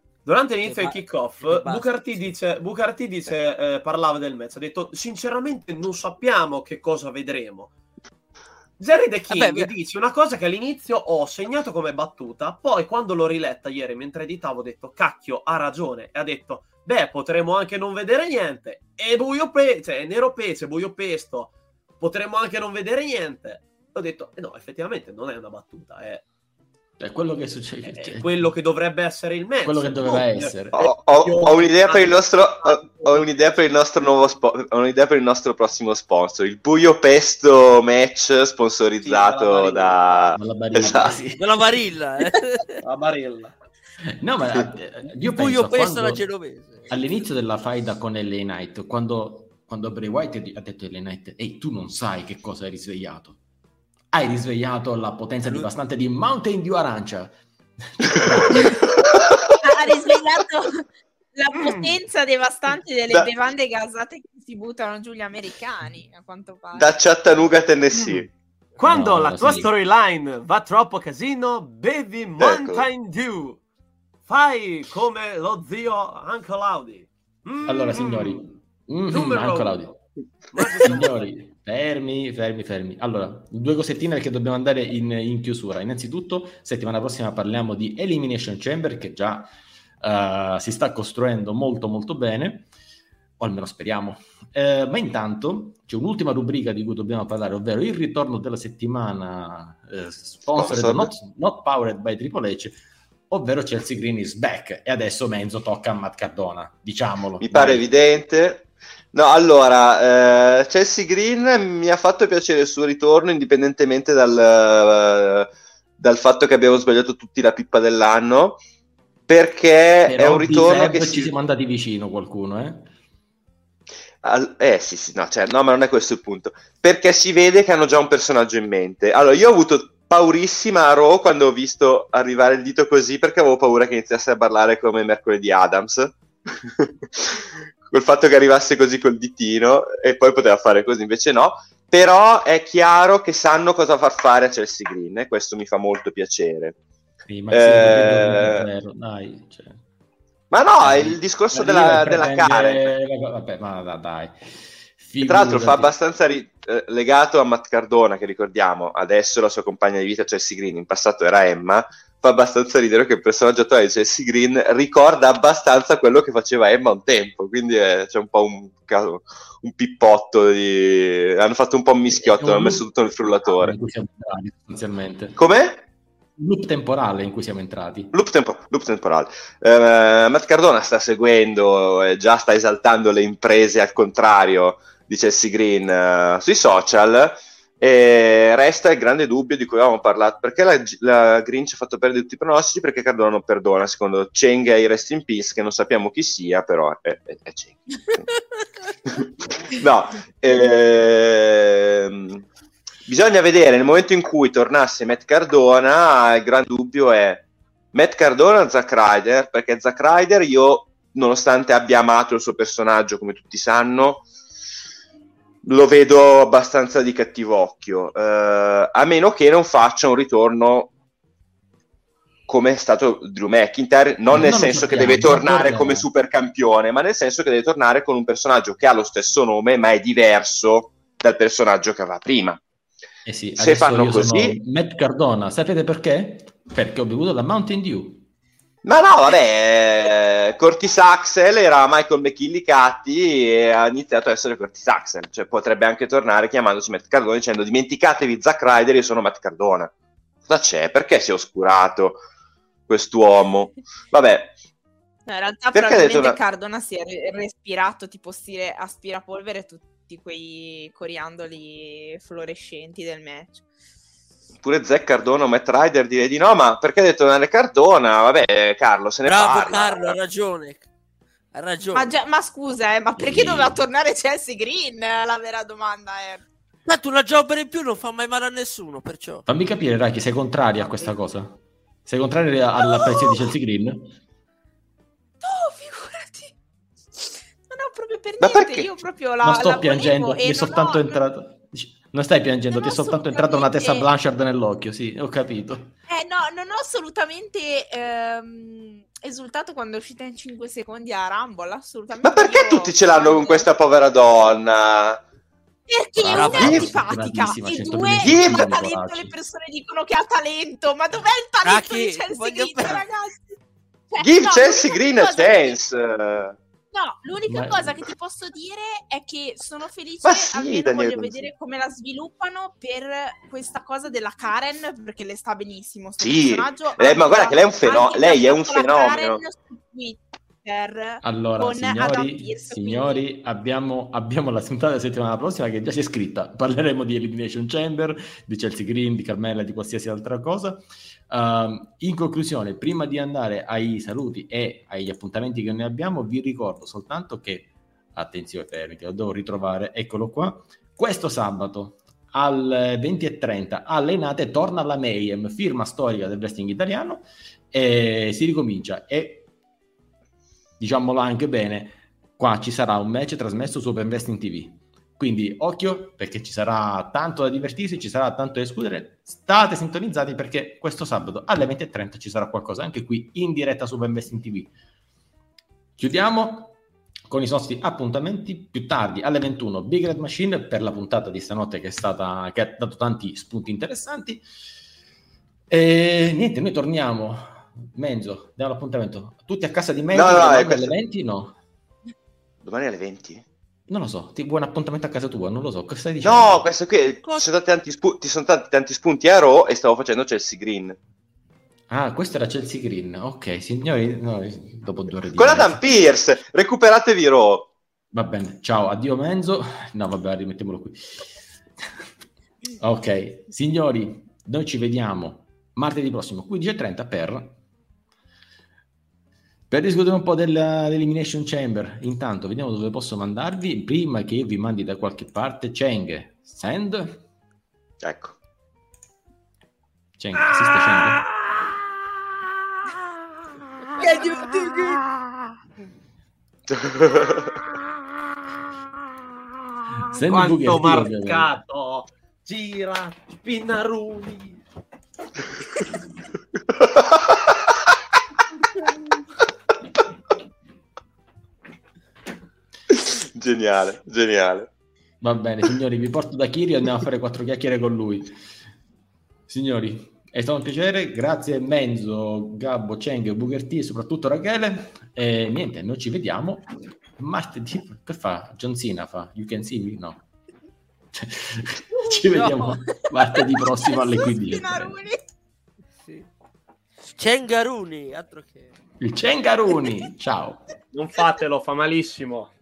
del kick-off, Booker T dice parlava del match, ha detto sinceramente non sappiamo che cosa vedremo. Jerry The King dice una cosa che all'inizio ho segnato come battuta, poi quando l'ho riletta ieri mentre editavo ho detto cacchio, ha ragione, e ha detto potremo anche non vedere niente, e nero pece, buio pesto, potremmo anche non vedere niente. Ho detto no, effettivamente non è una battuta, è quello che succede, è quello che dovrebbe essere il match, quello che doveva essere. Ho un'idea per il nostro nuovo ho un'idea per il nostro prossimo sponsor, il buio pesto match sponsorizzato dalla Barilla. La Barilla. No, ma io buio pesto alla genovese. All'inizio della faida con LA Knight, quando Bray Wyatt ha detto a LA Knight ehi, tu non sai che cosa hai risvegliato. Hai risvegliato la potenza devastante di Mountain Dew Arancia. Ha risvegliato la potenza devastante delle bevande gasate che si buttano giù gli americani, a quanto pare. Da Chattanooga, Tennessee. Quando la tua storyline va troppo casino, bevi Mountain Dew. Fai come lo zio Uncle Audi. Allora, signori, Uncle Audi. Signori, fermi. Allora, 2 cosettine perché dobbiamo andare in chiusura. Innanzitutto, settimana prossima parliamo di Elimination Chamber, che già si sta costruendo molto molto bene, o almeno speriamo. Ma intanto c'è un'ultima rubrica di cui dobbiamo parlare, ovvero il ritorno della settimana sponsored not powered by Triple H, ovvero Chelsea Green is back. E adesso Menzo tocca a Matt Cardona, diciamolo. Mi pare evidente. No, allora, Chelsea Green mi ha fatto piacere il suo ritorno, indipendentemente dal fatto che abbiamo sbagliato tutti la pippa dell'anno, perché però è un ritorno che ci siamo andati vicino qualcuno, sì, no, cioè, no, ma non è questo il punto, perché si vede che hanno già un personaggio in mente. Allora, io ho avuto paurissima a Raw quando ho visto arrivare il dito così, perché avevo paura che iniziasse a parlare come mercoledì Adams. Col fatto che arrivasse così col ditino e poi poteva fare così, invece no. Però è chiaro che sanno cosa far fare a Chelsea Green, e questo mi fa molto piacere. Sì, ma dai, cioè. Ma no, è il discorso della cara. Vabbè, ma dai. Tra l'altro fa abbastanza legato a Matt Cardona, che ricordiamo adesso la sua compagna di vita Chelsea Green, in passato era Emma. Fa abbastanza ridere che il personaggio attuale di Chelsea Green ricorda abbastanza quello che faceva Emma un tempo, quindi c'è un po' un pippotto hanno fatto un po' un mischiotto, hanno messo tutto nel frullatore. In cui siamo entrati, sostanzialmente. Com'è? Loop temporale in cui siamo entrati. Loop temporale. Matt Cardona sta seguendo, già sta esaltando le imprese al contrario di Chelsea Green sui social. E resta il grande dubbio di cui avevamo parlato, perché la Green ci ha fatto perdere tutti i pronostici, perché Cardona non perdona, secondo Cheng e Rest in Peace, che non sappiamo chi sia, però è Cheng. No, bisogna vedere nel momento in cui tornasse Matt Cardona. Il gran dubbio è Matt Cardona o Zack Ryder, perché Zack Ryder io nonostante abbia amato il suo personaggio, come tutti sanno, lo vedo abbastanza di cattivo occhio, a meno che non faccia un ritorno come è stato Drew McIntyre, non nel senso che deve tornare come supercampione, ma nel senso che deve tornare con un personaggio che ha lo stesso nome ma è diverso dal personaggio che aveva prima. Sì, se fanno così, Matt Cardona, sapete perché? Perché ho bevuto la Mountain Dew. Ma no, vabbè, Curtis Axel era Michael McKillicati e ha iniziato a essere Curtis Axel, cioè potrebbe anche tornare chiamandosi Matt Cardona dicendo dimenticatevi Zack Ryder, io sono Matt Cardona. Cosa c'è? Perché si è oscurato quest'uomo? Vabbè. No, in realtà probabilmente Cardona si è respirato tipo stile aspirapolvere tutti quei coriandoli fluorescenti del match. Pure Zack Cardona o Matt Ryder direi di no, ma perché ha detto tornare Cardona? Vabbè, Carlo, se ne parla. Bravo Carlo, ha ragione. Ma scusa, ma perché doveva tornare Chelsea Green? La vera domanda è... Tanto una jobber in più non fa mai male a nessuno, perciò. Fammi capire, Raki, sei contraria a questa cosa? Sei contraria all'apparizione di Chelsea Green? No, figurati. Non ho proprio per ma niente, perché? io proprio non sto piangendo, mi è soltanto entrato... Non stai piangendo, ti è soltanto entrata una testa Blanchard nell'occhio, sì, ho capito. No, non ho assolutamente esultato quando è uscita in 5 secondi a Rumble, assolutamente. Ma perché tutti ce l'hanno con questa povera donna? Perché una è antipatica e due ha talento, le persone dicono che ha talento, ma dov'è il talento di Chelsea Green, ragazzi? Cioè, Give Chelsea Green a chance! No, l'unica cosa che ti posso dire è che sono felice, almeno voglio vedere come la sviluppano per questa cosa della Karen, perché le sta benissimo. Sì, ma guarda che lei è un fenomeno. Lei è un fenomeno. Allora, signori, abbiamo la puntata della settimana prossima che già si è scritta. Parleremo di Elimination Chamber, di Chelsea Green, di Carmella, di qualsiasi altra cosa. In conclusione, prima di andare ai saluti e agli appuntamenti che noi abbiamo, vi ricordo soltanto che, attenzione, perché lo devo ritrovare, eccolo qua, questo sabato alle 20:30 alle Nate torna la Mayhem, firma storica del wrestling italiano, e si ricomincia. E diciamolo anche bene, qua ci sarà un match trasmesso su Open Wrestling TV. Quindi occhio, perché ci sarà tanto da divertirsi, ci sarà tanto da discutere. State sintonizzati perché questo sabato alle 20:30 ci sarà qualcosa, anche qui in diretta su Open Wrestling TV. Chiudiamo con i nostri appuntamenti. Più tardi alle 21 Big Red Machine per la puntata di stanotte che ha dato tanti spunti interessanti. E niente, noi torniamo. Menzo, diamo l'appuntamento. Tutti a casa di Menzo alle 20? No. Domani alle 20? Non lo so, ti vuoi un appuntamento a casa tua? Non lo so, cosa stai dicendo? No, questo qui, ti sono dati tanti spunti a Raw e stavo facendo Chelsea Green. Ah, questo era Chelsea Green, ok, signori, no, dopo 2 ore di... Con Adam Pearce, recuperatevi Raw. Va bene, ciao, addio Menzo. No, vabbè, rimettiamolo qui. Ok, signori, noi ci vediamo martedì prossimo, 15:30 per discutere un po' dell'Elimination Chamber. Intanto vediamo dove posso mandarvi prima che io vi mandi da qualche parte. Cheng, send. Ecco. Cheng, esiste Cheng? Send quanto marcato. Gira, Pinnaruni. Geniale. Va bene, signori, vi porto da Kiri e andiamo a fare 4 chiacchiere con lui. Signori, è stato un piacere, grazie Menzo, Gabbo, Cheng, Booker T e soprattutto Rachele. E niente, noi ci vediamo martedì. Che fa? John Cena fa You Can See Me? No. Ci vediamo martedì prossimo alle 15. Sì. Cengaruni, altro che... Il Cengaruni, ciao. Non fatelo, fa malissimo.